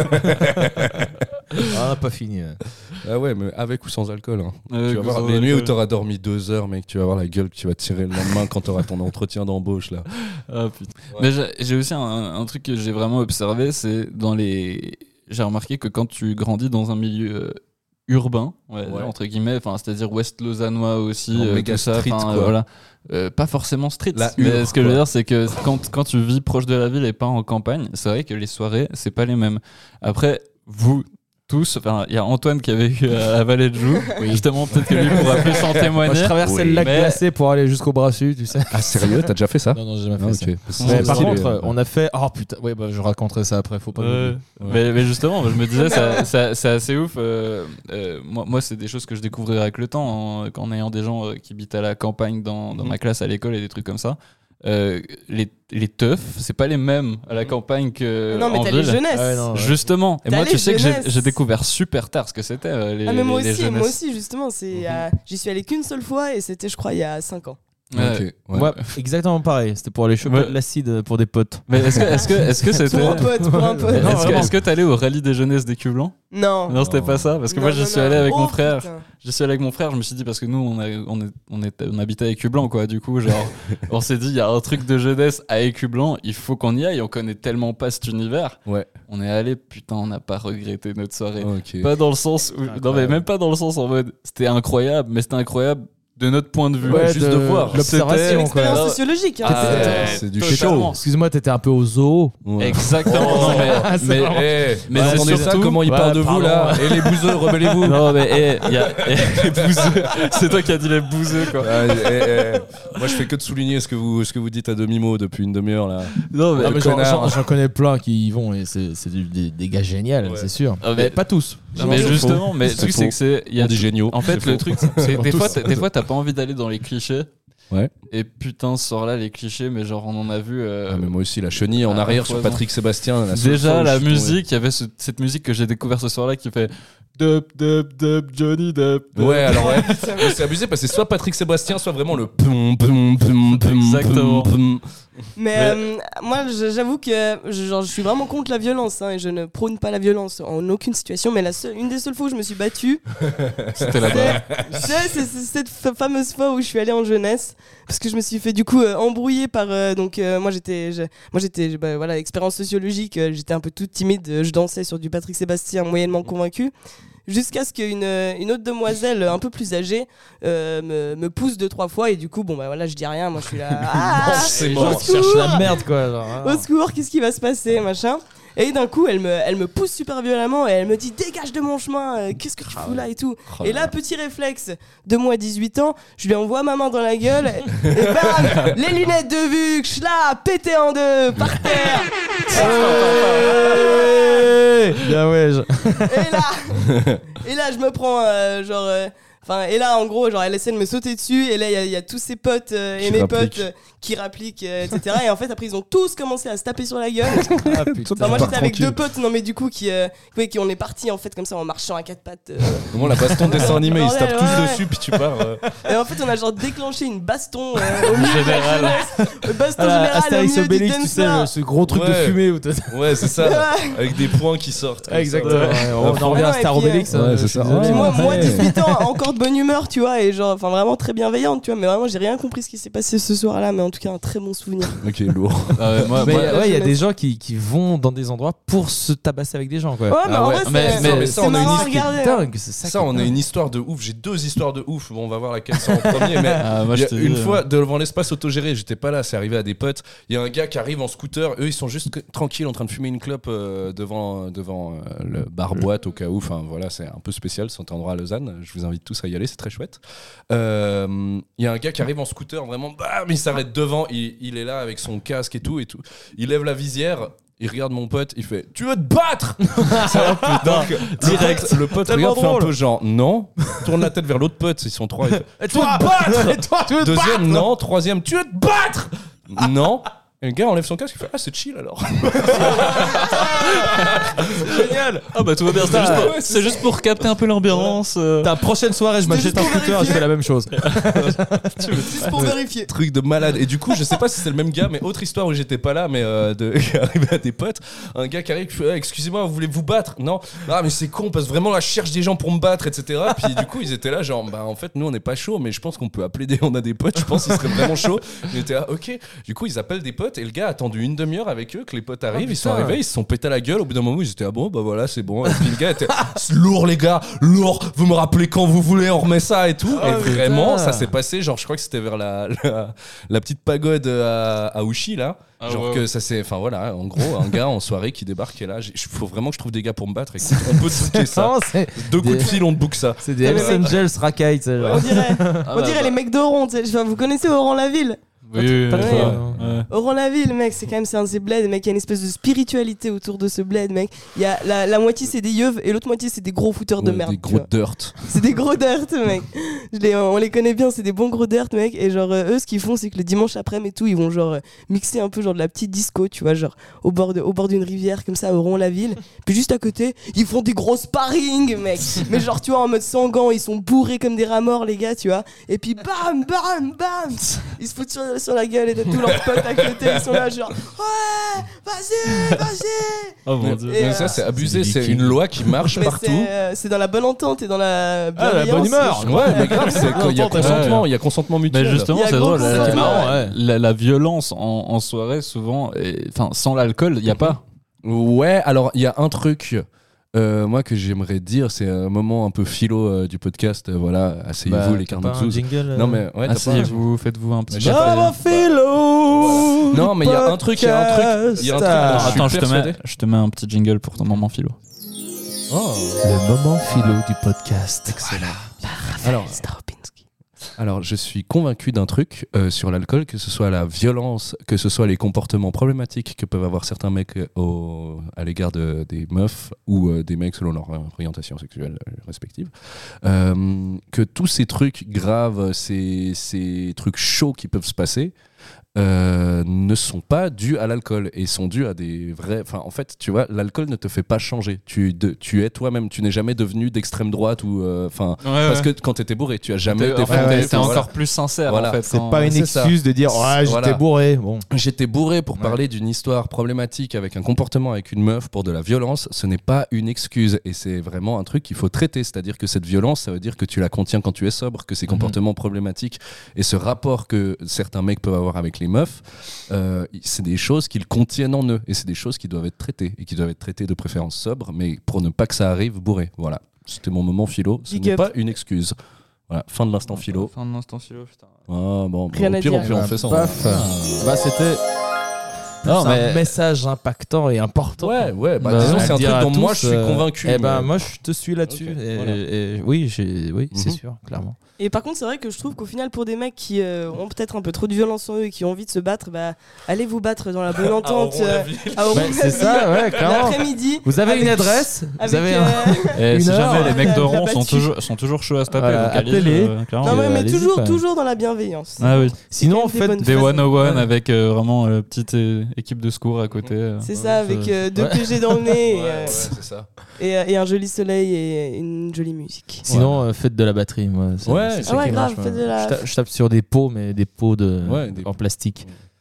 Ah, on n'a pas fini. ouais. Ah ouais, mais avec ou sans alcool. Hein. Euh, Tu vas voir, sans les nuits où alcool. t'auras dormi deux heures, mec, tu vas voir la gueule que tu vas te tirer le lendemain quand t'auras ton entretien d'embauche là. Ah putain. Ouais. Mais j'ai, j'ai aussi un, un truc que j'ai vraiment observé, c'est dans les. J'ai remarqué que quand tu grandis dans un milieu euh, urbain, ouais, Ouais. entre guillemets, enfin c'est-à-dire Ouest Lausannois aussi, En euh, méga tout ça, street, enfin, quoi. euh, voilà. Euh, pas forcément street, La mais hure, ce que je veux quoi. dire, c'est que quand, quand tu vis proche de la ville et pas en campagne, c'est vrai que les soirées, c'est pas les mêmes. Après, vous. Tous, enfin, il y a Antoine qui avait eu à la Vallée de Joux. Justement, peut-être que lui pourra plus en Moi, témoigner. je traversais Oui. le lac Mais- glacé pour aller jusqu'au Brassus, tu sais. Ah sérieux, t'as déjà fait ça? Non, non, j'ai jamais Ah, fait ok. ça. Ouais, Mais par stylé, contre, ouais. on a fait. Oh putain, ouais, bah, je raconterai ça après, faut pas. Ouais. Mais, mais justement, je me disais, ça- ça- c'est assez ouf. euh, euh, moi, moi, c'est des choses que je découvrirai avec le temps, en, en ayant des gens euh, qui habitent à la campagne dans, dans ma classe à l'école et des trucs comme ça. Euh, les, les teufs, c'est pas les mêmes à la campagne que Non, mais en t'as ville. les jeunesses. Ouais, non, ouais. Justement. Et T'as moi, les tu sais que j'ai, jeunesses. j'ai découvert super tard ce que c'était. euh, Les, Ah mais moi les- les aussi, moi jeunesses. aussi justement, c'est Mhm. euh, j'y suis allé qu'une seule fois et c'était je crois il y a cinq ans. Ouais. Ok, ouais. Ouais, exactement pareil. C'était pour aller choper Ouais. de l'acide pour des potes. Mais est-ce que, est-ce que, est-ce que c'était. Pour un pote, pour un pote. Est-ce que, vraiment. est-ce que t'allais au rallye des jeunesses des Culs Blancs? Non. Non, c'était pas ça. Parce que Non, moi, j'y non, suis non. allé avec Oh, mon frère. putain. Je suis allé avec mon frère, je me suis dit parce que nous on, a, on, est, on, est, on habitait à Écublanc quoi, du coup genre on s'est dit il y a un truc de jeunesse à Écublanc, il faut qu'on y aille, on connaît tellement pas cet univers. Ouais. On est allé, putain on n'a pas regretté notre soirée. Ok. Pas dans le sens où, non mais même pas dans le sens en mode c'était incroyable, mais c'était incroyable de notre point de vue. Ouais, juste de voir. de l'observation, C'est une quoi. expérience quoi. sociologique. Hein. Ah, C'est- ouais. c'est du totalement. chaud. Excuse-moi, t'étais un peu au zoo. Ouais. Exactement, non mais, Ah, c'est mais, vraiment- Eh, Mais vous c'est entendez ça, surtout- comment il Ouais, parle de vous pardon. là? Et les bouseux, rebellez-vous. non mais eh, y a, eh, les bouseux, c'est toi qui as dit les bouseux quoi. Ah, eh, eh. Moi je fais que de souligner ce que vous, ce que vous dites à demi-mot depuis une demi-heure là. Non mais, Ah, mais j'en- connard. j'en j'en connais plein qui y vont et c'est c'est du- des, des gars géniaux, Ouais. c'est sûr. Ah, mais- mais pas tous. non, mais C'est justement, faux. mais C'est le truc faux. c'est que c'est il y a On dit géniaux. En fait, C'est le faux. truc, c'est des tous. fois, t'as- des fois, t'as pas envie d'aller dans les clichés. Ouais. Et putain, ce soir-là, les clichés, mais genre, on en a vu. euh, Ah, mais moi aussi, la chenille en Ah, arrière sur poison. Patrick Sébastien. la seule fois Déjà, où la je suis tombé. musique, il y avait ce- cette musique que j'ai découvert ce soir-là qui fait Dub, dub, dub, Johnny Dub. dub. Ouais, alors ouais. Mais c'est abusé parce que c'est soit Patrick Sébastien, soit vraiment le pum pum pum pum. Exactement. pum, pum. Mais euh, moi, je- j'avoue que je, genre, je suis vraiment contre la violence hein, et je ne prône pas la violence en aucune situation. Mais la seule, une des seules fois où je me suis battue, C'était là-bas. c'est c'est- c'est cette fa- fameuse fois où je suis allée en jeunesse parce que je me suis fait du coup euh, embrouiller par euh, donc euh, moi j'étais je- moi j'étais bah, voilà expérience sociologique, euh, j'étais un peu toute timide, euh, je dansais sur du Patrick Sébastien moyennement convaincu. Jusqu'à ce qu'une euh, une autre demoiselle un peu plus âgée euh, me, me pousse deux trois fois et du coup bon bah voilà je dis rien, moi je suis là ah, c'est au mort. secours, Cherche la merde quoi. Genre, hein. au secours, qu'est-ce qui va se passer machin. Et d'un coup elle me, elle me pousse super violemment et elle me dit dégage de mon chemin, euh, qu'est-ce que tu fous là et tout. Oh Et là petit réflexe de moi dix-huit ans, je lui envoie ma main dans la gueule et, et bam, les lunettes de vue, là pété en deux par terre. Ouais. Bien ouais. je- Et là, et là, je me prends euh, genre, euh, enfin, et là, en gros, genre, elle essaie de me sauter dessus, et là, il y a- il y, a tous ses potes euh, et Qui mes rappliquent. potes euh, qui rappliquent, euh, et cetera. Et en fait, après, ils ont tous commencé à se taper sur la gueule. Ah, putain. Enfin, moi, Pas j'étais avec tranquille. deux potes, non, mais du coup, qui, euh, oui, qui on est partis en fait comme ça en marchant à quatre pattes. euh. Vraiment la baston de dessin animé, ils se tapent Ouais, tous ouais. dessus puis tu pars. euh. Et en fait, on a genre déclenché une baston euh, au milieu Général. de la jeunesse, une baston Ah, la générale au Astérix milieu du Obélix, tu dance sais, floor. le- ce gros truc de Ouais. fumée. Où t'as- Ouais, c'est ça. Ouais. Avec des points qui sortent. comme ça. Exactement. Ouais. ouais, On en revient Ah à non, Star et puis, Obélix. euh, hein, ouais, je c'est suis ça. désolé. Puis moi, moi, Ouais. dix-huit ans, encore de bonne humeur, tu vois, et genre, enfin vraiment très bienveillante, tu vois. Mais vraiment, j'ai rien compris ce qui s'est passé ce soir-là, mais en tout cas, un très bon souvenir. Ok, lourd. Ah ouais, moi, Mais moi- ouais, il y a je des laisse. gens qui, qui vont dans des endroits pour se tabasser avec des gens, quoi. Ouais, mais Ah en ouais, vrai, mais- c'est mais- mais ça, c'est on a une marrant à histoire qui est regarder. hein. Dingue, c'est ça. Ça, qui est on a dingue. une histoire de ouf. J'ai deux histoires de ouf. Bon, on va voir laquelle sort en premier. Mais Ah, moi, il y je a te une dis, fois, devant l'espace autogéré, j'étais pas là, c'est arrivé à des potes. Il y a un gars qui arrive en scooter. Eux, ils sont juste que- tranquilles en train de fumer une clope euh, devant, devant euh, le bar-boîte au cas où. Enfin, voilà, c'est un peu spécial cet endroit à Lausanne. Je vous invite tous à y aller, c'est très chouette. Euh, Il y a un gars qui arrive en scooter, vraiment, bam, il s'arrête devant. Il, il est là avec son casque et tout, et tout. Il lève la visière. Il regarde mon pote, il fait tu veux te battre. Donc, direct, le pote Tellement regarde, fait un drôle. peu genre non, tourne la tête vers l'autre pote, ils sont trois. Il fait, Et tu veux toi te battre. Et toi, tu veux te Deuxième, non. Troisième, tu veux te battre. Non. Et le gars enlève son casque, il fait ah c'est chill alors. génial. Ah bah tout va bien, c'est juste, pour- c'est juste pour capter un peu l'ambiance. euh. Ta prochaine soirée, je m'achète un juste pour scooter et je fais la même chose. Juste pour vérifier. Truc de malade. Et du coup, je sais pas si c'est le même gars, mais autre histoire où j'étais pas là, mais euh, de qui est arrivé à des potes. Un gars qui arrive, qui fait ah, excusez-moi, vous voulez vous battre? Non. Ah mais c'est con parce que vraiment là, je cherche des gens pour me battre, et cetera. Puis du coup, ils étaient là genre bah en fait nous on n'est pas chaud, mais je pense qu'on peut appeler des, on a des potes. Je pense qu'ils seraient vraiment chauds. Ils étaient là ok. Du coup, ils appellent des potes et le gars a attendu une demi-heure avec eux que les potes arrivent. Ils sont putain. arrivés, ils se sont pété la gueule. Au bout d'un moment, ils étaient ah bon bah voilà c'est bon. Et puis le gars était c'est lourd les gars, lourd. Vous me rappelez quand vous voulez, on remet ça et tout. Oh, et vraiment, putain. ça s'est passé. Genre je crois que c'était vers la, la la petite pagode à, à Ouchy là. Ah Genre ouais, que ouais. ça c'est enfin voilà en gros un gars en soirée qui débarque et là il faut vraiment que je trouve des gars pour me battre. Écoute, on peut te booker ça. Non, c'est Deux coups de des- fil on te book ça. c'est des Ah, mais Hells mec. Angels racailles, tu sais, genre. On dirait, Ah on bah, dirait bah. les mecs d'Oran, tu sais. Enfin, vous connaissez Oran-la-Ville? Oui, oui, Pas oui, de- ouais, ouais. ouais. Oran-la-Ville, mec, c'est quand même c'est un de ces bleds, mec. Il y a une espèce de spiritualité autour de ce bled, mec. Il y a la, la moitié c'est des yeux et l'autre moitié c'est des gros fouteurs de Ouais, merde. des tu gros vois. dirt. C'est des gros dirt, mec. Je les, on les connaît bien, c'est des bons gros dirt, mec. Et genre, euh, eux, ce qu'ils font, c'est que le dimanche après-midi et tout, ils vont genre euh, mixer un peu genre de la petite disco, tu vois, genre au bord, de, au bord d'une rivière, comme ça, à Oran-la-Ville. Puis juste à côté, ils font des gros sparring, mec. Mais genre, tu vois, en mode sans gants, ils sont bourrés comme des rats morts, les gars, tu vois. Et puis bam, bam, bam. Ils se foutent sur, sur la gueule et t'as tous leurs potes à côté, ils sont là, genre, ouais, vas-y, vas-y. Oh mon Mais, dieu. Et, mais euh, ça c'est abusé, c'est des c'est une Vikings. loi qui marche Mais partout. c'est, euh, c'est dans la bonne entente et dans la la bienveillance. bonne humeur. Ouais, mais grave, c'est qu'il y a Ouais. consentement, il y a consentement mutuel. Mais justement, Il y a c'est gros drôle. La, consentement, c'est marrant, ouais. La, la violence en, en soirée, souvent, et- enfin, sans l'alcool, il n'y a pas. Ouais, alors il y a un truc. euh, moi que j'aimerais dire, c'est un moment un peu philo euh, du podcast. euh, voilà, asseyez-vous Bah, les t'as carnets pas de un sous. jingle, euh Non mais ouais, t'as pas un- Asseyez-vous, faites-vous un petit. J'ai café. pas- philo. Non, mais il y a un truc, il y a un truc, il y a un truc dont je suis Attends, je te, persuadé. mets, je te mets un petit jingle pour ton moment philo. Le moment philo du podcast. Excellent. Alors, Staropinski. alors, je suis convaincu d'un truc euh, sur l'alcool, que ce soit la violence, que ce soit les comportements problématiques que peuvent avoir certains mecs euh, au, à l'égard de, des meufs ou euh, des mecs selon leur orientation sexuelle euh, respective, euh, que tous ces trucs graves, ces, ces trucs chauds qui peuvent se passer, euh, ne sont pas dus à l'alcool et sont dus à des vrais. Enfin, en fait, tu vois, l'alcool ne te fait pas changer. Tu, de, tu es toi-même. Tu n'es jamais devenu d'extrême droite ou. Enfin, parce que quand t'étais bourré, tu as jamais T'es défendu. ouais, t'es Enfin, encore plus sincère. Voilà. En fait, C'est quand- pas une c'est ça. excuse de dire ouais, j'étais Voilà. bourré. Bon. J'étais bourré pour Ouais. parler d'une histoire problématique avec un comportement avec une meuf pour de la violence. Ce n'est pas une excuse et c'est vraiment un truc qu'il faut traiter. C'est-à-dire que cette violence, ça veut dire que tu la contiens quand tu es sobre, que ces comportements problématiques et ce rapport que certains mecs peuvent avoir avec les meufs, euh, c'est des choses qu'ils contiennent en eux et c'est des choses qui doivent être traitées et qui doivent être traitées de préférence sobre, mais pour ne pas que ça arrive bourré. Voilà. C'était mon moment philo. Ce Big n'est up. pas une excuse. Voilà. Fin de l'instant philo. Fin de l'instant philo, putain. Ah, bon, Rien au à pire, dire. au pire, on fait ça. Paf. Bah, c'était. Non, un mais- message impactant et important. Ouais, ouais, bah, Bah, disons, ouais. c'est un Dire truc à dont moi tous, je suis euh, convaincu. Eh ben, mais- moi, je te suis là-dessus. Ok, et, voilà. et- oui, j'ai, oui, c'est Mhm. sûr, clairement. Et par contre, c'est vrai que je trouve qu'au final, pour des mecs qui euh, ont peut-être un peu trop de violence en eux et qui ont envie de se battre, bah, allez vous battre dans la bonne entente euh, à Oron- Ouais, c'est ça, ouais, clairement. l'après-midi. Vous avez Avec- une adresse, Avec, vous avez un. euh, Et si Une heure, jamais les mecs la- d'Oran la sont battue. toujours, sont toujours chauds à se taper, Voilà, donc allez, appelez-les. euh, clairement. Non, ouais, mais allez-y, toujours, quand même. toujours dans la bienveillance. Ah oui. Sinon, quand même des faites bonnes Des phrases. one oh one Ouais. avec euh, vraiment euh, petite euh, équipe de secours à côté. euh. C'est Ouais, ça, avec euh, deux Ouais. P G dans le nez et, Ouais, euh, ouais, c'est ça. et, euh, et un joli soleil et une jolie musique. Sinon, euh, faites de la batterie. Moi, c'est- Ouais, c'est c'est ça Ah ouais, qui grave, marche, faites moi. de la- Je, tape, je tape sur des pots, mais des pots de, Ouais, des- en plastique.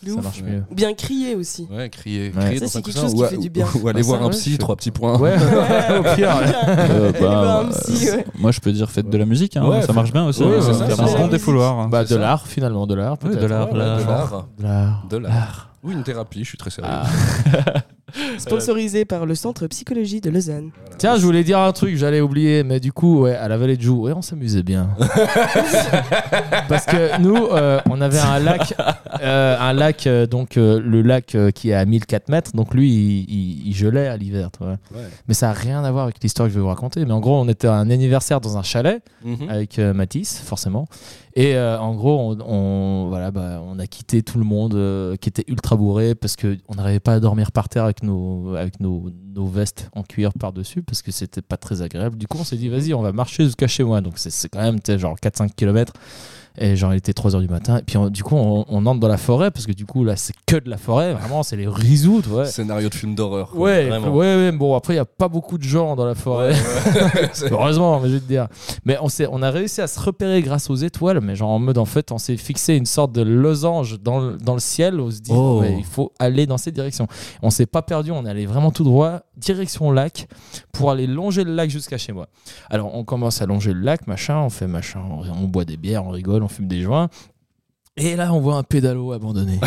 De ça ouf. marche mieux. Ou bien crier aussi. Ouais, crier, Ouais. crier Ça, dans c'est un quelque coussin chose qui ou, fait ou- du bien. ou aller Bah, voir ça, un ouais, psy, je- trois petits points. Ouais, au pire. Euh, Aller bah, voir un euh, psy, ouais. Moi, je peux dire faites de la musique, hein, Ouais, ça fait- marche bien aussi. Ouais, hein, c'est c'est ça, un c'est bon la musique. défouloir. hein. Bah, C'est de ça. l'art, finalement, de l'art. Ouais, peut-être. de l'art, Ouais, là, de genre. l'art. De l'art. De l'art. Oui, une thérapie, je suis très sérieux. Ah. Sponsorisé par le Centre Psychologie de Lausanne. Tiens, je voulais dire un truc, j'allais oublier, mais du coup, ouais, à la Vallée de Joux, ouais, on s'amusait bien. Parce que nous, euh, on avait un lac, euh, un lac, euh, donc euh, le lac euh, qui est à mille quatre mètres, donc lui, il, il- il gelait à l'hiver, tu vois. Ouais. Mais ça n'a rien à voir avec l'histoire que je vais vous raconter. Mais en gros, on était à un anniversaire dans un chalet Mhm. avec euh, Mathis, forcément. Et euh, en gros, on, on- voilà, bah, on a quitté tout le monde euh, qui était ultra bourré parce qu'on n'arrivait pas à dormir par terre avec nos, avec nos, nos vestes en cuir par-dessus parce que c'était pas très agréable. Du coup, on s'est dit, vas-y, on va marcher jusqu'à chez moi. Donc, c'est c'est quand même tu sais, genre quatre cinq kilomètres. Et genre, il était trois heures du matin. Et puis, on- du coup, on, on entre dans la forêt parce que du coup, là, c'est que de la forêt. Vraiment, c'est les risous, tu vois. Scénario de film d'horreur. quoi, Ouais, vraiment. ouais, ouais, bon, après, il n'y a pas beaucoup de gens dans la forêt. C'est- Heureusement, mais je vais te dire. Mais on, s'est, on a réussi à se repérer grâce aux étoiles, mais genre en mode, en fait, on s'est fixé une sorte de losange dans le, dans le ciel. On se dit, Oh. ouais, il faut aller dans cette direction. On s'est pas perdu, on est allé vraiment tout droit, direction lac, pour aller longer le lac jusqu'à chez moi. Alors, on commence à longer le lac, machin, on fait machin, on, on boit des bières, on rigole, on fume des joints. Et là, on voit un pédalo abandonné.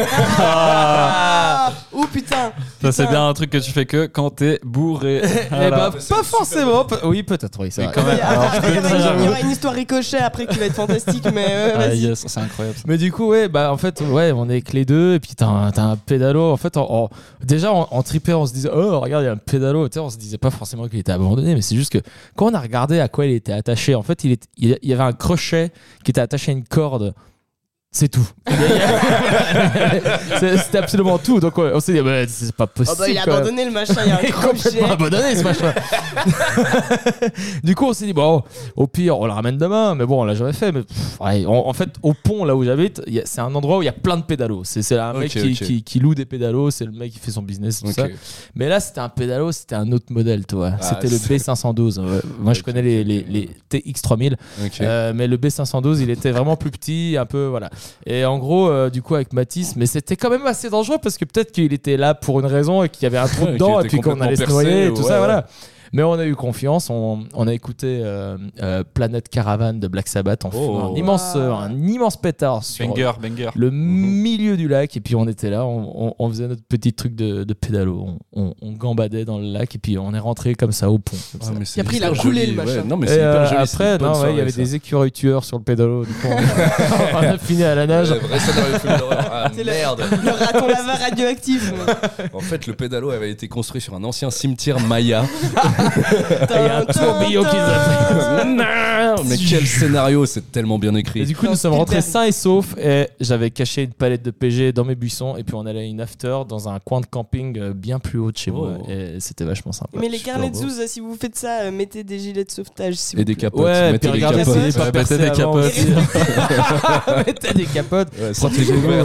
Ah oh putain. Ça, c'est Putain. bien un truc que tu fais que quand t'es bourré. Eh Voilà. bah, pas forcément. pe- Oui, peut-être, oui, c'est Mais vrai. quand même. Il y, Alors, a- je peux il y aura- te dire- il y aura une histoire ricochet après qui va être fantastique, mais euh, Ah, vas-y. yes, c'est incroyable. ça. Mais du coup, ouais, bah en fait, ouais, on est que les deux, et puis t'as un, t'as un pédalo. En fait, on- on- déjà, en, en tripait, on se disait, oh, regarde, il y a un pédalo. Tu sais, on se disait pas forcément qu'il était abandonné, mais c'est juste que quand on a regardé à quoi il était attaché, en fait, il, est, il il y avait un crochet qui était attaché à une corde. C'est tout. C'est- C'était absolument tout. Donc, on, on s'est dit, bah, c'est pas Oh possible. bah il a quoi. abandonné le machin, il y a un Il est crochet. complètement abandonné ce machin. Du coup, on s'est dit, bon, au pire, on le ramène demain. Mais bon, on l'a jamais fait. Mais pff, ouais, en, en fait, au pont, là où j'habite, il y a- c'est un endroit où il y a plein de pédalos. C'est c'est un mec Ok, qui, ok. qui- qui loue des pédalos. C'est le mec qui fait son business, tout Ok. ça. Mais là, c'était un pédalo, c'était un autre modèle, toi. Ah, c'était le c'est- B cinq cent douze. Ouais. Moi, je Ok, connais les, ok, les, ok. les T X trois mille. Ok. Euh, mais le B cinq cent douze, il était vraiment plus petit, un peu, voilà. Et en gros, euh, du coup, avec Mathis, mais c'était quand même assez dangereux parce que peut-être qu'il était là pour une raison et qu'il y avait un trou Ouais, dedans qu'il et puis était qu'on allait se complètement noyer et percé, tout ouais, ça, ouais. voilà. Mais on a eu confiance, on, on a écouté euh, euh, Planète Caravane de Black Sabbath, on fait Oh. un immense, Wow. euh, un immense pétard sur Banger, banger. le milieu du lac, et puis on était là, on, on- on faisait notre petit truc de, de pédalo, on, on- on gambadait dans le lac et puis on est rentré comme ça au pont. comme Ah, ça. mais c'est Et après, il a hyper coulé, joli, le machin. ouais. Non, mais Et c'est euh, hyper joli. c'est après, une bonne non, ouais, il y soirée, avait ça. des écureuils tueurs sur le pédalo. Du coup, on, on a fini à la nage. Ouais, vrai scénario de film d'horreur. Ah C'est le- merde. Le raton laveur radioactif. En fait, le pédalo avait été construit sur un ancien cimetière maya. Il y a un tourbillon qui Non, mais quel scénario, c'est tellement bien Et écrit. du coup, nous Non, sommes rentrés Spielberg. sains et saufs. Et j'avais caché une palette de P G dans mes buissons. Et puis on allait à une after dans un coin de camping euh, bien plus haut de chez Oh. moi. Et c'était vachement sympa. Mais les super carnets de beau. Zouz, si vous faites ça, euh, mettez des gilets de sauvetage. s'il Et vous des plaît. capotes. Ouais, Mettez puis des regardez, capotes. c'est pas Ouais, percé mettez des avant capotes. aussi. Mettez des capotes. Ouais, protégez-vous.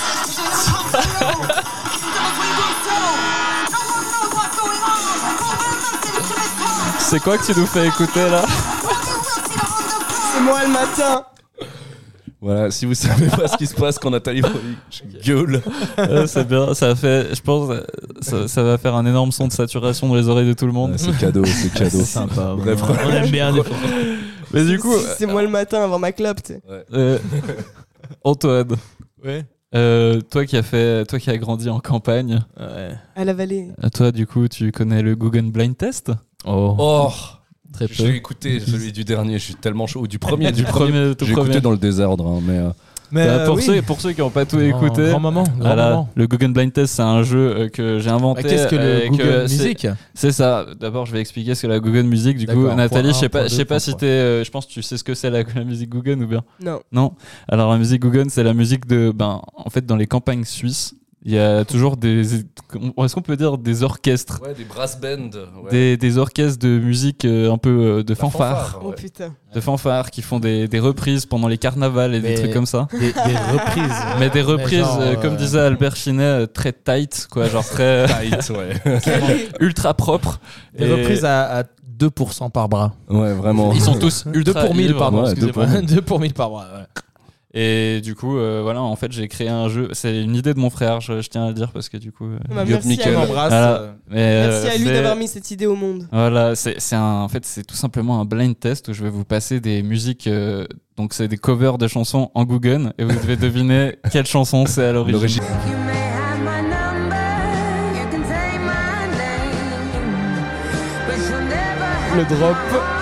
C'est quoi que tu nous fais écouter là? C'est moi le matin. Voilà, si vous savez pas ce qui se passe quand Nathalie Brody gueule. Euh, c'est bien, ça fait, je pense, euh, ça, ça va faire un énorme son de saturation dans les oreilles de tout le monde. Ouais, c'est cadeau, c'est cadeau. C'est sympa. Bref. On aime bien. des fois. Mais du coup, C'est- c'est moi le matin avant ma clope. tu sais. euh, Antoine, Ouais. euh, toi qui as fait, toi qui as grandi en campagne, Ouais. À la vallée. euh, toi du coup, tu connais le Guggen Blind Test? Oh. Oh, Très j'ai peu. écouté celui du dernier, je suis tellement chaud. Ou du premier, Du du premier. premier, tout J'ai premier. écouté dans le désordre, hein, mais. euh, Mais Bah, euh, pour, oui. ceux, pour ceux qui n'ont pas tout écouté, Grand moment. Grand voilà, moment. le Guggen Blind Test, c'est un jeu euh, que j'ai inventé. Ah, Qu'est-ce que euh, le et Google c'est- Music? C'est ça. D'abord, je vais expliquer ce que la Guggen Music. Du coup, D'accord, Nathalie, point je sais un, pas, point je sais deux, pas point si trois. t'es. euh, je pense que tu sais ce que c'est la, la musique Guggen ou bien Non. non. Alors la musique Guggen, c'est la musique de, ben, en fait, dans les campagnes suisses, il y a toujours des. Est-ce qu'on peut dire des orchestres, Ouais, des brass bands. Ouais. des, des orchestres de musique euh, un peu euh, de La fanfare, fanfare, Oh ouais. putain. de fanfare, qui font des, des reprises pendant les carnavals et Mais- des trucs comme ça. Des, des reprises. Mais des reprises, genre, euh, euh, comme disait Albert Chinet, euh, très tight, quoi, genre très Tight, ouais. ultra propre. Des Et- reprises à, à deux pour cent par bras. Ouais, vraiment. Ils sont tous deux ultra pour mille, libres. pardon, Ouais, deux excusez-moi. pour mille. deux pour mille par bras, ouais. Et du coup, euh, voilà, en fait, j'ai créé un jeu. C'est une idée de mon frère, je, je tiens à le dire, parce que du coup. euh, Bah, Big up merci, Mickaël. à On lui. embrasse. Voilà. euh, mais, euh, Merci à lui c'est- d'avoir mis cette idée au monde. Voilà, c'est c'est un, en fait, c'est tout simplement un blind test où je vais vous passer des musiques. euh, donc, c'est des covers de chansons en Google et vous devez deviner quelle chanson c'est à l'origine. L'origine. You may have my number, you can take my name, but you'll never have Le drop.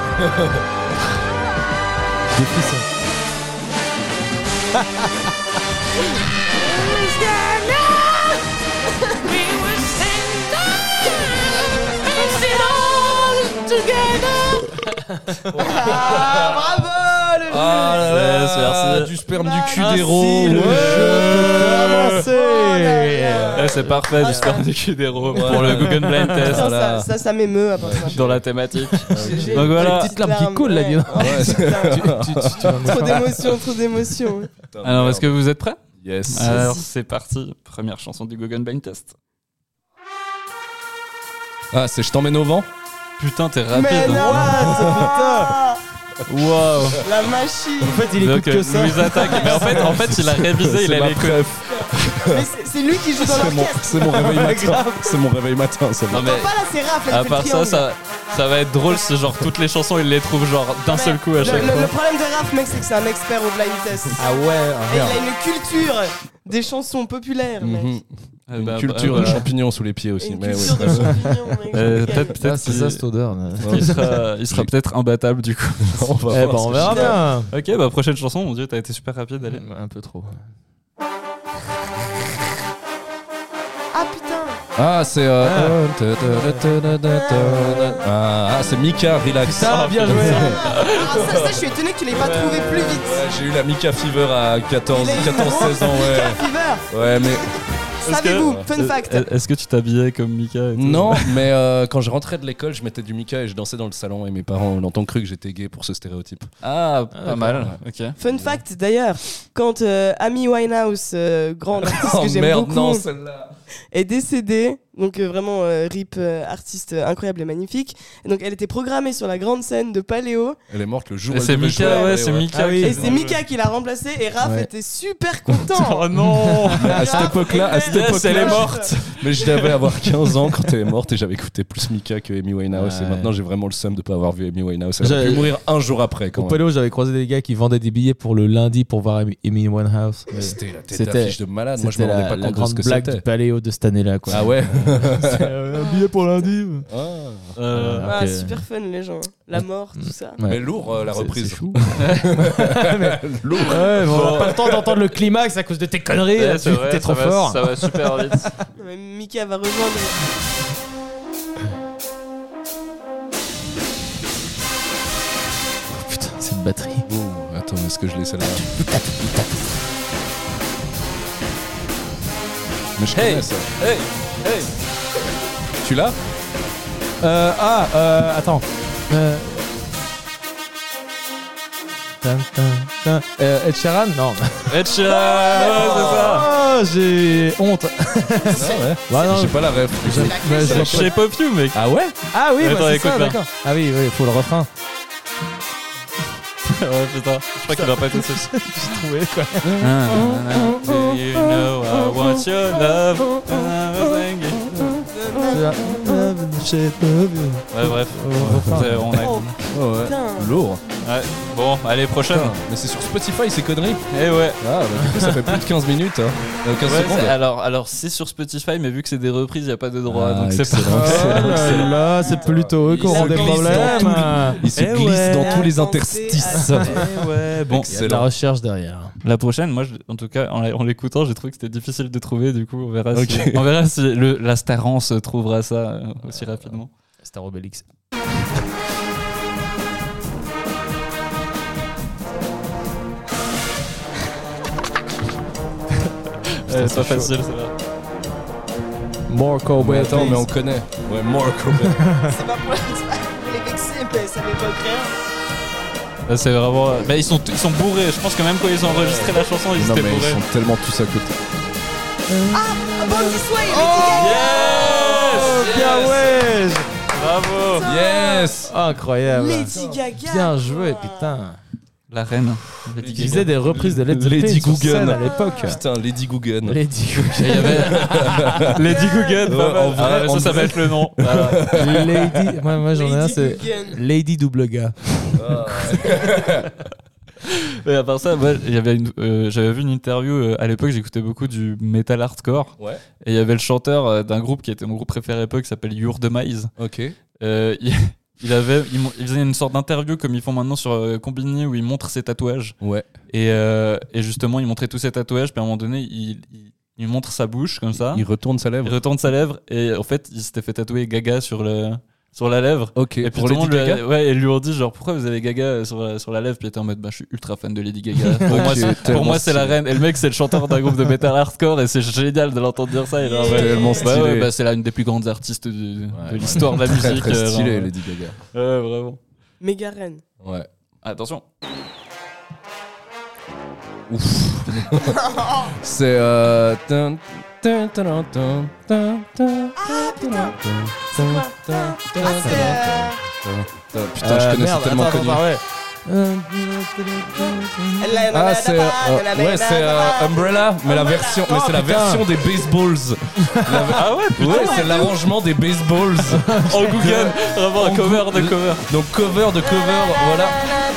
Des frissons. Ah, bravo le jeu. Ah là là, Yes, merci. du sperme du cul Merci, d'héros. le Ouais. jeu Oh là là. Ouais, c'est parfait, Ah, j'espère du cul d'héros pour le Google Blind Test. Putain, Voilà. ça, ça, ça m'émeut à part ça. Dans la thématique. J'ai- Donc voilà. j'ai Petite larme qui coule, là, dis donc. Ouais. Ouais, c'est- Putain, Tu- tu- tu- tu vas me Trop faire- d'émotions, trop d'émotions. Alors, est-ce que vous êtes prêts? Yes. Alors, c'est parti. Première chanson du Google Blind Test. Ah, c'est Je t'emmène au vent. Putain, t'es rapide. Mais non, hein. Waouh. la machine. En fait, il écoute Donc, que euh, ça. Louise attaque. Mais en fait, en fait, il a révisé, il C'est a ma l'écouté. préf. Mais c'est- c'est lui qui joue dans C'est mon, l'orchestre. c'est mon réveil matin. C'est mon réveil matin, ça va. Non, mais Pas là, c'est Raph, elle à fait part le ça, triangle. ça, ça va être drôle si genre toutes les chansons il les trouve genre d'un seul coup à Le, chaque le- fois. le problème de Raph, mec, c'est que c'est un expert au blind test. Ah ouais, ah, Et il merde. a une culture des chansons populaires, mec. Mhm. Eh Une bah, culture bah, de bah, champignons sous les pieds Et aussi. une Mais oui. culture de champignons, mec. Euh, je peut-être rigole. peut-être Ah, c'est qu'il- ça cette odeur. là. il sera, il sera peut-être imbattable du coup. On va Eh voir ben, ce on que verra je- bien. Ok, bah prochaine chanson, mon dieu, t'as été super rapide, allez. Un peu trop. Ah putain. Ah, c'est. euh, Ah, ah, c'est Mika, relax. Ça, bien joué. Ah, ça, ça, je suis étonné que tu l'aies pas trouvé plus vite. Ouais, j'ai eu la Mika Fever à quatorze, Il a eu quatorze gros seize ans, ouais. Fever. Ouais, mais. Savez-vous, que- fun fact. Euh, Est-ce que tu t'habillais comme Mika et tout Non, mais euh, quand je rentrais de l'école, je mettais du Mika et je dansais dans le salon et mes parents ont longtemps cru que j'étais gay pour ce stéréotype. Ah, pas d'accord. mal. Ok. Fun fact d'ailleurs, quand euh, Amy Winehouse, euh, grande artiste Oh que j'aime merde, beaucoup, non, celle-là. est décédée, donc euh, vraiment euh, rip euh, artiste euh, incroyable et magnifique. Et donc elle était programmée sur la grande scène de Paléo Elle est morte le jour Et où c'est elle devait Mika, jouer. ouais, c'est Mika. Ah oui. qui- et c'est Mika qui l'a remplacée et Raph Ouais. était super content. Oh non. À cette époque-là, à cette Yes, époque-là, elle est morte. mais je devais avoir quinze ans quand elle est morte et j'avais écouté plus Mika que Amy Winehouse et Ouais. maintenant j'ai vraiment le seum de pas avoir vu Amy Winehouse. Elle aurait J'ai- pu mourir un jour après Au quand même. Paléo, j'avais croisé des gars qui vendaient des billets pour le lundi pour voir Amy Amy Winehouse. Mais C'était la tête C'était- d'affiche de malade. Moi je me C'était rendais la, pas la compte de grande ce que blague c'était. du Paléo de cette année-là. Quoi. Ah ouais. un billet pour lundi. Ah. Euh, Ah, Ok. super fun les gens. La mort, tout ça. Ouais. Mais lourd euh, la C'est- reprise. c'est fou. Lourd. Ouais, bon, on n'a pas le temps d'entendre le climax à cause de tes conneries. ouais, là, c'est tu- vrai, T'es trop ça va- fort. Ça va super vite. Non, mais Mika va rejoindre. Putain, cette batterie. Ouh, attends, est-ce que je l'ai celle-là Mais je Hey. connais ça. Hey, hey. Tu l'as Euh, ah, euh, attends. Euh... Tin, tin, tin. Euh, Ed Sheeran. Non. Ed Sheeran, ouais, c'est ça. Oh, j'ai honte. Ah ouais. Bah, non, J'ai pas la ref. je- bah, je vois pas- Shape of You, mec. Ah ouais Ah oui, Attends, bah, c'est écoute ça, bien. d'accord. Ah oui, oui, faut le refrain. Ouais, putain. Je crois qu'il va pas être aussi. J'ai trouvé quoi. Do you know I want your love? Ouais, bref. C'est- On a... Oh Oh ouais. putain. Lourd. Ouais. Bon, allez, prochaine. Putain, mais c'est sur Spotify ces conneries. Eh ouais. Ah bah du coup ça fait plus de quinze minutes. Hein. Euh, quinze Ouais, secondes. c'est- alors, alors c'est sur Spotify, mais vu que c'est des reprises, il n'y a pas de droit. Ah, donc c'est pas. excellent. Oh là là, c'est plutôt eux qui Il auront se des glisse dans problèmes. tous les- Il se Eh glisse ouais. dans tous les Avancez, interstices. avancez. Eh ouais, bon. Il y a de la recherche derrière. La prochaine, moi, je- en tout cas, en, en l'écoutant, j'ai trouvé que c'était difficile de trouver. Du coup, on verra Ok. si, on verra si le, la Starance trouvera ça euh, aussi rapidement. Star Obélix. Euh, c'est pas facile, c'est là. More Mais Cowboy. attends, mais on connaît. Ouais, more Cobain. C'est pas pour la- c'est pas pour les vexer, mais ça m'évoque rien. Là, c'est vraiment. Bah, ils sont, ils sont bourrés. Je pense que même quand ils ont enregistré la chanson, ils Non étaient mais ils bourrés. sont tellement tous à côté. Ah, Born This Way, Lady Yes, Bien ouais. Bravo. Yes. Gaga. Incroyable. Lady Gaga. Bien joué, putain. La reine. Lady Ils Gaga. faisaient des reprises de Led Zeppelin Lady sur Guggen. scène à l'époque. Putain, Lady Guggen. Lady Et il y avait Lady Guggen. Ouais, pas mal. en vrai, Ah ouais, en ça, ça va vrai. être le nom. Guggen. Lady. Moi, moi j'en ai un, Lady c'est Guggen. Lady double gars. Ah, Mais à part ça, ouais, il y avait une, euh, j'avais vu une interview euh, à l'époque, j'écoutais beaucoup du metal hardcore. ouais. Et il y avait le chanteur euh, d'un groupe qui était mon groupe préféré à l'époque, qui s'appelle Your Demise. Ok. Euh, il, il avait, il, mon- il faisait une sorte d'interview comme ils font maintenant sur euh, Combini où il montre ses tatouages. Ouais. Et, euh, et justement, il montrait tous ses tatouages. Puis à un moment donné, il, il, il montre sa bouche comme ça. Il retourne sa Il lèvre. retourne sa lèvre. Et en fait, il s'était fait tatouer Gaga sur, le, sur la lèvre. Ok. Et puis Pour tout le Lady monde lui a- Gaga. ouais, et lui ont dit genre pourquoi vous avez Gaga sur la, sur la lèvre, puis il était en mode bah je suis ultra fan de Lady Gaga. Pour moi, c'est, tellement pour moi c'est la stylé. reine. Et le mec c'est le chanteur d'un groupe de metal hardcore et c'est génial de l'entendre dire ça. Il est en mode, Tellement ouais, stylé. ouais, bah, c'est l'une des plus grandes artistes de, Ouais. de l'histoire de la Très musique. très euh, stylé, genre, Lady Gaga. ouais, vraiment. Méga reine. Ouais. Attention. Ouf. C'est euh. tin, tin, tin, tin, tin, tin, tin, Ah putain. tin, tin, Ah, tin, c'est. euh, tin. Putain, je connaissais tellement connu. Ah, c'est euh, euh, ouais, c'est euh, Umbrella, mais la version, mais c'est la putain. version des baseballs. La- Ah ouais, Ouais, c'est l'arrangement des baseballs. en Google, vraiment un En cover Goo- de cover. Donc cover de cover, voilà.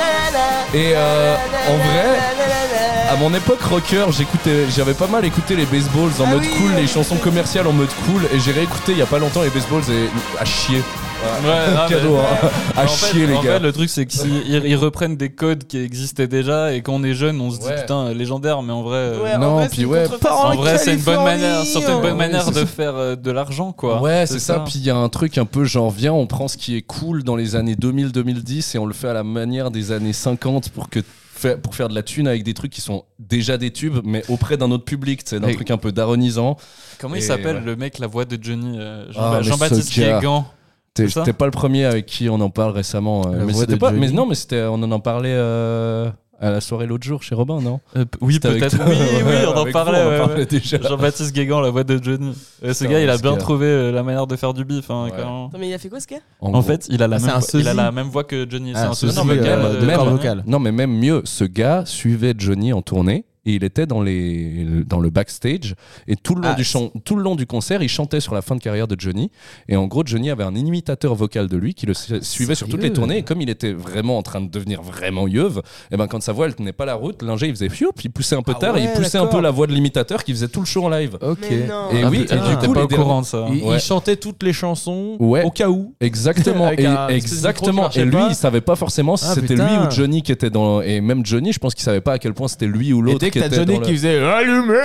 Et euh, en vrai, à mon époque rocker, j'écoutais, j'avais pas mal écouté les baseballs en Ah mode oui. cool, les chansons commerciales en mode cool, et j'ai réécouté il y a pas longtemps les baseballs et à chier. Ouais, non, mais- Cadeau, hein. À En chier fait, les en gars. fait, le truc c'est qu'ils ils reprennent des codes qui existaient déjà et quand on est jeune, on se dit Ouais. putain légendaire, mais en vrai. euh, Ouais, en Non, vrai, puis c'est une ouais, contrefaçon. En vrai, c'est une bonne Californie, manière, surtout une bonne oh. manière Ouais, de c'est- faire euh, de l'argent, quoi. Ouais, c'est ça. Puis il y a un truc un peu genre, viens, on prend ce qui est cool dans les années deux mille deux mille dix et on le fait à la manière des années cinquante pour que fa- pour faire de la thune avec des trucs qui sont déjà des tubes, mais auprès d'un autre public, c'est d'un Et- truc un peu daronisant. Comment il Et s'appelle ouais. le mec, la voix de Johnny euh, Jean- Ah, mais Jean-Baptiste ce gars. Guégan. T'es C'est ça t'es pas le premier avec qui on en parle récemment. euh, La mais voix c'était de pas. Johnny. Mais non, mais c'était. On en en parlait euh, à la soirée l'autre jour chez Robin, non Euh, p- oui, C'était avec peut-être. toi. Oui, oui, on en Avec parlait. vous, on en ouais, parlait ouais. déjà. Jean-Baptiste Guégan, la voix de Johnny. Euh, ce Putain, gars, il a ce bien gars. trouvé euh, la manière de faire du bif. Hein, Ouais. carrément. Attends, mais il a fait quoi ce gars En gros. fait, il a la Ah, c'est même, un voix- il a sosie. la même voix que Johnny. Ah, c'est un sosie, sosie mais vocal, même- euh, de même- corps Johnny. vocal. Non, mais même mieux, ce gars suivait Johnny en tournée et il était dans, les, dans le backstage et tout le, long Ah, du chan- tout le long du concert, il chantait sur la fin de carrière de Johnny. Et en gros, Johnny avait un imitateur vocal de lui qui le su- suivait sur toutes les Sérieux tournées. Et comme il était vraiment en train de devenir vraiment yeuve, et ben quand sa voix elle tenait pas la route, l'ingé il faisait fiou, puis il poussait un peu Ah tard et il ouais, poussait un d'accord. peu la voix de l'imitateur qui faisait tout le show en live. Ok. Mais non. Et Ah, oui, putain, et du j'étais coup, pas les au derniers- courant de ça. Il, Ouais. il chantait toutes les chansons Ouais. au cas où. Exactement. Avec et un espèce de micro qui exactement. marchait Et lui, pas. il savait pas forcément si Ah, c'était putain. lui ou Johnny qui était dans. Et même Johnny, je pense qu'il savait pas à quel point c'était lui ou Et l'autre dès qui que t'as était Johnny dans le- qui faisait allumez,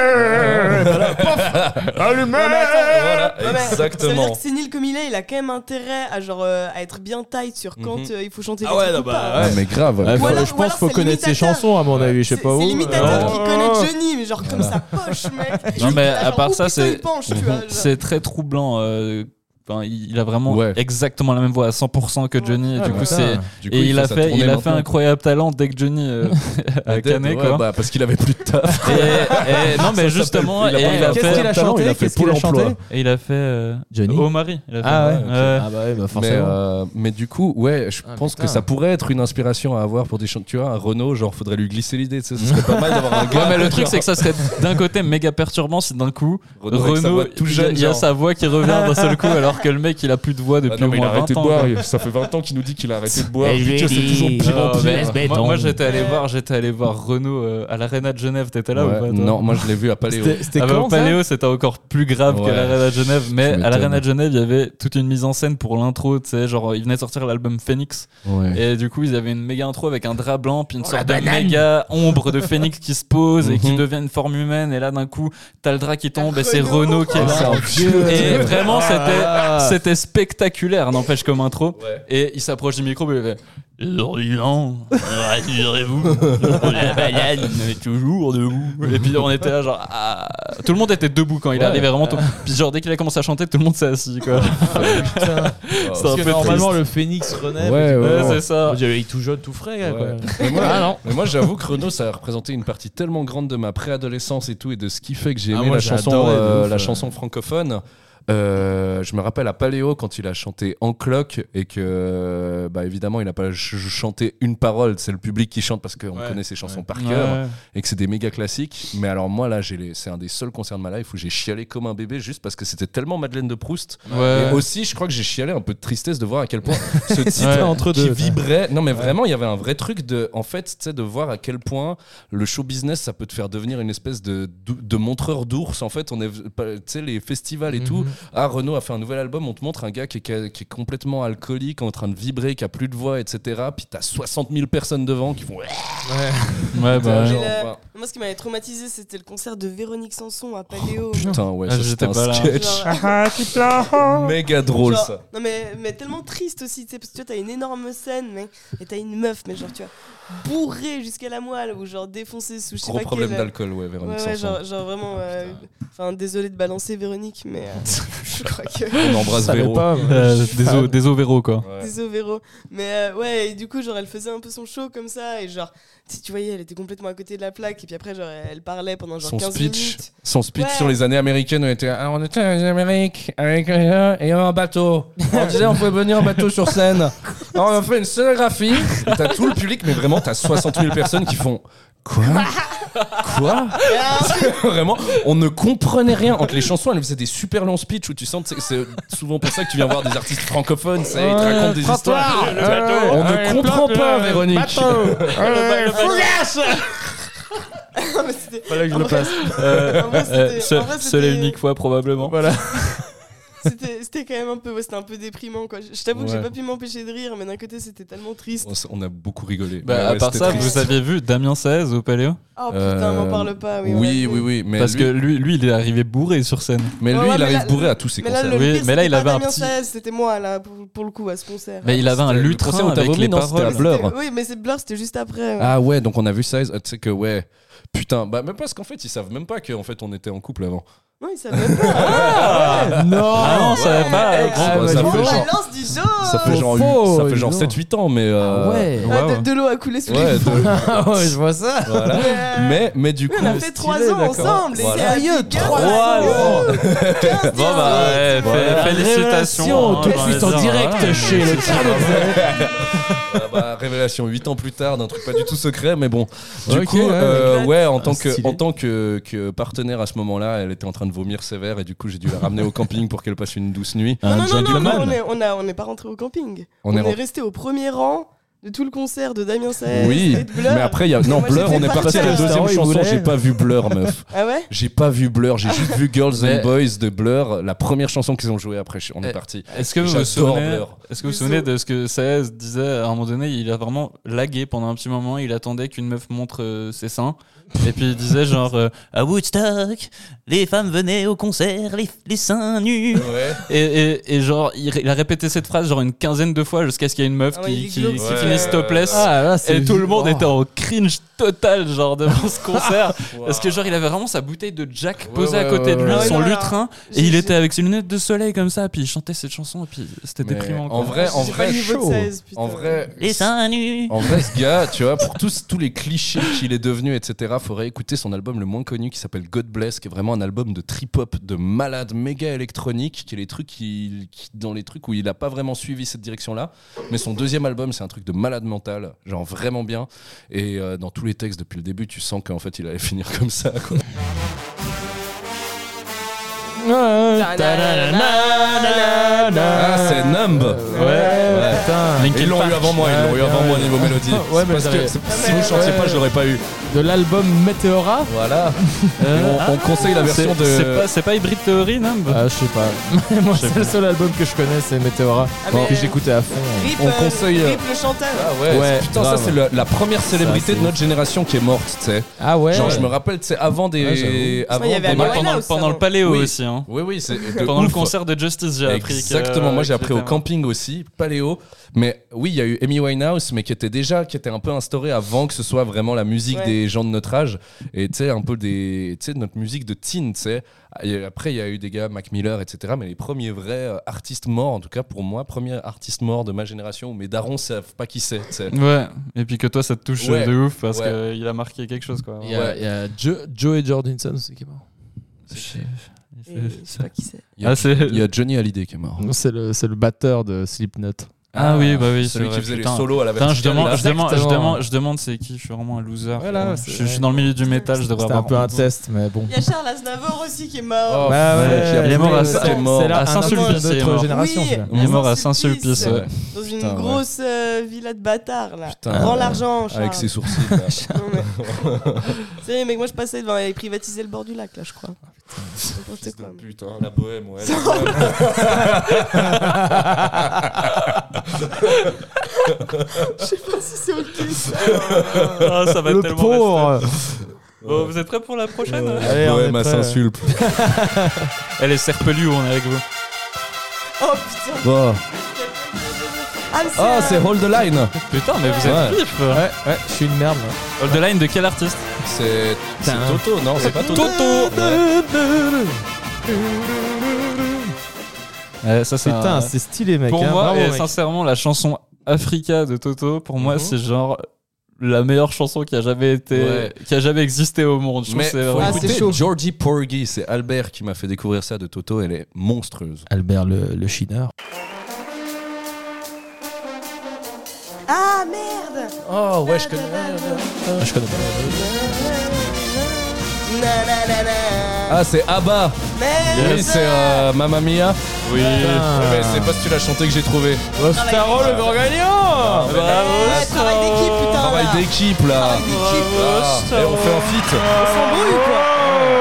voilà, pof, allumez. Voilà, Ouais, mais Ça veut exactement. dire que sénile comme il est, il a quand même intérêt à genre euh, à être bien tight sur quand Mhm. euh, il faut chanter Ah des ouais, trucs non, ou bah, pas. Ah, mais grave. Ouais, Ou faut- alors- je ou pense alors qu'il faut c'est connaître ses l'imitateur. chansons à mon avis, je sais C'est pas où. c'est l'imitateur Euh, qui connaît Johnny, mais genre comme sa poche, mec. Non, mais à Genre, part oh, ça, putain, c'est il penche, tu vois, genre. c'est très troublant. euh, Enfin, il il a vraiment Ouais. exactement la même voix à cent pour cent que Johnny. Et Ah, du coup, putain. c'est Du coup, et il a sa fait, tournée il a fait maintenant. un incroyable talent dès que Johnny euh, a Ouais, canné ouais, quoi. bah, parce qu'il avait plus de taf. Et, et- non mais Ça justement, s'appelle- et il a il pas a fait- Qu'est-ce fait, qu'il a talent, chanté il a fait Qu'est-ce qu'il Pôle a chanté emploi. et il a fait euh, Johnny Oh Marie. Il a fait, Ah ouais. ouais. Ah bah ouais, bah Mais, forcément. euh, mais du coup, ouais, je Ah, pense putain. que ça pourrait être une inspiration à avoir pour des chanteurs. Tu vois, un Renault, genre, faudrait lui glisser l'idée. Tu sais, ce serait pas mal d'avoir un Ouais, gars. mais le truc genre, c'est que ça serait d'un côté méga perturbant si d'un coup Renault, avec sa Renault voix tout il, jeune, il y a genre. sa voix qui revient d'un seul coup alors que le mec il a plus de voix depuis Ah non, au mais il a moins arrêté vingt de ans. boire. quoi. Ça fait vingt ans qu'il nous dit qu'il a arrêté de boire. Et je lui ai Putain, c'est dit, toujours pire en Non, pire. mais laisse béton. moi, moi, j'étais allé voir j'étais allé voir Renault euh, à l'Arena de Genève. T'étais là Ouais, ou pas toi non, moi je l'ai vu à Paléo. C'était c'était Ah bah, quand au ça Paléo, c'était encore plus grave Ouais. que l'Arena de Genève. Mais Tu à m'étonnes. l'Arena de Genève, il y avait toute une mise en scène pour l'intro. Tu sais, genre, ils venaient de sortir l'album Phoenix. Ouais. Et du coup, ils avaient une méga intro avec un drap blanc, puis une Oh, sorte la de banane. méga ombre de Phoenix qui se pose et qui Mhm. devient une forme humaine. Et là, d'un coup, t'as le drap qui tombe et c'est Renault. Renault qui est Oh, là. c'est un vieux. Et vraiment, Ah c'était, là là. c'était spectaculaire, n'empêche, comme intro. Ouais. Et il s'approche du micro, et il fait Aujourd'hui-là, rassurez-vous, la banane est toujours debout. Et puis on était là, genre, ah. Tout le monde était debout quand il Ouais. arrivait vraiment. tôt. Puis, genre, dès qu'il a commencé à chanter, tout le monde s'est assis, quoi. Putain. C'est Parce un que peu normalement triste. le phénix renaît. Ouais, Ouais, ouais, c'est ça. Il est tout jeune, tout frais, gars, quoi. Ouais. Mais moi, Ah non. mais moi, j'avoue que Renault, ça a représenté une partie tellement grande de ma préadolescence et tout, et de ce qui fait que j'ai Ah, aimé moi, la j'ai chanson, adoré, de euh, ouf, la ouais. chanson francophone. Euh, je me rappelle à Paléo quand il a chanté En Cloque et que, bah, évidemment, il n'a pas ch- chanté une parole. C'est le public qui chante parce qu'on Ouais. connaît ses chansons Ouais. par cœur Ouais. et que c'est des méga classiques. Mais alors, moi, là, j'ai les... c'est un des seuls concerts de ma life où j'ai chialé comme un bébé juste parce que c'était tellement Madeleine de Proust. Ouais. Et aussi, je crois que j'ai chialé un peu de tristesse de voir à quel point ce titre Ouais. entre qui deux. vibrait. Non, mais vraiment, il y avait un vrai truc de, en fait, tu sais, de voir à quel point le show business, ça peut te faire devenir une espèce de, de, de montreur d'ours. En fait, on est, tu sais, les festivals et Mhm. tout. Ah, Renaud a fait un nouvel album, on te montre un gars qui est, qui est- qui est complètement alcoolique, en train de vibrer, qui a plus de voix, et cetera. Puis t'as soixante mille personnes devant qui font. Ouais, bah, ouais. Genre, Mais la- enfin, Moi, ce qui m'avait traumatisé, c'était le concert de Véronique Sanson à Paléo. putain, ouais, Ah, ça, j'étais c'était un pas là. sketch Genre, méga drôle, genre- ça. Non, mais, mais tellement triste aussi, tu sais, parce que tu vois, t'as une énorme scène, mais, et t'as une meuf, mais genre, tu vois, bourrée jusqu'à la moelle, ou genre défoncée sous je sais Gros pas problème quel- d'alcool, ouais, Véronique Ouais, ouais, Sanson. genre, genre vraiment. euh, Enfin, désolé de balancer Véronique, mais euh, je crois que. On embrasse savais Véro. pas. moi. Euh, des os- des os Véro, quoi. Ouais. Désolé Véro. Mais euh, ouais, et du coup, genre, elle faisait un peu son show comme ça, et genre, tu sais, tu voyais, elle était complètement à côté de la plaque, et puis après, genre, elle parlait pendant genre Son quinze speech, minutes. son speech Ouais. sur les années américaines, on était, ah, on était en Amérique avec euh, et un bateau. On disait on pouvait venir en bateau sur scène. Alors, on a fait une scénographie. Et t'as tout le public, mais vraiment t'as soixante mille personnes qui font quoi, quoi. Vraiment, on ne comprenait rien entre les chansons. Elle faisait des super longs speeches où tu sens, que c'est c'est souvent pour ça que tu viens voir des artistes francophones. Ça, ils te racontent des histoires. On ne comprend pas, Véronique. Non, mais c'était- Fallait que je en le vrai- place. Euh, en vrai, euh, c'était- seul- en vrai, seule et c'était- unique fois, probablement. Voilà. C'était c'était quand même un peu, ouais, c'était un peu déprimant, quoi. Je je t'avoue que j'ai Ouais. pas pu m'empêcher de rire, mais d'un côté, c'était tellement triste. On s- On a beaucoup rigolé. Bah, Ouais, à ouais, part c'était ça, triste. vous aviez vu Damien seize au Paléo? Oh putain, Euh, m'en parle pas. Oui, on l'a oui, vu. oui, oui. Mais Parce lui, que lui, lui, il est arrivé bourré sur scène. mais lui, Ouais, ouais, il mais arrive là- bourré à tous ses Mais là, concerts. le Oui, pire, mais là, c'était il pas avait un Damien petit- seize, c'était moi, là, pour, pour le coup, à ce concert. Mais il avait un C'était le lutrin concert où t'as avec vomi, les non, c'était à paroles. Blur. C'était- Oui, mais c'est Blur, c'était juste après. ouais. Ah ouais, donc on a vu ça. Tu sais que ouais. Putain, bah même parce qu'en fait ils savent même pas qu'en fait on était en couple avant. Oui, ça même pas. Non. Ah non, ça Ouais, savait pas. mais euh, ex, bon, bah, bah, ça dis fait donc. Oh, genre- la lance du dos. Ça fait genre, faux, huit- ça fait genre non. sept huit ans, mais euh, Ouais. Ah, Ouais, de, de l'eau a coulé sous ouais, les de- ponts. Ah ouais, je vois ça. voilà. Ouais. Mais mais du coup, On a fait trois stylé, ans d'accord. ensemble. et Voilà. c'est Sérieux, habitué. trois ans. quinze, Bon, bah, ouais, dix-huit, fé- félicitations. Tout de hein, suite j'ai en envie de dire, direct voilà. chez le Carnot. ah bah, révélation huit ans plus tard d'un truc pas du tout secret, mais bon. Du Ok, coup, ouais, euh, éclate. ouais, en tant Ah, que stylé. en tant que, que partenaire à ce moment-là, elle était en train de vomir sévère et du coup j'ai dû la ramener au camping pour qu'elle passe une douce nuit. Non, non, non, non, gentleman. non, on est- on a- on n'est pas rentré au camping. On On, est est, ren- resté au premier rang de tout le concert de Damien seize Oui, et de Blur. mais après il y a non Moi, Blur, j'étais on est pas parti à la seule. deuxième Il chanson. voulait. J'ai pas vu Blur, meuf. Ah ouais J'ai pas vu Blur, j'ai juste vu Girls Mais- and Boys de Blur, la première chanson qu'ils ont jouée après, on est Eh, parti. Est-ce que vous vous J'adore souvenez, Blur. est-ce que vous vous Bisous. souvenez de ce que seize disait à un moment donné? Il a vraiment lagué pendant un petit moment. Il attendait qu'une meuf montre euh, ses seins. Et puis il disait genre euh, à Woodstock, les femmes venaient au concert, les, les seins nus. Ouais. Et, et, et genre il, il a répété cette phrase genre une quinzaine de fois jusqu'à ce qu'il y ait une meuf Ah ouais, qui, il est qui, glauque, qui ouais. finisse topless. Ah là, c'est Et tout le monde oh. était en cringe total genre devant ce concert. Parce que genre il avait vraiment sa bouteille de Jack Ouais, posée ouais, à côté de ouais, lui, ouais. son Ah ouais, non, lutrin, j'ai- et il j'ai- était avec ses lunettes de soleil comme ça, puis il chantait cette chanson, et puis c'était Mais déprimant. en quoi. vrai, en J'ai pas vrai, le niveau de chaud. seize, putain. En vrai, Les seins nus. en vrai, ce gars, tu vois, pour tous, tous les clichés qu'il est devenu, et cetera, faudrait écouter son album le moins connu qui s'appelle God Bless, qui est vraiment un album de trip-hop de malade, méga électronique, qui est les trucs qui, qui- dans les trucs où il a pas vraiment suivi cette direction-là. Mais son deuxième album, c'est un truc de malade mental, genre vraiment bien. Et euh, dans tous les textes depuis le début, tu sens qu'en fait, il allait finir comme ça, quoi. Ah, c'est Numb. Ouais, putain. Linkin Ils l'ont eu Park. avant moi, ils l'ont eu Ouais, avant ouais. moi niveau mélodie. Ouais, mais parce que j'avais- c'est- si vous chantiez pas, je l'aurais pas eu. De l'album Meteora. Voilà. Euh, Et on, on conseille la version c'est- de. C'est pas, c'est pas Hybrid Theory, Numb? Ah, je sais pas. Moi, Je sais c'est le seul album que je connais, c'est Meteora. Ah, mais- Que j'écoutais à fond. Rip, On euh, conseille, euh, Rip le chanteur. Ah ouais, Ouais, putain, grave. ça c'est le- la première célébrité Ça, de c'est notre génération qui est morte, tu sais. Ah ouais. Genre, je me rappelle, tu sais, avant des. Ouais, j'avoue. avant il y avait des- Amy Moi, Winehouse, pendant, le- pendant le avant. Paléo Oui. aussi. Hein. Oui, oui, c'est. de Pendant le ouf. concert de Justice, j'ai appris que. Exactement, moi j'ai appris qu'il au était camping aussi, Paléo. Mais oui, il y a eu Amy Winehouse, mais qui était déjà, qui était un peu instaurée avant que ce soit vraiment la musique Ouais. des gens de notre âge. Et tu sais, un peu des. Tu sais, notre musique de teen, tu sais. Et après, il y a eu des gars, Mac Miller, et cetera. Mais les premiers vrais euh, artistes morts, en tout cas pour moi, premier artiste mort de ma génération où mes darons savent pas qui c'est, tu sais. Ouais, et puis que toi ça te touche Ouais. de ouf parce Ouais. qu'il a marqué quelque chose quoi. Il y a, il y a Joe, Joey Jordinson aussi qui est mort. Je- Et je sais pas qui c'est. Il y a, Ah, c'est- il y a Johnny Hallyday qui est mort. C'est le, c'est le batteur de Slipknot. Ah oui, bah oui, c'est celui vrai, qui faisait putain. les solos à la Putain, je verticale. demande, là. je, demande, je, Exactement. demande, je demande c'est qui, je suis vraiment un loser. Voilà, je, c'est- je suis dans le milieu du métal, je devrais C'était un avoir peu un honte. test, mais bon. Il y a Charles Aznavour aussi qui est Oh, mort. Bah ouais, ouais, il est mort à c'est Saint- mort. C'est là à un Saint-Sulpice, enfant de il est notre mort. génération. Oui. celui-là. Il est mort à Saint-Sulpice, Saint-Sulpice, ouais. Dans une Putain, ouais. grosse euh, villa de bâtards là. Putain, Rends ouais. l'argent, Charles. Avec ses sourcils. là. Non, mais- C'est vrai, mec, moi je passais devant, ils privatisaient le bord du lac là, je crois. N'importe quoi. mais- Putain, la bohème, ouais. Je sais pas si c'est ok ça. Ah, ça va Le tellement pauvre. rester. Bon, vous êtes prêts pour la prochaine La Allez, on bohème est à prêt. Saint-Sulp. Elle est serpelue, on est avec vous. Oh putain. Bon. Ah, mais Ah, c'est un- Hold the Line. Putain, mais vous êtes Ouais. vif. Ouais, ouais, je suis une merde. là. Hold the line de quel artiste? C'est c'est Putain. Toto, non, c'est pas Toto. Ouais, ça, c'est Putain, un- c'est stylé, mec. Pour hein. moi, Bravo, et mec. sincèrement, la chanson Africa de Toto, pour moi, Mhm. c'est genre la meilleure chanson qui a jamais été, Ouais. qui a jamais existé au monde. Je trouve Mais que c'est faut vraiment- Ah, c'est écouter chaud. Georgie Porgy, c'est Albert qui m'a fait découvrir ça de Toto, elle est monstrueuse. Albert le, le chineur. Ah merde. Oh ouais, je connais. Ah, je connais pas. Nananana. Ah, c'est Abba. Merde. Oui, c'est euh, Mamma Mia. Oui. Ouais, mais c'est pas si tu l'as chanté que j'ai trouvé. Ostaro, le grand gagnant. mais Bravo, Ouais, travail d'équipe, putain. Travail là. d'équipe là. Travail d'équipe. Ah, et on fait un feat. On s'embrouille ou quoi?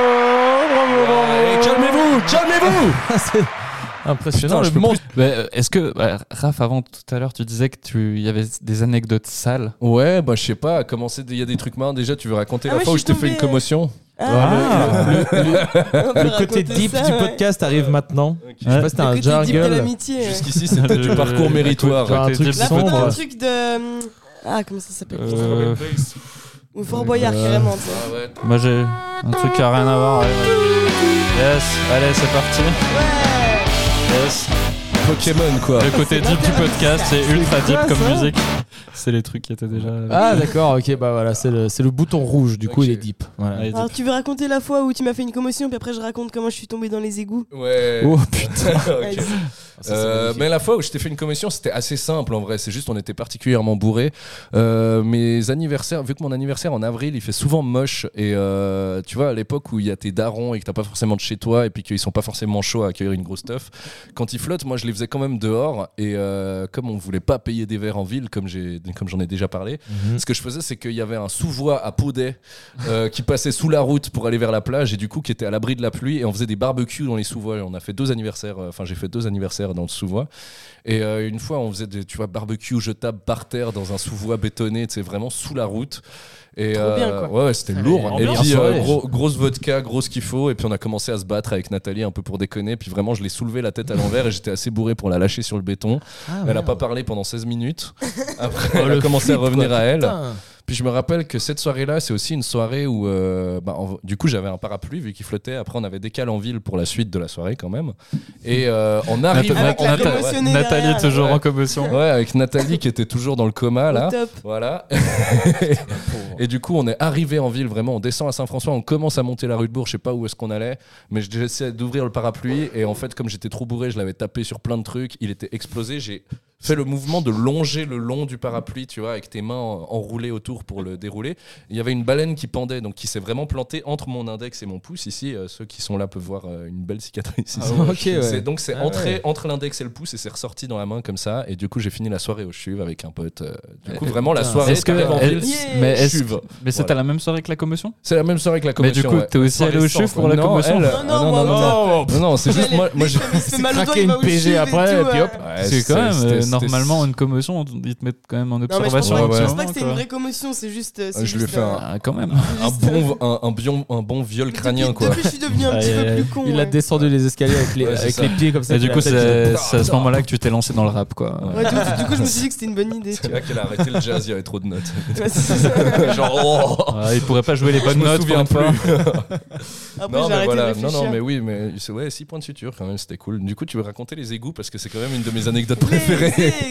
Et calmez-vous, calmez-vous. C'est impressionnant. Putain, je le peux monde. Mais, euh, est-ce que, bah, Raph, avant tout à l'heure, tu disais que tu il y avait des anecdotes sales. Ouais, bah je sais pas, commencer, il y a des trucs marrants. Déjà, tu veux raconter Ah la ouais, fois où je je suis t'ai fait une tombée. commotion? Ah, Le, le- on peut le côté raconter deep ça, du ouais. podcast arrive maintenant. Je sais pas si t'as Le un côté deep de jungle. l'amitié. ouais. Jusqu'ici, c'était du Le- parcours le- méritoire. Genre un côté truc deep. Là, faut sombre. un truc de. Ah, comment ça s'appelle? Euh, Ou Fort Boyard, euh, carrément. tu sais. Ah ouais. moi, j'ai un truc qui a rien à voir. Allez, ouais. Yes, allez, c'est parti. Ouais. Yes. Pokémon quoi. Le côté deep du podcast, c'est ultra C'est deep quoi, comme ça musique. C'est les trucs qui étaient déjà. Ah d'accord, ok, bah voilà, c'est le, c'est le bouton rouge, du coup Ok. il est deep. Voilà. Ouais, Alors, tu veux raconter la fois où tu m'as fait une commotion, puis après je raconte comment je suis tombée dans les égouts? Ouais. Oh putain. Vas-y. Ok. Euh, mais la fois où je t'ai fait une commotion, c'était assez simple en vrai. C'est juste on était particulièrement bourrés. Euh, mes anniversaires, vu que mon anniversaire en avril, il fait souvent moche. Et euh, tu vois, à l'époque où il y a tes darons et que t'as pas forcément de chez toi et puis qu'ils sont pas forcément chauds à accueillir une grosse teuf, quand ils flottent, moi je les faisais quand même dehors. Et euh, comme on voulait pas payer des verres en ville, comme j'ai, comme j'en ai déjà parlé, Mhm. ce que je faisais, c'est qu'il y avait un sous-voie à Paudet euh, qui passait sous la route pour aller vers la plage et du coup qui était à l'abri de la pluie et on faisait des barbecues dans les sous-voies. Et on a fait deux anniversaires, euh, enfin j'ai fait deux anniversaires dans le sous-voie. Et euh, une fois, on faisait des, tu vois, barbecue jetable par terre dans un sous-voie bétonné, tu sais, vraiment sous la route. Et Trop bien, quoi. ouais, ouais, c'était lourd. Et ambiance, puis euh, ouais. gros- grosse vodka, gros ce qu'il faut. Et puis on a commencé à se battre avec Nathalie un peu pour déconner. Puis vraiment, je l'ai soulevé la tête à l'envers et j'étais assez bourré pour la lâcher sur le béton. Ah, Elle a pas parlé pendant seize minutes. Après, Oh, elle a le commencé à flip, revenir quoi, à elle. putain. Puis je me rappelle que cette soirée-là, c'est aussi une soirée où, euh, bah, en- du coup, j'avais un parapluie vu qu'il flottait. Après, on avait décalé en ville pour la suite de la soirée quand même. Et euh, en arrivant, Avec la Nata- commotionnée Nathalie derrière, toujours ouais. en commotion. ouais, avec Nathalie qui était toujours dans le coma là. Au top. Voilà. Et du coup, on est arrivé en ville, vraiment. On descend à Saint-François, on commence à monter la rue de Bourg. Je sais pas où est-ce qu'on allait, mais j'essayais d'ouvrir le parapluie. Et en fait, comme j'étais trop bourré, je l'avais tapé sur plein de trucs. Il était explosé. J'ai fait le mouvement de longer le long du parapluie, tu vois, avec tes mains en- enroulées autour pour le dérouler. Il y avait une baleine qui pendait, donc qui s'est vraiment plantée entre mon index et mon pouce. Ici, euh, ceux qui sont là peuvent voir euh, une belle cicatrice. Ah ici. ouais, ok, ouais. C'est- donc c'est Ah entré ouais. entre l'index et le pouce et c'est ressorti dans la main comme ça. Et du coup, j'ai fini la soirée au chuve avec un pote. euh, du coup, Euh, vraiment la putain. soirée. Est-ce que, t'arrives en est- ville, Yeah. mais est-ce chuve. mais c'était Voilà. la même soirée que la commotion? C'est la même soirée que la Mais commotion. du coup, ouais. t'es aussi allé au Soirée chuve pour la non, commotion? elle- Non, ah, non, non, moi, non, moi, non, non, c'est juste moi. Moi, je- il se fait mal au doigt, il craqué va une au P G chiv et après, tout, et puis ouais. hop. Ouais, C'est quand même, c'était- euh, c'était- normalement, une commotion, ils te mettent quand même en Non, mais je pense observation. pas, ouais, je ouais. pense pas que c'était une quoi. vraie commotion, c'est juste. euh, c'est Je lui ai juste fait un- Ah, quand même. un bon, un, un, bion- un bon viol crânien, Depuis- quoi. Depuis, je suis devenu un petit Aïe, peu aïe, plus con. Il a ouais. descendu les escaliers avec les, Ouais, c'est avec ça. les pieds comme ça. Et du puis coup, la tête, c'est c'est à ce moment-là que tu t'es lancé dans le rap, quoi. Ouais, du, coup, du coup, je me suis dit que c'était une bonne idée. C'est là qu'elle a arrêté le jazz, il y avait trop de notes. Ouais, c'est ça. Genre, oh Ah, il pourrait pas jouer les bonnes Je me notes souviens pour une fois. Après, non, j'ai mais arrêté voilà. de non, réfléchir. non, mais oui, mais c'est ouais, six points de suture quand même, c'était cool. Du coup, tu veux raconter les égouts parce que c'est quand même une de mes anecdotes Les préférées. égouts,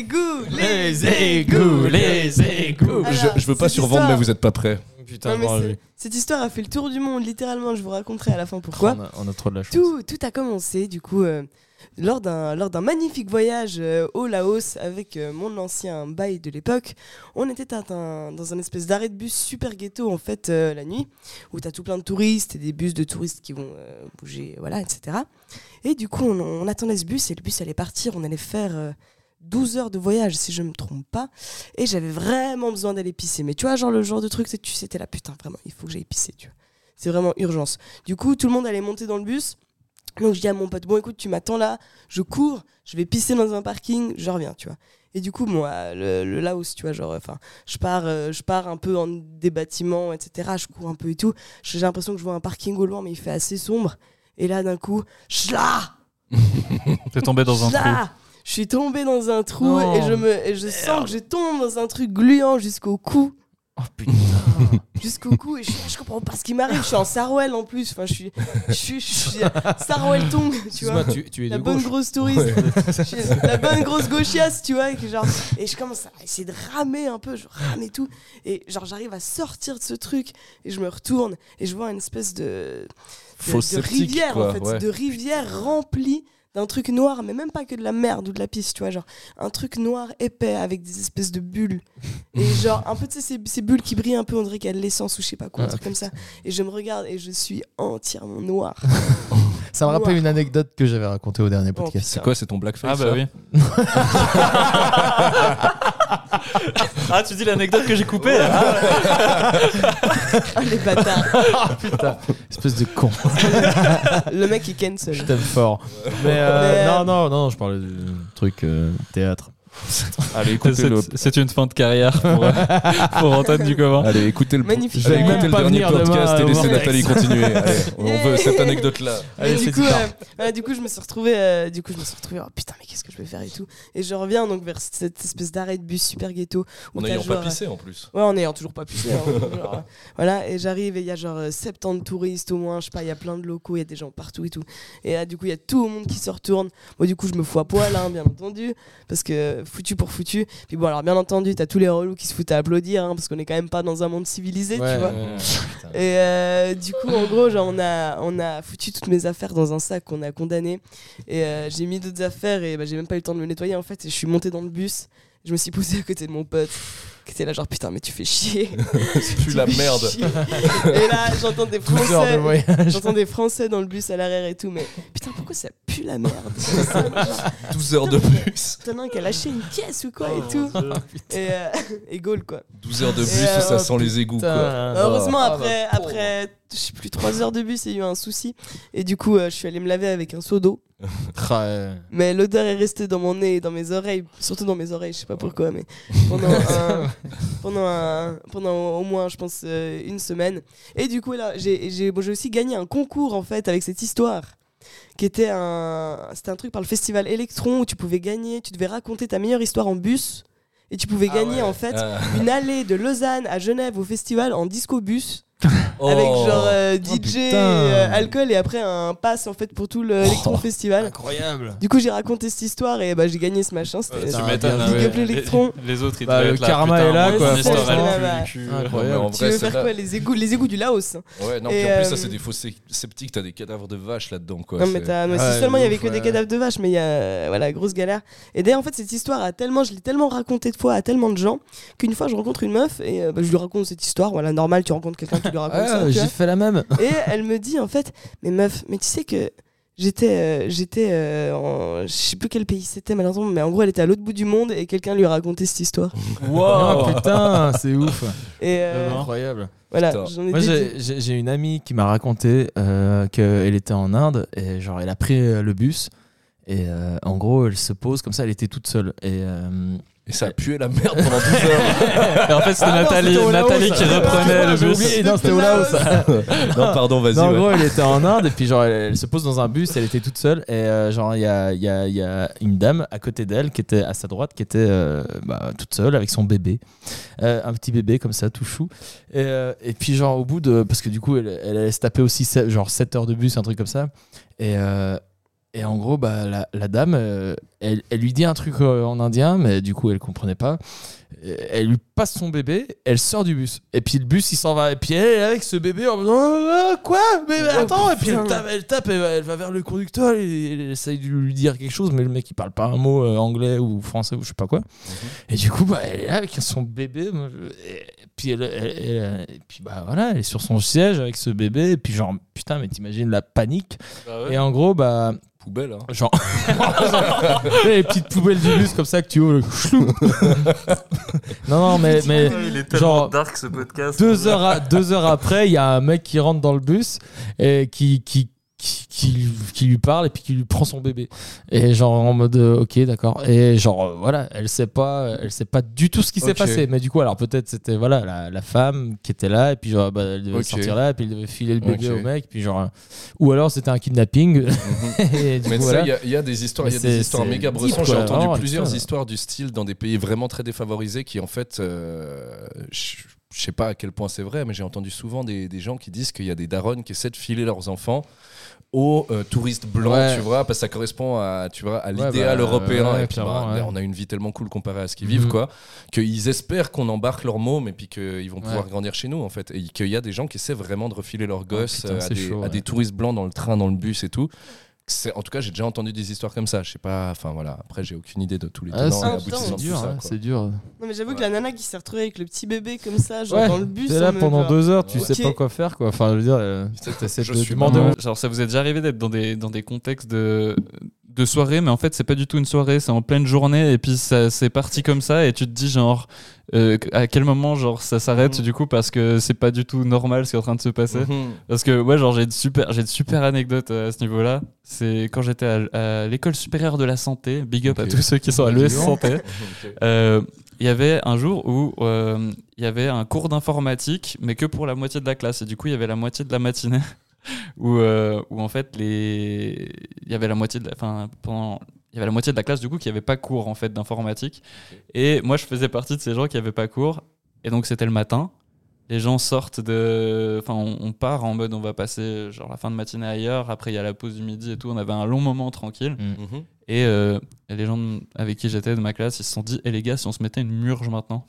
Les égouts, les égouts. Alors, je, je veux pas cette survendre, histoire- mais vous êtes pas prêts. Putain, Non, mais bon, c'est- cette histoire a fait le tour du monde, littéralement. Je vous raconterai à la fin pourquoi. on, a, on a trop de la chance. Tout, tout a commencé du coup euh, lors d'un lors d'un magnifique voyage euh, au Laos avec euh, mon ancien bail de l'époque. On était à un- dans un espèce d'arrêt de bus super ghetto en fait euh, la nuit où t'as tout plein de touristes et des bus de touristes qui vont euh, bouger, voilà, et cetera. Et du coup on, on attendait ce bus et le bus allait partir. On allait faire euh, douze heures de voyage si je me trompe pas, et j'avais vraiment besoin d'aller pisser, mais tu vois genre le genre de truc c'est tu sais t'es là putain vraiment il faut que j'aille pisser, tu vois, c'est vraiment urgence. Du coup tout le monde allait monter dans le bus, donc je dis à mon pote bon écoute tu m'attends là, je cours, je vais pisser dans un parking, je reviens, tu vois. Et du coup moi le, le Laos tu vois genre enfin je pars euh, je pars un peu en des bâtiments etc, je cours un peu et tout, j'ai l'impression que je vois un parking au loin mais il fait assez sombre, et là d'un coup chla T'es tombé dans un trou. chla je suis tombé dans un trou Non. et je me et je sens que je tombe dans un truc gluant jusqu'au cou. Oh putain. Jusqu'au cou, et je, suis là, je comprends pas ce qui m'arrive, je suis en Sarouel en plus, enfin je suis je suis, je suis Sarouel Tong, tu vois. Excuse-moi, tu, tu es La de bonne gauche. grosse touriste, Je suis la bonne grosse gauchiasse, tu vois, et, que genre, et je commence à essayer de ramer un peu, je rame et tout, et genre j'arrive à sortir de ce truc, et je me retourne, et je vois une espèce de, de, Fausse de sceptique, rivière quoi, en fait, ouais. de rivière remplie d'un truc noir, mais même pas que de la merde ou de la pisse, tu vois, genre un truc noir épais avec des espèces de bulles, et genre un peu tu sais ces, ces bulles qui brillent un peu, on dirait qu'il y a de l'essence ou je sais pas quoi, un Ah, truc comme ça, et je me regarde et je suis entièrement noir. Ça me rappelle Noir. une anecdote que j'avais racontée au dernier Oh, podcast. C'est quoi, c'est ton blackface Ah bah ça oui. Ah, tu dis l'anecdote que j'ai coupée. Ah, les bâtards. Ah putain, espèce de con. Le mec est cancel. Je t'aime fort. Mais, euh, Mais, euh, non, non, non, je parlais du truc euh, théâtre. Allez, écoutez C'est le, c'est une fin de carrière pour, euh, pour Antoine Ducovin. allez, écoutez le, Magnifique. allez, Je vais écoutez même le pas dernier venir demain podcast à et laissez Vortex. Nathalie continuer. Allez, on veut cette anecdote-là. Allez, Et du c'est coup, du euh, tard. voilà, du coup, je me suis retrouvée, euh, du coup, je me suis retrouvée, oh, putain, mais qu'est-ce que je vais faire et tout. Et je reviens donc vers cette espèce d'arrêt de bus super ghetto. où En t'as n'ayant pas genre, pissé en plus. Ouais, en ayant toujours pas pissé. Hein, genre, euh, voilà, et j'arrive et il y a genre euh, soixante-dix touristes au moins, je sais pas, il y a plein de locaux, il y a des gens partout et tout. Et là, du coup, il y a tout le monde qui se retourne. Moi, du coup, je me fous à poil, hein, bien entendu, parce que foutu pour foutu. Puis bon, alors, bien entendu, t'as tous les relous qui se foutent à applaudir, hein, parce qu'on est quand même pas dans un monde civilisé, Ouais, tu vois. ouais, putain. Et euh, du coup, en gros, genre, on a, on a foutu toutes mes affaires dans un sac qu'on a condamné. Et euh, j'ai mis d'autres affaires et bah, j'ai même pas eu le temps de me nettoyer en fait. Et je suis montée dans le bus. Je me suis posée à côté de mon pote qui était là, genre putain, mais tu fais chier. C'est plus la Tu fais merde. chier. Et là, j'entends des douze heures de Français. voyage. J'entends des Français dans le bus à l'arrière et tout. Mais putain, pourquoi ça pue la merde? douze heures de bus. T'en as un qui a lâché une caisse ou quoi et tout. Et, euh, et Gaulle quoi. douze heures de bus Et, euh, où ça sent les égouts, quoi. Putain. Heureusement, Ah, après, la pauvre. après, je sais plus, trois heures de bus, il y a eu un souci. Et du coup, euh, je suis allée me laver avec un seau d'eau. Ah, ouais. Mais l'odeur est restée dans mon nez et dans mes oreilles, surtout dans mes oreilles, je sais pas pourquoi, mais pendant, un, pendant, un- pendant au moins, je pense, euh, une semaine. Et du coup, là, j'ai j'ai- bon, j'ai aussi gagné un concours, en fait, avec cette histoire, qui était un, c'était un truc par le festival Electron, où tu pouvais gagner, tu devais raconter ta meilleure histoire en bus, et tu pouvais gagner, en fait, Ah. une allée de Lausanne à Genève au festival en disco-bus. Oh. Avec genre euh, D J, putain. euh, alcool et après un pass en fait pour tout le Electron Festival. Incroyable. Du coup j'ai raconté cette histoire et bah j'ai gagné ce machin. C'était Putain, Tu bien m'étonnes. vu. hein, Big up ouais. l'électron. Les, les autres, ils Bah, devaient le être là. karma putain, est là, mon quoi, histoire, franchement. elle Ouais, pue du cul. Incroyable. Non, mais en Tu vrai, veux c'est faire là- quoi, les égouts, les égouts du Laos? Ouais, non, Et, puis en plus, ça, euh, c'est des faux sé- sceptiques, t'as des cadavres de vaches là-dedans, quoi. Non mais, c'est- t'as- mais si Ouais, seulement il y avait ouf, que des ouais. cadavres de vaches, mais il y a voilà grosse galère. Et d'ailleurs en fait cette histoire a tellement, je l'ai tellement raconté de fois à tellement de gens qu'une fois je rencontre une meuf et euh, bah, je lui raconte cette histoire. Voilà normal, tu rencontres quelqu'un qui lui raconte ça. Ah, tu j'ai vois. fait la même. Et elle me dit en fait, mais meuf, mais tu sais que j'étais, euh, j'étais, euh, en, je sais plus quel pays c'était malheureusement, mais en gros elle était à l'autre bout du monde et quelqu'un lui a raconté cette histoire. Oh putain, c'est ouf. Et euh, Incroyable. voilà, Putain. j'en ai Moi, des- j'ai- j'ai j'ai une amie qui m'a raconté euh, qu'elle était en Inde et genre elle a pris euh, le bus et euh, en gros elle se pose comme ça, elle était toute seule et euh, Et ça a pué la merde pendant douze heures. Et en fait, c'était Ah non, Nathalie, c'était au Laos, Nathalie qui ça. reprenait le J'ai bus. oublié, non, c'était au Laos. Non, pardon, vas-y. Non, en ouais. gros, elle était en Inde et puis genre elle, elle se pose dans un bus, elle était toute seule et euh, genre il y a, il y, a, il y a une dame à côté d'elle qui était à sa droite qui était euh, bah, toute seule avec son bébé, Euh, un petit bébé comme ça tout chou et, euh, et puis genre au bout de parce que du coup elle, elle allait se taper aussi sept- genre sept heures de bus un truc comme ça et euh, et en gros, bah, la, la dame, euh, elle, elle lui dit un truc euh, en indien, mais du coup, elle comprenait pas. Euh, Elle lui passe son bébé, elle sort du bus. Et puis le bus, il s'en va. Et puis elle est avec ce bébé en disant euh, quoi mais, mais attends. Et puis elle tape, elle, tape, elle, va, elle va vers le conducteur, et elle, elle essaye de lui dire quelque chose, mais le mec, il parle pas un mot euh, anglais ou français ou je sais pas quoi. Mm-hmm. Et du coup, bah, elle est là avec son bébé. Moi, je... et puis elle, elle, elle- et puis bah voilà, elle est sur son siège avec ce bébé. Et puis genre putain, mais t'imagines la panique. Bah ouais. Et en gros, bah Poubelle, hein. genre les petites poubelles du bus comme ça que tu ouvres le chlou. non non mais mais Il est tellement genre, dark ce podcast. deux heures à- deux heures après, il y a un mec qui rentre dans le bus et qui qui qui, qui, qui lui parle et puis qui lui prend son bébé et genre en mode euh, ok d'accord et genre euh, voilà, elle sait pas elle sait pas du tout ce qui s'est Ok. passé, mais du coup alors peut-être c'était voilà la, la femme qui était là et puis genre bah, elle devait Ok. sortir là et puis elle devait filer le bébé Ok. au mec puis genre euh, ou alors c'était un kidnapping. Et du Mais coup, ça, voilà. il y a- il y, a des histoires, il y a Mais des c'est- histoires c'est méga deep, bressons. quoi, J'ai entendu vraiment, plusieurs putain. histoires du style dans des pays vraiment très défavorisés qui, en fait, euh, je je sais pas à quel point c'est vrai, mais j'ai entendu souvent des, des gens qui disent qu'il y a des darons qui essaient de filer leurs enfants aux euh, touristes blancs, Ouais. tu vois, parce que ça correspond à, tu vois, à Ouais, l'idéal bah, européen. ouais, et puis, clairement, bah, ouais. on a une vie tellement cool comparée à ce qu'ils vivent, Mhm. quoi, qu'ils espèrent qu'on embarque leurs mômes et puis qu'ils vont pouvoir Ouais. grandir chez nous, en fait. Et qu'il y a des gens qui essaient vraiment de refiler leurs gosses putain, euh, à, c'est des, chaud, à ouais. des touristes blancs dans le train, dans le bus et tout. C'est- En tout cas, j'ai déjà entendu des histoires comme ça. Je sais pas, enfin voilà. Après, j'ai aucune idée de tous les Ah, tenants c'est- et Ah, aboutissants putain, de c'est tout dur, ça. hein, quoi. c'est dur. Non, mais j'avoue que Ouais. la nana qui s'est retrouvée avec le petit bébé comme ça, genre Ouais, dans le bus. t'es là en mode, pendant genre, deux heures, tu Ok. sais pas quoi faire quoi. Enfin, je veux dire, euh, t'essaies Je de suis demander. maman. Genre, ça vous est déjà arrivé d'être dans des, dans des contextes de, de soirée, mais en fait, c'est pas du tout une soirée, c'est en pleine journée, et puis ça, c'est parti comme ça, et tu te dis, genre, euh, à quel moment, genre, ça s'arrête, Mhm. du coup, parce que c'est pas du tout normal ce qui est en train de se passer. Mhm. Parce que, ouais, genre, j'ai de super, j'ai de super anecdotes euh, à ce niveau-là. C'est quand j'étais à, à l'école supérieure de la santé, big up Ok. à tous ceux qui sont à l'E S Santé. Ok. Euh, Il y avait un jour où euh, il y avait un cours d'informatique, mais que pour la moitié de la classe. Et du coup, il y avait la moitié de la matinée où, euh, où en fait, les... il y avait la moitié de la... Enfin, pendant... Il y avait la moitié de la classe du coup qui n'avait pas cours en fait d'informatique. Et moi, je faisais partie de ces gens qui n'avaient pas cours. Et donc, c'était le matin. Les gens sortent de... Enfin, on, on part en mode on va passer genre la fin de matinée ailleurs. Après, il y a la pause du midi et tout. On avait un long moment tranquille. Mhm. Et euh, les gens avec qui j'étais de ma classe, ils se sont dit, eh les gars, si on se mettait une murge maintenant.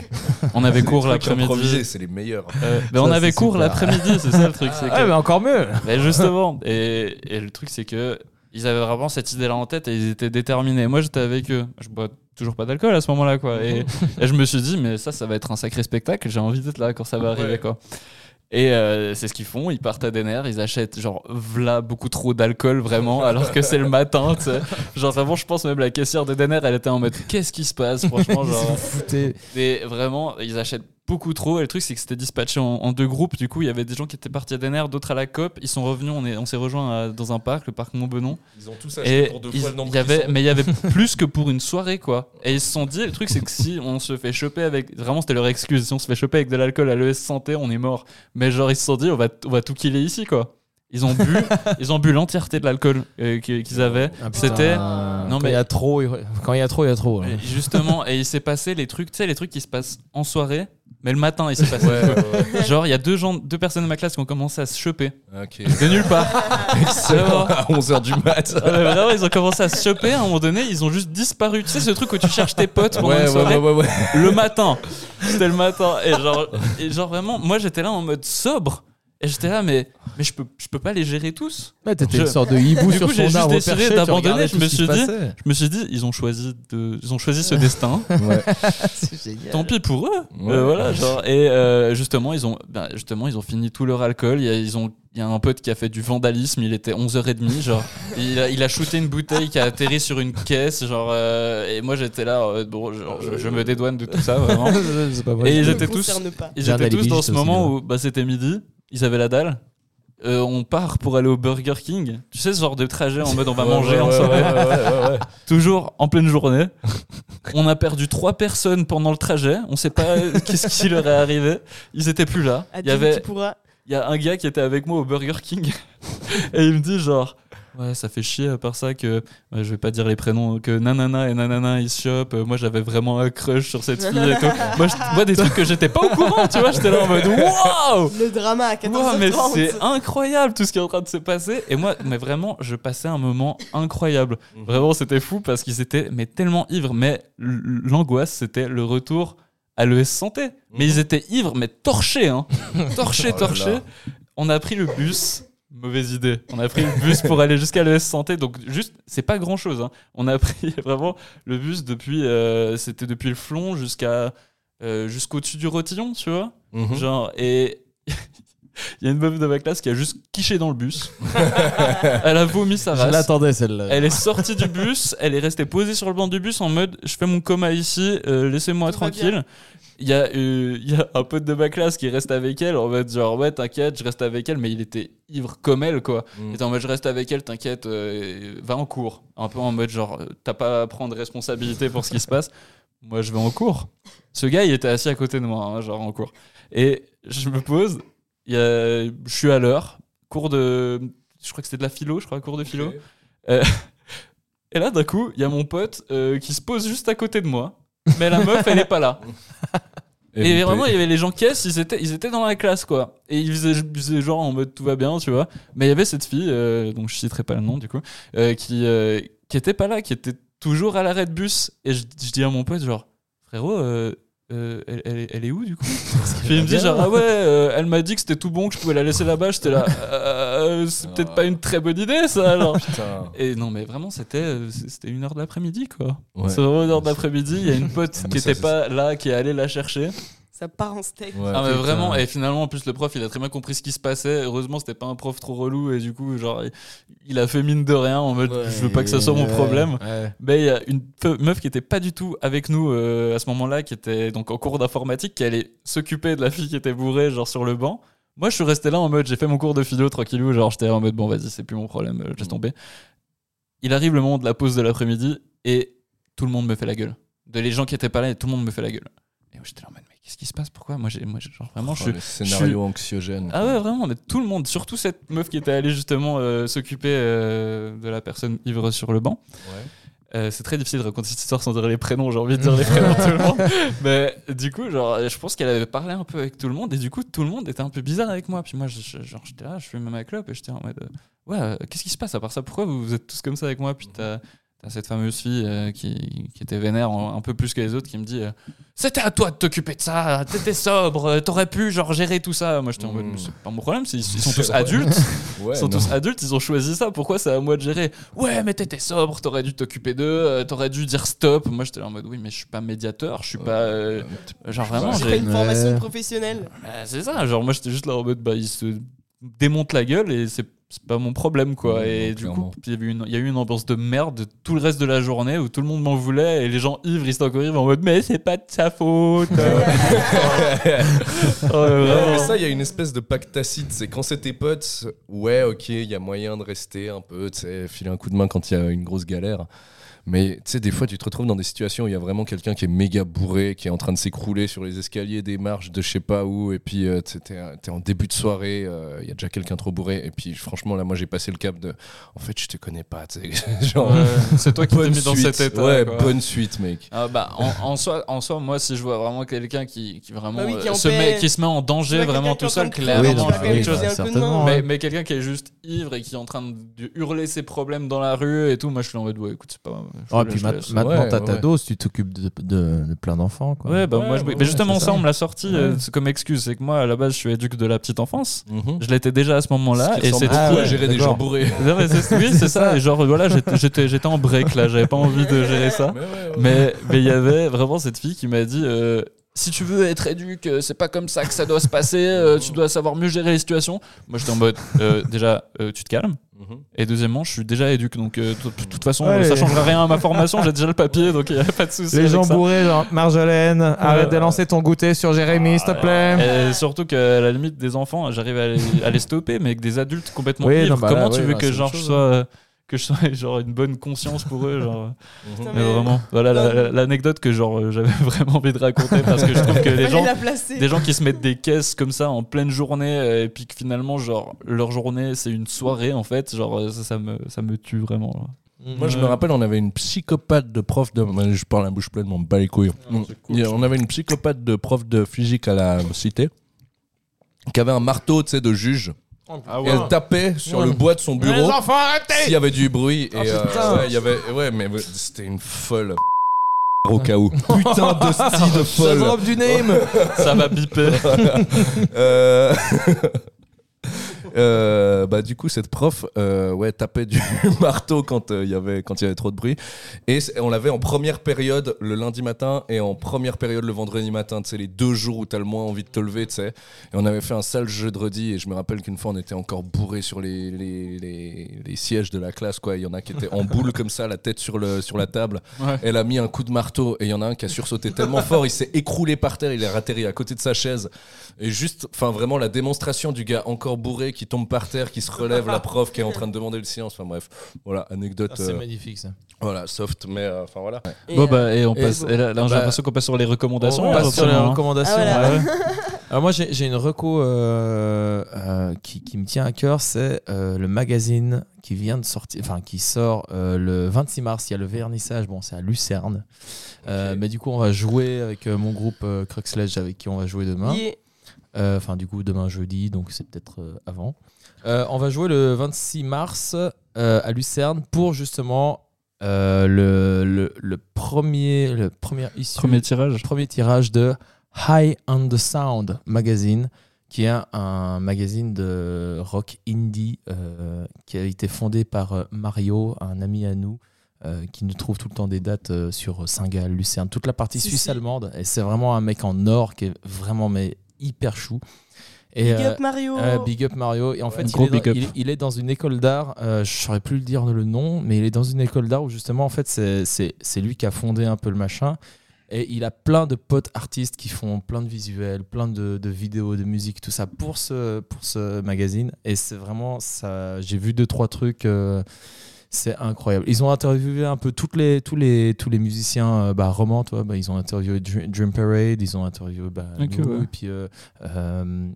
On avait cours Les trucs l'après-midi. improvisés, c'est les meilleurs. Euh, ben, on Ça, avait c'est cours super. l'après-midi, c'est ça le truc. c'est que- Ouais, mais encore mieux. Ben, justement. Et, et le truc, c'est que ils avaient vraiment cette idée-là en tête et ils étaient déterminés. Moi, j'étais avec eux. Je bois toujours pas d'alcool à ce moment-là, quoi. Et, et je me suis dit, mais ça, ça va être un sacré spectacle. J'ai envie d'être là quand ça va arriver, Ouais. quoi. Et euh, c'est ce qu'ils font, ils partent à des nerfs, ils achètent genre v'là beaucoup trop d'alcool vraiment, alors que c'est le matin, tu sais. Genre vraiment, je pense même la caissière de Denner, elle était en mode qu'est-ce qui se passe, franchement, genre. Foutez. Et vraiment, ils achètent beaucoup trop. Et le truc, c'est que c'était dispatché en, en deux groupes. Du coup, il y avait des gens qui étaient partis à Denner, d'autres à la COP. Ils sont revenus, on est- on s'est rejoints à- dans un parc, le parc Montbenon. Ils ont tous acheté Et pour deux ils- fois le nombre il y avait, qu'ils sont. mais il y avait plus que pour une soirée, quoi. Et ils se sont dit, le truc, c'est que si on se fait choper avec, vraiment, c'était leur excuse. Si on se fait choper avec de l'alcool à l'E S Santé, on est mort. Mais genre, ils se sont dit, on va, on va tout killer ici, quoi. Ils ont bu, ils ont bu l'entièreté de l'alcool euh, qu'ils qu'ils avaient. C'était, non Non, mais mais- il y a trop, il- quand il y a trop, il y a trop. hein. et justement, et il s'est passé les trucs, tu sais, les trucs qui se passent en soirée, mais le matin, il s'est passé. Ouais, ouais, ouais. Genre, il y a deux gens, deux personnes de ma classe qui ont commencé à se choper Ok. de nulle part. Excellent. À onze heures du mat. Ah, mais vraiment, ils ont commencé à se choper. À un moment donné, ils ont juste disparu. Tu sais, ce truc où tu cherches tes potes pendant Ouais, une ouais, soirée. ouais, ouais, ouais. Le matin. C'était le matin. Et genre, et genre vraiment, moi, j'étais là en mode sobre. Et j'étais là, mais, mais je, peux, je peux pas les gérer tous. Ouais, t'étais Je- une sorte de hibou Du sur coup, j'ai son juste arbre décidé perché, tu d'abandonner, regardais je tout me ce qui suis se dit- passait. Je me suis dit, ils ont choisi, de, ils ont choisi ce destin. Ouais. C'est génial. Tant pis pour eux. Ouais. Euh, voilà, genre, et euh, justement, ils ont, ben, justement, ils ont fini tout leur alcool. Il y a, ils ont, il y a un pote qui a fait du vandalisme. Il était onze heures trente, genre, il a, il a shooté une bouteille qui a atterri sur une caisse, genre, euh, et moi j'étais là, euh, bon, genre, je, je me dédouane de tout ça, vraiment. C'est pas vrai. Et ils Ça me étaient tous, concerne pas. ils J'ai un étaient tous alibi, dans j'étais ce aussi moment là. où, bah, c'était midi. Ils avaient la dalle. Euh, on part pour aller au Burger King. Tu sais, ce genre de trajet en mode on va Ouais, manger ouais, en ouais, soirée. ouais, ouais, ouais, ouais. Toujours en pleine journée. On a perdu trois personnes pendant le trajet. On sait pas qu'est-ce qui leur est arrivé. Ils étaient plus là. Il y Adieu, avait, tu pourras. il y a un gars qui était avec moi au Burger King et il me dit genre Ouais, ça fait chier à part ça que ouais, je vais pas dire les prénoms, que nanana et nanana ils se chopent. Euh, moi j'avais vraiment un crush sur cette fille et tout. Moi, je, moi des trucs que j'étais pas au courant, tu vois, j'étais là en mode waouh. Le drama à quatorze heures Wow, mais trente. c'est incroyable tout ce qui est en train de se passer. Et moi, mais vraiment, je passais un moment incroyable. Vraiment, c'était fou parce qu'ils étaient mais tellement ivres. Mais l- l'angoisse, c'était le retour à l'E S Santé. Mais ils étaient ivres, mais torchés, hein. Torchés, Oh là torchés. là. On a pris le bus. Mauvaise idée. On a pris le bus pour aller jusqu'à l'E S Santé. Donc, juste, c'est pas grand chose. Hein. On a pris vraiment le bus depuis. Euh, c'était depuis le Flon jusqu'à. Euh, jusqu'au-dessus du Rotillon, tu vois. Mhm. Genre, et. Il y a une meuf de ma classe qui a juste quiché dans le bus. Elle a vomi sa Je race. l'attendais celle-là. Elle est sortie du bus, elle est restée posée sur le banc du bus en mode je fais mon coma ici, euh, laissez-moi Tout va tranquille. Il y, a, euh, il y a un pote de ma classe qui reste avec elle en mode genre ouais t'inquiète je reste avec elle, mais il était ivre comme elle quoi. Mm. Il était en mode je reste avec elle, t'inquiète, euh, va en cours. Un peu en mode genre euh, t'as pas à prendre responsabilité pour ce qui se passe. Moi je vais en cours. Ce gars il était assis à côté de moi hein, genre en cours. Et je me pose, il y a, je suis à l'heure, cours de, je crois que c'était de la philo, je crois cours de philo. Ok. Euh, et là d'un coup il y a mon pote euh, qui se pose juste à côté de moi. Mais la meuf, elle est pas là. Et, vous vraiment, il payez- y avait les gens caisses, ils étaient, ils étaient dans la classe, quoi. Et ils faisaient, ils faisaient genre en mode tout va bien, tu vois. Mais il y avait cette fille, euh, dont je citerai pas le nom, du coup, euh, qui, euh, qui était pas là, qui était toujours à l'arrêt de bus. Et je, je dis à mon pote, genre, frérot, euh, euh, elle, elle, est- elle est où, du coup? Puis il me dit, genre, ah ouais, euh, elle m'a dit que c'était tout bon, que je pouvais la laisser là-bas. J'étais là, euh, c'est peut-être pas une très bonne idée, ça, alors. Putain. Et non, mais vraiment, c'était, euh, c'était une heure de l'après-midi, quoi. Ouais. C'est vraiment une heure d'après-midi. Il y a une pote Ah, mais qui ça, était c'est- pas là, qui est allée la chercher. Ça part en steak. Ouais, Ah, mais putain. vraiment. Et finalement, en plus, le prof, il a très bien compris ce qui se passait. Heureusement, c'était pas un prof trop relou. Et du coup, genre, il- il a fait mine de rien en mode, je veux pas que ça soit mon Ouais, problème. ouais. Mais il y a une fe- meuf qui était pas du tout avec nous euh, à ce moment-là, qui était donc en cours d'informatique, qui allait s'occuper de la fille qui était bourrée, genre sur le banc. Moi, je suis resté là en mode, j'ai fait mon cours de philo tranquillou, genre j'étais en mode, bon, vas-y, c'est plus mon problème, euh, laisse tomber. Il arrive le moment de la pause de l'après-midi et tout le monde me fait la gueule. De les gens qui étaient pas là, et tout le monde me fait la gueule. Et moi, j'étais là en mode, mais qu'est-ce qui se passe? Pourquoi? Moi, j'ai, moi, j'ai- genre vraiment, Oh, je suis. le scénario anxiogène. Ah ouais, vraiment, mais tout le monde, surtout cette meuf qui était allée justement euh, s'occuper euh, de la personne ivre sur le banc. Ouais. Euh, c'est très difficile de raconter cette histoire sans dire les prénoms, j'ai envie de dire les prénoms de tout le monde. Mais du coup, genre, je pense qu'elle avait parlé un peu avec tout le monde et du coup, tout le monde était un peu bizarre avec moi. Puis moi, je, je- genre, j'étais là, je fumais ma clope et j'étais en mode, euh, ouais, euh, qu'est-ce qui se passe à part ça? Pourquoi vous, vous êtes tous comme ça avec moi? Puis t'as, t'as cette fameuse fille euh, qui, qui était vénère en- un peu plus que les autres qui me dit, euh, c'était à toi de t'occuper de ça, t'étais sobre, euh, t'aurais pu genre gérer tout ça. Moi, j'étais en mode, Mm. mais c'est pas mon problème, c'est- ils sont C'est tous vrai. adultes. Ouais, Ils sont non. tous adultes, ils ont choisi ça. Pourquoi c'est à moi de gérer? Ouais, mais t'étais sobre, t'aurais dû t'occuper d'eux, euh, t'aurais dû dire stop. Moi, j'étais là en mode oui, mais je suis pas médiateur, je suis pas. euh, genre vraiment, J'ai j'ai. fait une formation Ouais. professionnelle. Bah, c'est ça, genre moi j'étais juste là en mode bah ils se démontent la gueule et c'est c'est pas mon problème quoi. Ouais, et non, du clairement. coup, il y avait une- il y a eu une ambiance de merde tout le reste de la journée où tout le monde m'en voulait et les gens ivres ils étaient encore ivres en mode mais c'est pas de sa faute. Oh, Ouais, vraiment. mais ça, il y a une espèce de pacte tacite. C'est quand c'est tes potes, ouais, ok, il y a moyen de rester un peu, tu sais, filer un coup de main quand il y a une grosse galère. Mais tu sais, des fois, tu te retrouves dans des situations où il y a vraiment quelqu'un qui est méga bourré, qui est en train de s'écrouler sur les escaliers des marches de je sais pas où, et puis euh, tu sais, t'es, t'es en début de soirée, euh, il y a déjà quelqu'un trop bourré, et puis franchement, là, moi, j'ai passé le cap de en fait, je te connais pas, tu sais. Genre, Ouais, c'est toi qui t'es bonne mis dans suite. cet état. Ouais, quoi. bonne suite, mec. Ah bah, en, en, soi, en soi, moi, si je vois vraiment quelqu'un qui, qui vraiment Bah oui, qui est euh, en se paix. met, qui se met en danger Tu vois vraiment quelqu'un tout qui est en seul, train de clairement, Oui, non, je bah fais oui, quelque chose. ça, un peu de certainement. main. Mais, mais quelqu'un qui est juste ivre et qui est en train de hurler ses problèmes dans la rue et tout, moi je suis en mode, ouais, écoute, c'est pas. Je, Oh, je puis le ma- laisse. maintenant, Ouais, t'as ta ouais. dose, tu t'occupes de, de- de plein d'enfants. Quoi. Ouais, bah Ouais, moi, je... ouais, mais justement, c'est ça, ça. on me l'a sorti euh, Ouais. c'est comme excuse. C'est que moi, à la base, je suis éduque de la petite enfance. Mhm. Je l'étais déjà à ce moment-là. Ce qui Et ressemble c'est Ah beaucoup à ouais, gérer des d'accord. gens bourrés. Non, mais c'est- oui, c'est ça. Et genre, voilà, j'étais- j'étais j'étais en break là, j'avais pas envie de gérer ça. Mais ouais, ouais. Mais mais il y avait vraiment cette fille qui m'a dit euh, si tu veux être éduque, euh, c'est pas comme ça que ça doit se passer, euh, tu dois savoir mieux gérer les situations. Moi j'étais en mode euh, déjà, euh, tu te calmes. Mhm. Et deuxièmement, je suis déjà éduque, donc euh, de toute façon, Ouais, ça les- changera rien à ma formation, j'ai déjà le papier, donc il n'y a pas de souci. Les avec gens ça. bourrés, genre Marjolaine, arrête de lancer ton goûter sur Jérémy, s'il te plaît. Et surtout qu'à la limite des enfants, j'arrive à les, à les stopper, mais avec des adultes complètement Oui, ivres, non, bah comment là, tu oui, veux bah, que c'est genre autre je chose, sois, euh, que je sois genre une bonne conscience pour eux. Genre. Putain, Mais mais- vraiment, voilà la- la- l'anecdote que genre euh, j'avais vraiment envie de raconter parce que je trouve que les Fallait gens, la placer. des gens qui se mettent des caisses comme ça en pleine journée euh, et puis que finalement genre leur journée c'est une soirée en fait, genre euh, ça, ça me ça me tue vraiment. Là. Moi, je me rappelle, on avait une psychopathe de prof de. Moi, je parle la bouche pleine, mon bas les couilles. Il y a- on avait une psychopathe de prof de physique à la cité qui avait un marteau, tu sais, de juge. Ah Et elle tapait sur le bois de son Les bureau enfants, arrêtez. s'il y avait du bruit. Ah, Et euh, putain. ouais, il y avait. Ouais, mais ouais, c'était une folle. Au cas où. Putain de style de Ça folle. drop du name. Ça va biper. Euh, euh, bah du coup cette prof euh, ouais tapait du marteau quand il y avait quand il y avait trop de bruit et c- on l'avait en première période le lundi matin et en première période le vendredi matin, tu sais, les deux jours où t'as le moins envie de te lever, tu sais. Et on avait fait un sale jeudi et je me rappelle qu'une fois on était encore bourré sur les, les, les, les sièges de la classe, quoi. Il y en a qui étaient en boule comme ça, la tête sur, le, sur la table. Ouais. Elle a mis un coup de marteau et il y en a un qui a sursauté tellement fort, il s'est écroulé par terre, il est atterri à côté de sa chaise. Et juste, enfin vraiment la démonstration du gars encore bourré qui tombe par terre, qui se relève, la prof qui est en train de demander le silence. Enfin bref, voilà, anecdote. Ah, c'est euh, magnifique ça. voilà, soft, mais euh, enfin voilà. Et, Bon euh, bah et on et passe. bon. et là, là, j'ai Bah, l'impression qu'on passe sur les recommandations. On là, passe sur les gentiment, hein. recommandations. Ah, voilà. ouais. Alors moi j'ai j'ai une reco euh, euh, qui, qui me tient à cœur, c'est euh, le magazine qui vient de sortir, enfin qui sort euh, le vingt-six mars. Il y a le vernissage, bon c'est à Lucerne, Euh, Ok. mais du coup on va jouer avec euh, mon groupe euh, Crux Sledge avec qui on va jouer demain. yeah. Euh, Enfin du coup demain jeudi, donc c'est peut-être euh, avant. Euh, on va jouer le vingt-six mars euh, à Lucerne pour justement euh, le, le, le premier le premier issue Premier tirage. premier tirage de High on the Sound magazine, qui est un, un magazine de rock indie euh, qui a été fondé par euh, Mario, un ami à nous, euh, qui nous trouve tout le temps des dates euh, sur Saint-Gall, Lucerne, toute la partie Si, suisse si. allemande. Et c'est vraiment un mec en or qui est vraiment mais hyper chou. Et, Big euh, up Mario. euh, big up Mario. Et en fait, il Gros est, dans, big up. il, est- il est dans une école d'art. Euh, je saurais plus le dire le nom, mais il est dans une école d'art où justement, en fait, c'est, c'est, c'est lui qui a fondé un peu le machin. Et il a plein de potes artistes qui font plein de visuels, plein de, de vidéos, de musique, tout ça pour ce, pour ce magazine. Et c'est vraiment ça. J'ai vu deux trois trucs. euh, c'est incroyable. Ils ont interviewé un peu toutes les, tous, les, tous les musiciens euh, bah, romans. Toi, bah, ils ont interviewé Dream, Dream Parade, ils ont interviewé bah, Ok, nous, ouais. et puis euh, euh,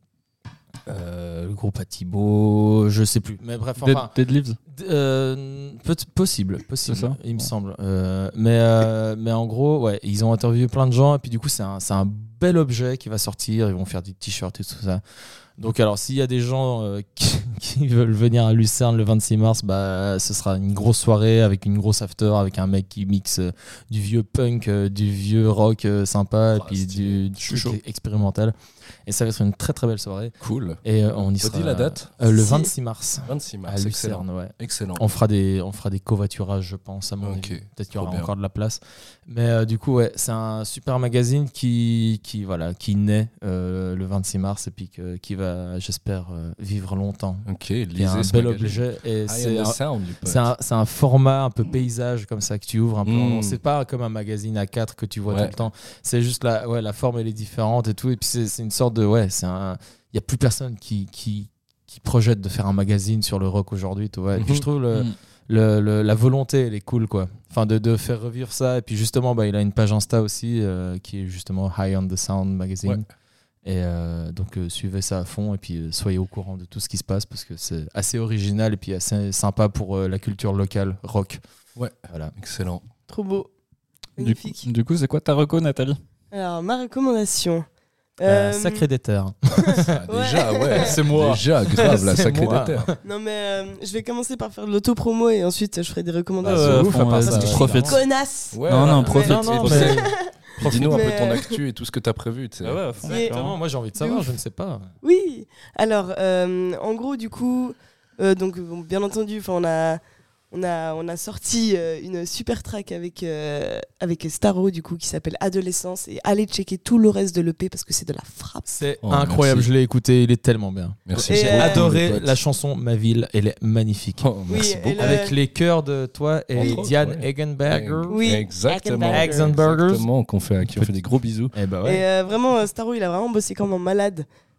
euh, le groupe Atibo, je sais plus. Mais bref, Dead, enfin, Dead Leaves. D- euh, peut- possible, possible, C'est ça il me Ouais. semble. Euh, mais, euh, mais en gros, ouais, ils ont interviewé plein de gens et puis du coup, c'est un, c'est un bel objet qui va sortir. Ils vont faire des t-shirts et tout ça. Donc, alors, s'il y a des gens euh, qui, qui veulent venir à Lucerne le vingt-six mars, bah, ce sera une grosse soirée avec une grosse after, avec un mec qui mixe euh, du vieux punk, euh, du vieux rock euh, sympa et Ah, puis stylé. du, du Je suis truc chaud. expérimental. Et ça va être une très très belle soirée. Cool. Et euh, on y sera. Redis la date. euh, Le Si. vingt-six mars. vingt-six À mars, excellent. Lucerne, ouais. Excellent. On fera des, on fera des covoiturages, je pense, à mon Ok, avis. Peut-être qu'il y aura trop bien. encore de la place. Mais euh, du coup, ouais, c'est un super magazine qui, qui, voilà, qui naît euh, le vingt-six mars et puis que- qui va, j'espère, euh, vivre longtemps. Ok, C'est lisez un ce bel magazine. objet. Et High c'est on the un, sound, du pote. c'est un, c'est un format un peu paysage comme ça que tu ouvres un peu. Mm. C'est pas comme un magazine A quatre que tu vois Ouais. tout le temps. C'est juste la, ouais, la forme elle est différente et tout. Et puis c'est c'est une sorte de, ouais, c'est un. Il y a plus personne qui, qui, qui projette de faire un magazine sur le rock aujourd'hui. Tu vois. Et puis Mhm. je trouve le, Mm. le, le- la volonté elle est cool quoi. Enfin de, de faire revivre ça. Et puis justement, bah, il a une page Insta aussi euh, qui est justement High on the Sound magazine. Ouais. Et euh, donc euh, suivez ça à fond et puis euh, soyez au courant de tout ce qui se passe parce que c'est assez original et puis assez sympa pour euh, la culture locale rock. Ouais. Voilà. Excellent. Trop beau. Du, Magnifique. du coup, c'est quoi ta reco, Nathalie? Alors, ma recommandation. Euh, Euh, Sacré des terres. Ah, déjà, ouais. C'est moi. Déjà, grave, la C'est sacrée moi. des terres. Non, mais euh, je vais commencer par faire de l'auto-promo et ensuite je ferai des recommandations. Euh, ouf, fond, à part euh, ça, tu ouais. profites. Connasse. Ouais, Non, non, ouais. profite. Non, non, Et mais- puis, dis-nous un peu Mais- ton actu et tout ce que t'as prévu. tu sais. Ah ouais, à fond, Et- clairement. Moi j'ai envie de De savoir, ouf. je ne sais pas. Oui. Alors, euh, en gros, du coup, euh, donc bon, bien entendu, enfin, on a, on a, on a sorti euh, une super track avec euh, avec Starro du coup qui s'appelle Adolescence et allez checker tout le reste de l'E P parce que c'est de la frappe. C'est Oh, incroyable, merci. je l'ai écouté, il est tellement bien. Merci. Et, J'ai euh, adoré les potes. la chanson Ma ville, elle est magnifique. Oh, merci Oui, et beaucoup. le- Avec les chœurs de toi et Entre autres, Diane ouais. Eggenberger. Oui. Exactement. Eggenbergers. Exactement, qu'on fait, à qui on fait des gros bisous. Eh bah Et ouais. euh, vraiment, euh, Starro, il a vraiment bossé comme un malade.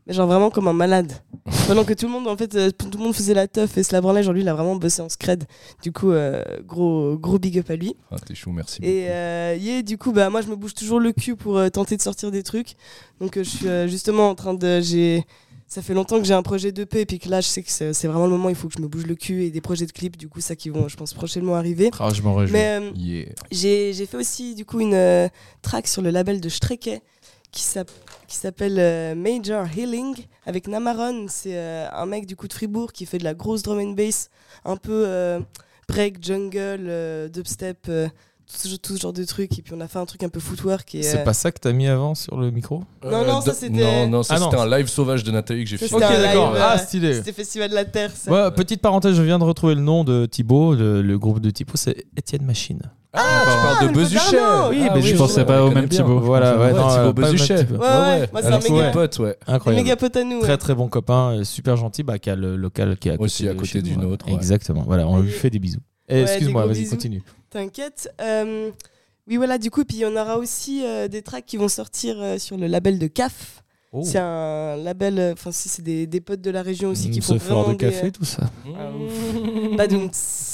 mais genre vraiment comme un malade. Pendant que tout le monde, en fait, euh, tout le monde faisait la teuf et se la branlait, genre lui, il a vraiment bossé en scred. Du coup, euh, gros, gros big up à lui. Ah, t'es chou, merci. Et euh, yeah, du coup, bah, moi, je me bouge toujours le cul pour euh, tenter de sortir des trucs. Donc, euh, je suis euh, justement en train de. J'ai... Ça fait longtemps que j'ai un projet d'E P et puis que là, je sais que c'est, c'est vraiment le moment, il faut que je me bouge le cul et des projets de clips, du coup, ça qui vont, je pense, prochainement arriver. Ah, je m'en réjouis. Mais euh, Yeah. j'ai, j'ai fait aussi, du coup, une euh, track sur le label de Strecke qui, s'app- qui s'appelle euh, Major Healing avec Namaron. C'est euh, un mec, du coup, de Fribourg qui fait de la grosse drum and bass, un peu euh, break, jungle, euh, dubstep. Euh, Tout ce, tout ce genre de trucs, et puis on a fait un truc un peu footwork. Et, C'est euh, pas ça que t'as mis avant sur le micro? Non, non, ça, de- c'était- Non, non, ça Ah, non. c'était un live sauvage de Nathalie que j'ai Ça, filmé. c'était un live, euh, Ah, stylé. C'était Festival de la Terre, ça. Ouais, petite parenthèse, je viens de retrouver le nom de Thibaut, le, le groupe de Thibaut, c'est Étienne Machine. Ah, tu parles de le Bezuchet. Pavard, oui, Ah mais je pensais ouais, pas on au connaît même bien. Thibaut. Voilà, ouais, Ouais, non, Thibaut euh, pas le même Bezuchet. Thibaut. Ouais, ouais, moi, c'est un Avec méga- mes potes, ouais. Un Incroyable. méga pote à nous. Très ouais. très bon copain, euh, super gentil, bah, qui a le local qui est à côté, Aussi à de côté chez du nous, nôtre, ouais. ouais. Exactement, voilà, on lui fait des bisous. Et Ouais, excuse-moi, des gros vas-y, bisous. continue. T'inquiète. Euh, oui, voilà, du coup, puis il y en aura aussi euh, des tracks qui vont sortir euh, sur le label de C A F. Oh. C'est un label, euh, enfin, si c'est des, des potes de la région aussi qui Mmh, font ce fort vraiment de café, des, tout ça. euh, Badoum.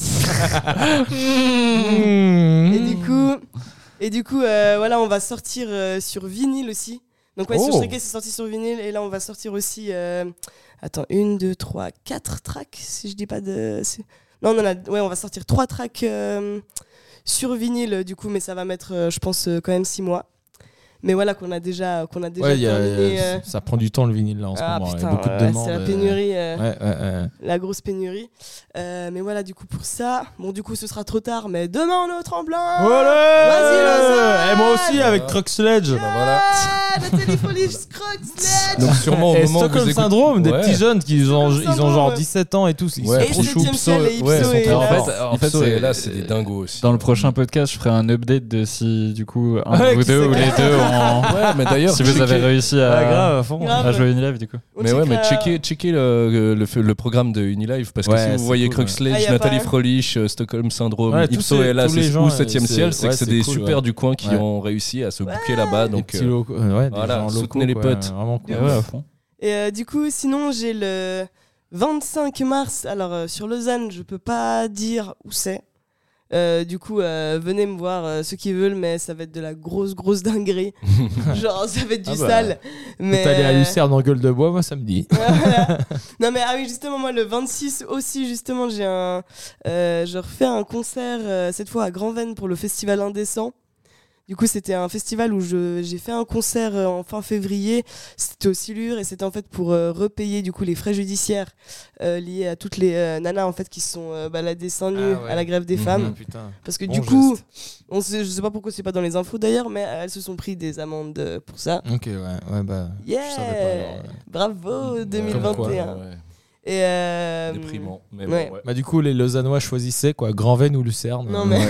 Mmh. Et du coup, et du coup euh, voilà, on va sortir euh, sur vinyle aussi. Donc ouais, sur Oh. Strecke, c'est sorti sur vinyle. Et là, on va sortir aussi... euh, Attends, une, deux, trois, quatre tracks, si je dis pas de... c'est- Non, non, ouais, on va sortir trois tracks euh, sur vinyle, du coup, mais ça va mettre, euh, je pense, euh, quand même six mois. Mais voilà, qu'on a déjà, qu'on a déjà Ouais, il y a- terminé, euh, ça prend du temps le vinyle là en ce ah, moment. Il y putain, a beaucoup de ouais, demandes. c'est la euh, pénurie. euh, Ouais, ouais, ouais. La grosse pénurie. Euh, mais voilà, du coup, pour ça, bon, du coup, ce sera trop tard, mais demain, on est au tremplin. Voilà. Vas-y, Lausanne. Et moi aussi avec Truck Sledge. Bah voilà. Ah, la téléfolie Scrox Sledge. Donc sûrement au Et moment où vous Stockholm écoutez... Syndrome, des Ouais. petits jeunes qui ont, Stockholm ils ont Syndrome, genre ouais. dix-sept ans et tout. Ils Ouais, sont Et trop choux. septième ciel et ouais, Ipso ils et sont en là. fait, en En fait, fait, c'est- là, c'est des dingos aussi. Dans le prochain podcast, je ferai un update de si du coup un Ouais, de vous qui deux sait ou les que- deux ont... Ouais, mais d'ailleurs, si vous avez checker- réussi Ah, à, grave, à fond. Grave. à jouer une live du coup. On Mais ouais, mais checkera- checker, checker le, le, le programme de Unilive parce que Ouais, si c'est vous voyez cool, Crux ouais. Sledge, Ah, y a Nathalie pas- Frolich, euh, Stockholm Syndrome, Ouais, tous Ipso ces- et là, tous les c'est gens, ou euh, septième c'est- ciel, c'est ouais, que c'est c'est des cool, super ouais. du coin qui Ouais. ont réussi à se bouquer là-bas. Des Donc petits euh, locaux, ouais, des voilà, gens locaux, soutenez les quoi, potes. Vraiment cool. Et ouais, à fond. Et euh, du coup, sinon, j'ai le vingt-cinq mars. Alors, euh, sur Lausanne, je peux pas dire où c'est. Euh, du coup, euh, venez me voir euh, ceux qui veulent, mais ça va être de la grosse, grosse dinguerie. Genre, ça va être du Ah bah. sale. Mais T'es allé à euh, Lucerne en gueule de bois, moi, samedi. voilà. Non mais ah oui, justement, moi le vingt-six aussi, justement, j'ai un euh, je refais un concert euh, cette fois à Grand-Venne pour le festival Indécent. Du coup, c'était un festival où je, j'ai fait un concert euh, en fin février. C'était au Silure et c'était en fait pour euh, repayer du coup les frais judiciaires euh, liés à toutes les euh, nanas en fait qui se sont euh, baladées seins nus Ah ouais. à la grève des Mhm. femmes. Putain. Parce que Bon du coup, geste. on sait, je sais pas pourquoi c'est pas dans les infos d'ailleurs, mais euh, elles se sont pris des amendes euh, pour ça. Ok, ouais, ouais, bah. Yeah, je savais pas, alors, ouais. bravo deux mille vingt et un. ouais, ouais. Et euh, Déprimant. Mais ouais. bon, ouais. Bah, du coup, les Lausannois choisissaient quoi, Grand-Venne ou Lucerne. Non mais, Ouais.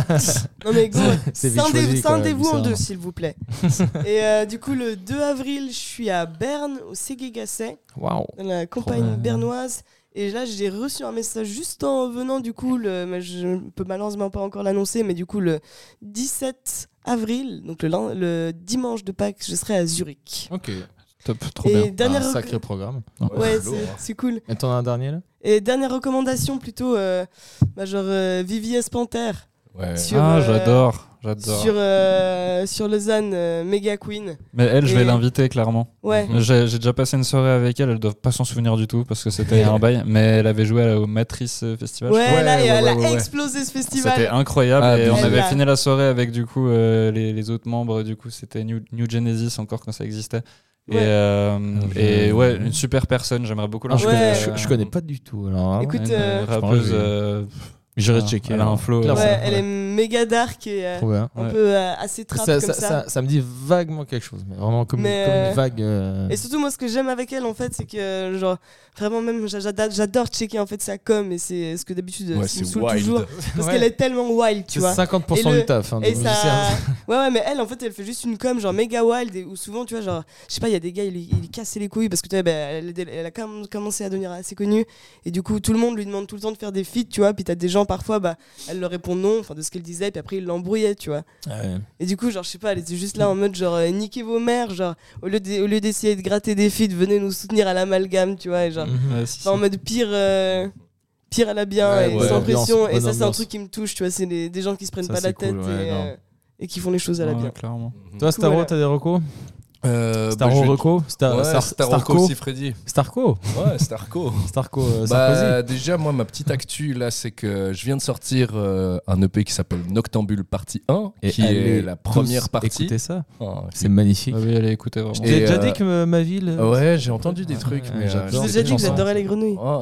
non mais go, C'est vite scindez- choisi, quoi, scindez-vous en Lucerne. deux s'il vous plaît. Et euh, du coup le deux avril, je suis à Berne au Ségué-Gasset, Waouh. dans la campagne bien. bernoise. Et là j'ai reçu un message juste en venant du coup, le, mais je peux malheureusement pas encore l'annoncer, mais du coup le dix-sept avril, donc le, lin- le dimanche de Pâques, je serai à Zurich. Ok. Top, trop Et bien. dernière Un rec- sacré programme. Ouais, lourd, c'est, hein. c'est cool. Et t'en as un dernier là? Et dernière recommandation plutôt, euh, bah, genre euh, Vivi Espenter. Ouais. Sur, Ah, euh, j'adore, j'adore. Sur, euh, sur Lausanne, euh, Mega Queen. Mais elle, je vais Et- l'inviter clairement. Ouais. J'ai j'ai déjà passé une soirée avec elle, elle doit pas s'en souvenir du tout parce que c'était un bail, mais elle avait joué au Matrice Festival. je Ouais, crois. là, et ouais, elle ouais, a ouais, ouais. explosé ce C'était festival. incroyable Ah, et on elle avait a- fini la soirée avec du coup euh, les, les autres membres, du coup c'était New, New Genesis encore quand ça existait. Ouais. Et, euh, Ah, et je- ouais, une super personne, j'aimerais beaucoup Ah, je, l'inviter. Ouais. connais, je, je connais pas du tout. Alors, vraiment. Écoute, Une euh, rappeuse. je- euh, J'irai ah, checker. elle a un alors. flow. Clairement. Ouais, ouais. elle est méga dark et euh, Trop bien. un Ouais. peu euh, assez trap Ça, comme ça, ça. ça- ça me dit vaguement quelque chose, mais vraiment comme, Mais, comme euh, une vague. euh, Et surtout, moi, ce que j'aime avec elle, en fait, c'est que, genre, vraiment, même, j'a- j'adore, j'adore checker, en fait, sa com, et c'est ce que d'habitude, Ouais, ça me c'est saoule wild. toujours, parce Ouais. qu'elle est tellement wild, tu c'est vois. cinquante pour cent Et le- du taf. Hein, Et de ça. musicien. Ouais, ouais, mais elle, en fait, elle fait juste une com, genre méga wild, et où souvent, tu vois, genre, je sais pas, il y a des gars, ils lui ils lui cassaient les couilles, parce que, tu vois, bah, elle, elle a quand même commencé à devenir assez connue, et du coup, tout le monde lui demande tout le temps de faire des feats, tu vois, puis t'as des gens parfois, bah, elle leur répond non, enfin de ce qu'elle disait, puis après, ils l'embrouillaient, tu vois. Ouais. Et du coup, genre, je sais pas, elle était juste là en mode, genre, euh, niquez vos mères, genre, au lieu, de- au lieu d'essayer de gratter des feats, venez nous soutenir à l'amalgame, tu vois, et genre, Mhm. Ouais, si, enfin, en si. mode pire. euh, Pire à la bien Ouais, et ouais, sans ambiance, pression. Et bonne ça, c'est un ambiance. truc qui me touche, tu vois. C'est des, des gens qui se prennent Ça, pas la c'est tête cool, ouais, et, grave. euh, et qui font les choses à la Ouais, bien. clairement. Toi, Staro, voilà. t'as des recos Euh, bah, Staro je- Reco Star- Ouais, Star- Starocco Starco aussi, Freddy. Starco Ouais, Starco. Starco euh, Sarkozy. Bah, déjà, moi, ma petite actu, là, c'est que je viens de sortir euh, un E P qui s'appelle Noctambule Partie un, Et qui allez est la première tous partie. Écoutez ça, Oh, c'est magnifique. Ah oui, allez, écoutez vraiment. Et, J'ai déjà euh, dit que euh, ma ville. euh, Ouais, j'ai entendu des trucs, Ouais, mais j'adore. euh, Je vous ai sais déjà dit que pas. j'adorais les grenouilles. Oh.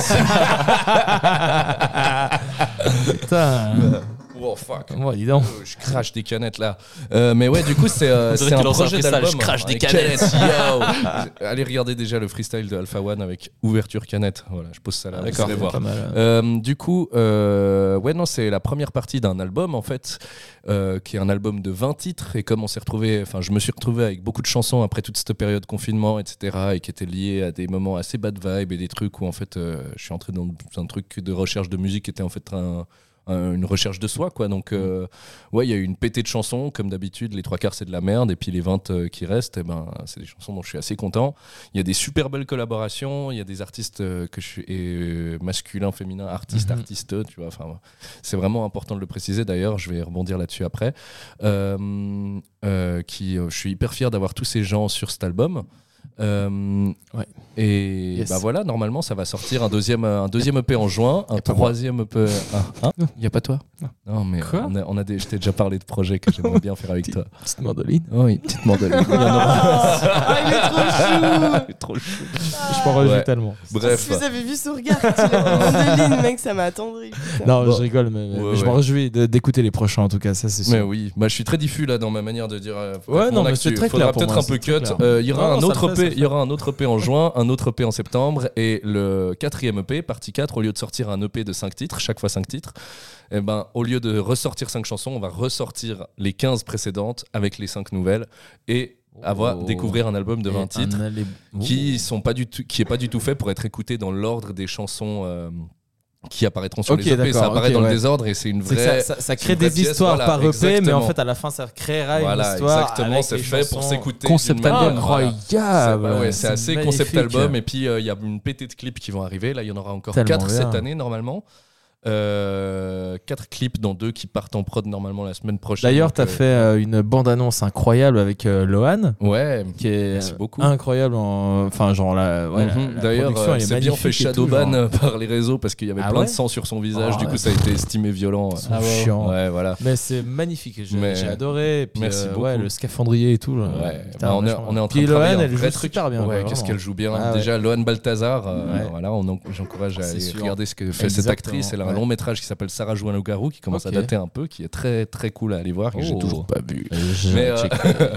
Putain. Oh, fuck. Bon, dis donc. Euh, Je crache des canettes là. Euh, mais ouais, du coup, c'est euh, On dirait c'est un qu'il lance un projet freestyle, d'album. je crache des Avec canettes. yo. Allez regarder déjà le freestyle de Alpha One avec ouverture canette. Voilà, je pose ça là. vous D'accord, allez voir. Pas mal. Euh, du coup, euh, ouais, non, c'est la première partie d'un album en fait, euh, qui est un album de vingt titres. Et comme on s'est retrouvé, enfin, je me suis retrouvé avec beaucoup de chansons après toute cette période de confinement, et cetera, et qui étaient liées à des moments assez bad vibe et des trucs où en fait, euh, je suis entré dans un truc de recherche de musique qui était en fait un un- une recherche de soi quoi, donc euh, ouais, il y a eu une pétée de chansons comme d'habitude. Les trois quarts c'est de la merde et puis les vingt euh, qui restent, eh ben, c'est des chansons dont je suis assez content. Il y a des super belles collaborations, il y a des artistes euh, que je suis et, euh, masculins, féminins, artistes, Mhm. artistes, tu vois, enfin c'est vraiment important de le préciser. D'ailleurs, je vais rebondir là-dessus après. Euh, euh, qui, euh, je suis hyper fier d'avoir tous ces gens sur cet album. Euh, Ouais. Et Yes. bah voilà, normalement ça va sortir un deuxième, un deuxième E P en juin, un Et pas moi. troisième E P. Ah, hein Il y a pas toi Non. Non, mais Quoi on a, on a des, je t'ai déjà parlé de projets que j'aimerais bien faire avec toi. Petite mandoline. Oh oui, petite mandoline. Il y en aura. Ah, il est trop chou. Il est trop chou. Je m'en réjouis Ouais. tellement. Bref. Si vous avez vu ce regard, quand il a mandoline, mec, ça m'a attendri. putain. Non, Bon. je rigole, mais, mais Ouais, je ouais. m'en réjouis de- d'écouter les prochains en tout cas, ça c'est sûr. Mais oui, bah, je suis très diffus là dans ma manière de dire. euh, Ouais, mon non, mais actu. c'est très Faudra clair pour peut-être moi, un peu c'est très cut. clair. Euh, Il y aura Non, un ça autre le fait, ça E P, le il y aura un autre E P en juin, un autre E P en septembre et le quatrième E P, partie quatre, au lieu de sortir un E P de cinq titres, chaque fois cinq titres, eh ben, au lieu de ressortir cinq chansons, on va ressortir les quinze précédentes avec les cinq nouvelles et avoir Oh. découvrir un album de vingt Et un titres allé- qui sont pas du tout, qui est pas du tout fait pour être écouté dans l'ordre des chansons euh, qui apparaîtront sur Ok, les E P. Ça d'accord, apparaît ok, dans ouais. le désordre et c'est une C'est que vraie. ça, ça, ça c'est crée une vraie des pièce, histoires voilà, par E P, mais en exactement. fait à la fin ça créera Voilà, une histoire. exactement, avec c'est les fait pour chansons. s'écouter. Concept d'une album. manière, voilà. Incroyable. C'est- ouais, c'est assez concept magnifique. album et puis euh, il y a une pétée de clips qui vont arriver. Là, il y en aura encore Tellement quatre bien. cette année normalement. Euh, quatre clips dont deux qui partent en prod normalement la semaine prochaine. D'ailleurs, Donc, t'as euh, fait euh, une bande-annonce incroyable avec euh, Lohan, Ouais. qui est Merci beaucoup. incroyable. En... Enfin, genre la. Ouais, la- Mhm. la D'ailleurs, production, euh, elle est c'est bien magnifique fait et tout, shadowban genre. par les réseaux parce qu'il y avait Ah plein ouais de sang sur son visage. Oh, du coup, ouais. ça a été estimé violent. Ils sont Ah ouais, chiants. Ouais, voilà. Mais c'est magnifique. J'ai Mais- j'ai adoré. Et puis, Merci euh, beaucoup. ouais, le scaphandrier et tout. là. Ouais, Putain, bah, on, est, vachement on est en train Puis de travailler Lohan, un elle vrai joue truc. super bien. Ouais, quoi, qu'est-ce vraiment. qu'elle joue bien. Ah ouais. Déjà, Lohan Balthazar, euh, Ouais. voilà, on en- j'encourage à C'est aller sûr. regarder ce que fait cette Exactement, actrice. Elle a un ouais. long métrage qui s'appelle Sarah joue un loup-garou qui commence Ok. à dater un peu, qui est très très cool à aller voir, que j'ai Oh. toujours pas vu. Euh, je- Mais, euh, check.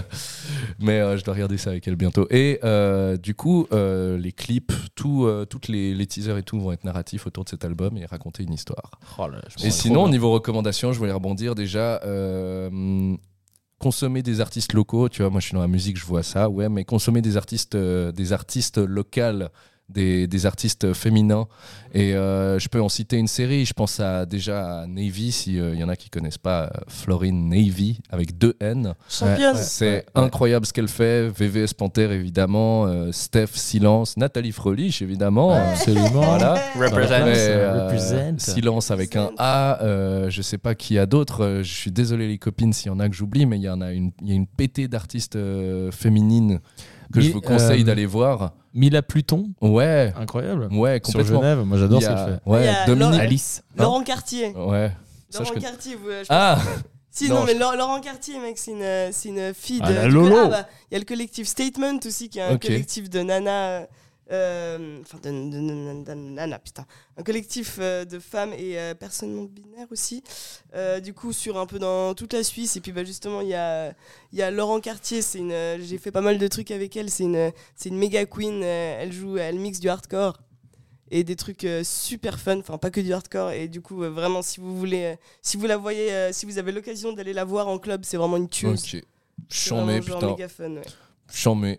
mais euh, je dois regarder ça avec elle bientôt. Et euh, du coup, euh, les clips, tout, euh, toutes les, les teasers et tout vont être narratifs autour de cet album et raconter une histoire. Oh là, je me Et sens sinon, trop au niveau recommandations, je voulais rebondir déjà. euh, consommer des artistes locaux, tu vois, moi je suis dans la musique, je vois ça, ouais, mais consommer des artistes, euh, des artistes locales, des, des artistes féminins. Et euh, je peux en citer une série, je pense à, déjà à Navy, s'il y en a qui connaissent pas, euh, Florine Navy, avec deux N. Championne. C'est ouais. incroyable ce qu'elle fait. V V S Panther, évidemment. euh, Steph, Silence. Nathalie Froelich, évidemment. Ouais. Absolument. Voilà. Represent. Mais, euh, Represent. Silence avec un A. euh, je sais pas qui a d'autres. euh, Je suis désolé, les copines, s'il y en a que j'oublie, mais il y en a une, il y a une pétée d'artistes euh, féminines que je Mi- vous conseille euh, d'aller voir. Mila Pluton, Ouais. incroyable. Ouais, Sur complètement. Genève, moi j'adore Il y ce a- qu'elle fait. Il y Ouais, a Dominique. Laure- Alice. Laurent Cartier. Ouais. Ça, je Laurent connais. Cartier, vous, je pense- Ah Si, Non, non, mais je- Laure- Laurent Cartier, mec, c'est une, euh, c'est une fille de. Ah, la du coup, Lolo. ah, bah, il y a le collectif Statement aussi, qui est un Ok. collectif de nana. euh, Enfin, de, de- de- de- de nana, putain. Un collectif euh, de femmes et euh, personnes non binaires aussi. Euh, du coup, sur un peu dans toute la Suisse. Et puis, bah, justement, il y a, il y a Laurent Cartier. C'est une, euh, j'ai fait pas mal de trucs avec elle. C'est une, c'est une méga queen. euh, Elle joue, elle mixe du hardcore. Et des trucs euh, super fun, enfin pas que du hardcore. Et du coup, euh, vraiment, si vous voulez, euh, si vous la voyez, euh, si vous avez l'occasion d'aller la voir en club, c'est vraiment une tueuse. Ok. C'est Chambé, vraiment genre putain. méga fun, ouais. Chambé.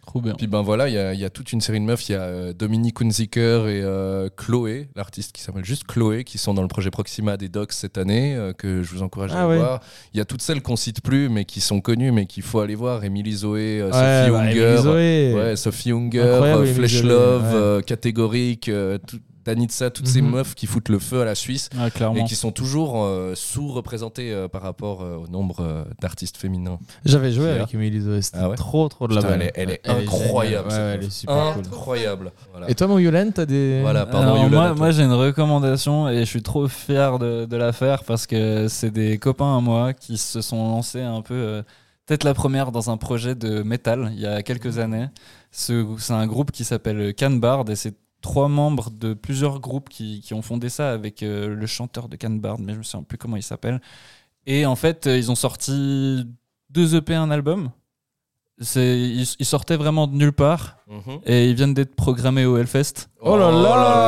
Trop bien. Puis ben voilà, il y, a- il y a toute une série de meufs. Il y a euh, Dominique Hunziker et euh, Chloé, l'artiste qui s'appelle juste Chloé, qui sont dans le projet Proxima des Docs cette année, euh, que je vous encourage à Ah aller ouais. voir. Il y a toutes celles qu'on cite plus, mais qui sont connues, mais qu'il faut aller voir. Émilie Zoé, euh, Ouais, Sophie bah, Unger. Émilie Zoé. Ouais, Sophie Unger, Incroyable, euh, Émilie Flesh Zoé, Love, ouais. euh, Catégorique, euh, tout- Danitza, toutes ces Mhm. meufs qui foutent le feu à la Suisse Ah, clairement. et qui sont toujours euh, sous-représentées euh, par rapport euh, au nombre euh, d'artistes féminins. J'avais joué Fier. avec Émilie Zoé, c'était Ah ouais trop trop de la Putain, balle. elle est, elle est Elle est incroyable. géniale. cette Ouais, meuf. elle est super cool. Incroyable. Voilà. Et toi, mon Yolène, t'as des. Voilà, pardon, Alors, Yola, moi, à toi. moi j'ai une recommandation et je suis trop fier de, de la faire parce que c'est des copains à moi qui se sont lancés un peu, euh, peut-être la première dans un projet de métal il y a quelques années. Ce- C'est un groupe qui s'appelle Canbard et c'est trois membres de plusieurs groupes qui, qui ont fondé ça avec euh, le chanteur de Canbard, mais je me souviens plus comment il s'appelle. Et en fait, euh, ils ont sorti deux E P, un album. C'est, ils, ils sortaient vraiment de nulle part Mhm. et ils viennent d'être programmés au Hellfest. Oh là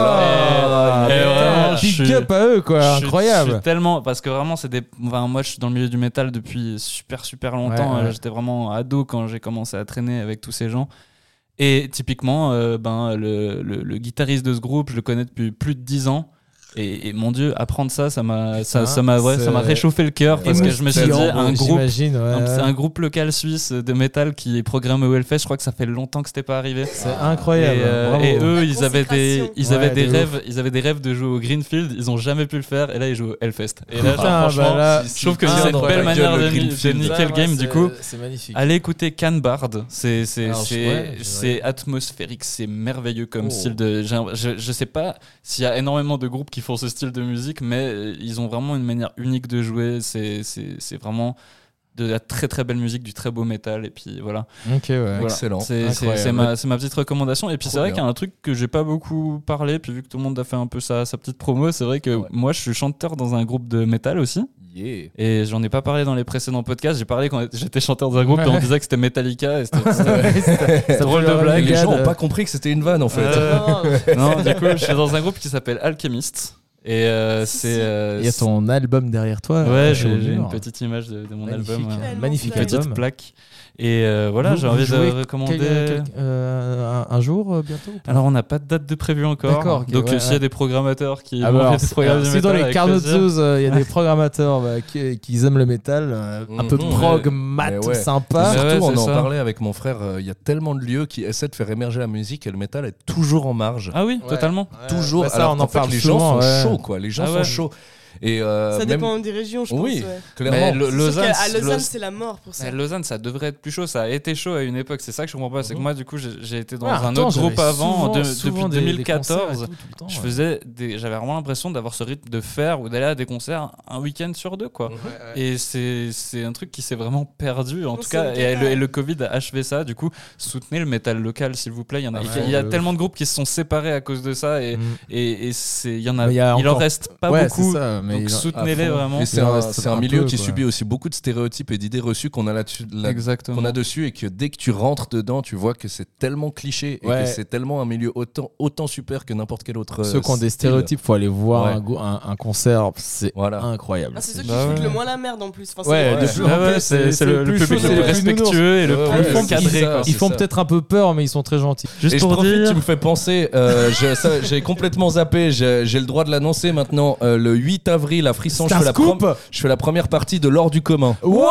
là Et- et vraiment, Big je suis- up à eux, quoi, Je suis- incroyable. Je suis tellement parce que vraiment c'est des. Enfin, moi je suis dans le milieu du métal depuis super super longtemps. Ouais, ouais. Euh, J'étais vraiment ado quand j'ai commencé à traîner avec tous ces gens. Et typiquement, euh, ben le, le, le guitariste de ce groupe, je le connais depuis plus de dix ans. Et, et mon Dieu, apprendre ça, ça m'a, ça, ça m'a, ouais, ça m'a c'est- réchauffé le cœur parce que je me suis dit Émoustillant, un groupe. j'imagine, ouais. un- C'est un groupe local suisse de métal qui est programmé au Hellfest. Je crois que ça fait longtemps que c'était pas arrivé. C'est incroyable. Et, euh, bravo. et eux, La ils avaient des, consécration. ils Ouais, avaient des de rêves, ils avaient des rêves de jouer au Greenfield. Ils ont jamais pu le faire. Et là, ils jouent au Hellfest. Et là, genre, Putain, franchement, bah là, je trouve que ah, c'est dans une ta belle manière gueule, de, le ni- de Greenfield. niquer Ouais, le game. ouais, Du c'est- coup, c'est magnifique. allez écouter Canbard. C'est, c'est, Alors, c'est, ouais, je- c'est ouais. atmosphérique. C'est merveilleux comme Oh. style de. j'ai- Je, je sais pas s'il y a énormément de groupes qui font ce style de musique, mais euh, ils ont vraiment une manière unique de jouer. C'est, c'est, c'est vraiment de la très très belle musique, du très beau métal. Et puis voilà. Ok, ouais. Voilà. Excellent. C'est, c'est, Incroyable. c'est ma, c'est ma petite recommandation. Et puis Trop c'est vrai bien. qu'il y a un truc que j'ai pas beaucoup parlé, puis vu que tout le monde a fait un peu sa, sa petite promo, c'est vrai que Ouais. moi je suis chanteur dans un groupe de métal aussi. Yeah. Et j'en ai pas parlé dans les précédents podcasts. J'ai parlé quand j'étais chanteur dans un groupe et on Ouais. disait que c'était Metallica. Et c'était, c'était- Ouais, ça- ça Drôle fait de le blague. Les gens running n'ont pas gag. compris que c'était une vanne en fait. Euh, non, du coup, je suis dans un groupe qui s'appelle Alchemist. Et euh, Si, c'est. si. euh, Il y a ton album derrière toi. Ouais, euh, j'ai, au j'ai mur. une petite image de, de mon Magnifique. album. ouais. Tellement Magnifique belle. Petite album. plaque. Et euh, voilà, Vous- j'ai vous envie jouez de recommander. Quel- quel- euh, un, un jour euh, bientôt ou pas Alors, on n'a pas de date de prévu encore. D'accord, ok, Donc, ouais, euh, s'il y a ouais. des programmateurs qui Ah vont bah alors, faire des programmes alors, du si dans métal, les avec Carnot plaisir. Zoos, euh, il y a des programmateurs bah, qui, qui aiment le métal, euh, un peu Mhm. prog, Ouais. mat, Mais ouais. sympa. Mais Surtout, ouais, on c'est en ça. parlait avec mon frère. euh, Il y a tellement de lieux qui essaient de faire émerger la musique et le métal est toujours en marge. Ah oui, Ouais. totalement. Toujours. Bah, ça, alors on qu'en en fait, parle les souvent, gens sont ouais. chauds, quoi. Les gens Ah sont ouais. chauds. Et euh, Ça même- dépend des régions, je Oui, pense. ouais. clairement. Mais le- C'est sûr Lausanne, qu'à- à Lausanne, Lausanne- c'est la mort pour ça. Mais Lausanne, ça devrait être plus chaud. Ça a été chaud à une époque. C'est ça que je comprends pas. C'est que moi, du coup, j'ai, j'ai été dans Ouais, un attends, autre groupe j'avais avant, souvent- de- souvent depuis des- des deux mille quatorze. concerts et tout, tout le temps, Je ouais. faisais des, j'avais vraiment l'impression d'avoir ce rythme de faire ou d'aller à des concerts un week-end sur deux, quoi. Et c'est, c'est un truc qui s'est vraiment perdu, en Non, tout c'est cas. le Et cas. le, et le Covid a achevé ça. Du coup, soutenez le métal local, s'il vous plaît. Il y en a, Ouais, il y a de tellement de groupes qui se sont séparés à cause de ça. Et, Mm. et, et c'est, il y en a, Mais il y a il en encore- reste pas Ouais, beaucoup. c'est ça, mais Donc il en- soutenez-les à fond. vraiment. Et c'est Il en un, reste c'est un un milieu peu, qui quoi. subit aussi beaucoup de stéréotypes et d'idées reçues qu'on a là-dessus, là- Exactement. qu'on a dessus, et que dès que tu rentres dedans, tu vois que c'est tellement cliché et Ouais. que c'est tellement un milieu autant, autant super que n'importe quel autre. Ceux euh, qui ont des style. stéréotypes, faut aller voir Ouais. un, go- un, un concert, c'est Voilà. incroyable. Ah, c'est ceux qui Bah foutent ouais. le moins la merde en plus. Enfin, c'est Ouais, le- de Ouais. plus Ah en ouais, plus, c'est, c'est le, le plus public chaud, le plus c'est les plus respectueux et le Ouais, plus ouais, Ils font, c'est cadré. ça. quoi. ils font ça. peut-être un peu peur, mais ils sont très gentils. Juste Et je pour profite, dire. tu me fais penser, euh, je- ça, j'ai complètement zappé, j'ai, j'ai le droit de l'annoncer maintenant, euh, le huit avril à Frisson, je C'est un fais, la scoop. prom- je fais la première partie de l'Or du commun. Wow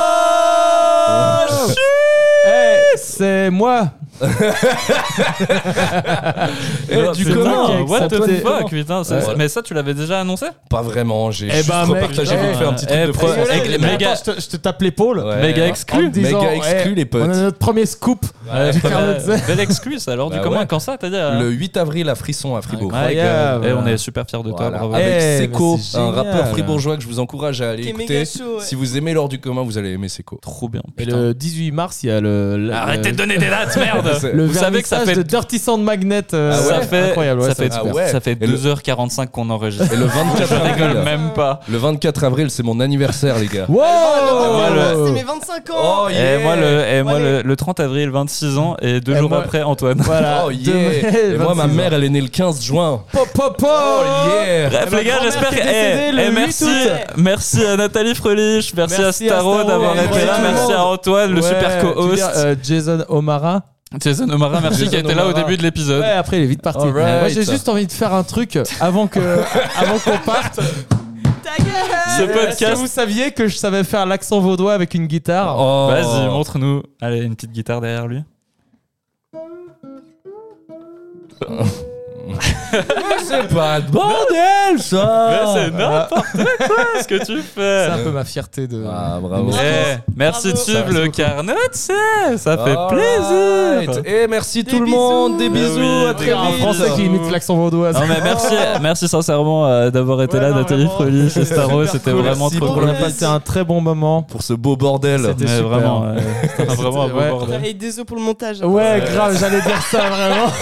Eh, c'est moi. Eh, Non, du c'est commun, dingue, ça, what the toi, t'es- fuck, putain. c'est- Ouais. Mais ça, tu l'avais déjà annoncé? Pas vraiment, j'ai Eh juste ben, mec, repartagé eh, vite fait un petit eh, truc de pro- presse. eh, les Mais méga- attends, je te, je te tape l'épaule. Ouais. Méga En exclu. te disant, Méga exclu, eh, les potes. On a notre premier scoop. Ouais. du Carnot Z. Belle excuse alors du Bah commun. ouais. Quand ça, t'as dit euh, Le huit avril à Frisson, à Fribourg. Incroyable. Et on est super fiers de toi, Voilà. bravo. Avec Eh, mais Seco, c'est un génial. rappeur fribourgeois que je vous encourage à aller Qui est écouter. méga chaud. ouais. Si vous aimez l'Or du commun, vous allez aimer Seco. Trop bien. Et putain. le dix-huit mars, il y a le. le- Arrêtez de donner des dates, merde. C'est- le Vous savez que ça vernissage fait de Dirty Sound Magnet. euh, Ah ouais, ça fait, incroyable. ouais, ça, ça fait, va être Ah super. ouais. ça fait Et le- deux heures quarante-cinq qu'on enregistre. Et le vingt-quatre Je rigole avril, même pas. le vingt-quatre avril, c'est mon anniversaire, les gars. Wow moi, le- C'est mes vingt-cinq ans. Oh, Et moi, le, et moi Allez. le, le trente avril, vingt-six ans, et deux Et jours moi- après, Antoine. Voilà. Oh yeah. Demain, Et moi, ma vingt-six mère, ans. elle est née le quinze juin. Pop, pop, pop Oh yeah. Bref, Et ma les gars, grand-mère j'espère qui que. est décédée eh, le eh, huit merci, août. merci à Nathalie Frelich, merci, Merci à à Staro Staro, d'avoir ouais, été là, ouais. merci à Antoine, le Ouais, super tu veux co-host. dire, euh, Jason O'Mara. Jason O'Mara, merci, qui Jason était là au O'Mara. début de l'épisode. Ouais, après il est vite parti. Alright. Moi j'ai juste envie de faire un truc avant que avant qu'on parte. Ta gueule. Ce Est-ce que podcast. vous saviez que je savais faire l'accent vaudois avec une guitare? Oh. Vas-y, montre-nous. Allez, une petite guitare derrière lui. C'est pas de bordel ça. Mais c'est n'importe quoi ce que tu fais. C'est un peu ma fierté de. Ah, bravo. Eh, merci de Bravo. suivre Merci le beaucoup. Carnot, c'est- ça fait Alright. plaisir. Et merci Des tout le monde. Des bisous. bisous. Eh oui, à des très gars, Un vite. français qui imite l'accent vaudois. Non mais merci, merci sincèrement euh, d'avoir été Ouais, là, non, Nathalie vraiment. Fröhlich et Staro, Super c'était cool. vraiment Merci trop pour cool. On a le- passé un très bon moment. Pour ce beau bordel. C'était Mais super. vraiment, euh, c'était vraiment un beau Ouais. bordel. Et désolé pour le montage. Ouais, grave, j'allais dire ça vraiment.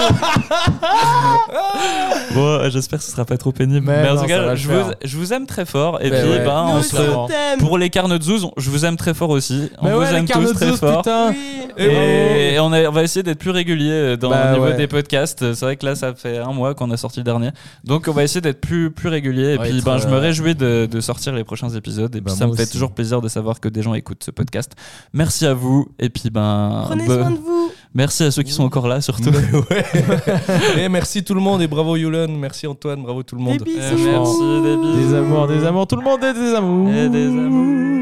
Bon, euh, j'espère que ce sera pas trop pénible. Mais Mais, en non, tout ça va cas, le je faire. vous, je vous aime très fort. Et Ben puis, ouais. ben, Nous on aussi, se. on t'aime. Pour les Carnot Zouz, je vous aime très fort aussi. On Mais vous ouais, aime les tous très Carnot fort. putain. Oui. Et, et on, est- on va essayer d'être plus régulier dans Bah au niveau ouais. des podcasts. C'est vrai que là, ça fait un mois qu'on a sorti le dernier. Donc, on va essayer d'être plus, plus régulier. Et Ouais, puis, être, ben, je me euh, réjouis de, de sortir les prochains épisodes. Et Bah, puis, ça moi me fait aussi. toujours plaisir de savoir que des gens écoutent ce podcast. Merci à vous. Et puis, ben. Prenez bah, soin de vous. merci à ceux qui sont encore là, surtout. Ouais. Et merci tout le monde et bravo Yulen, merci Antoine, bravo tout le monde. Des bisous. Euh, merci, des bisous. Des amours, des amours, tout le monde est des amours. Et des amours.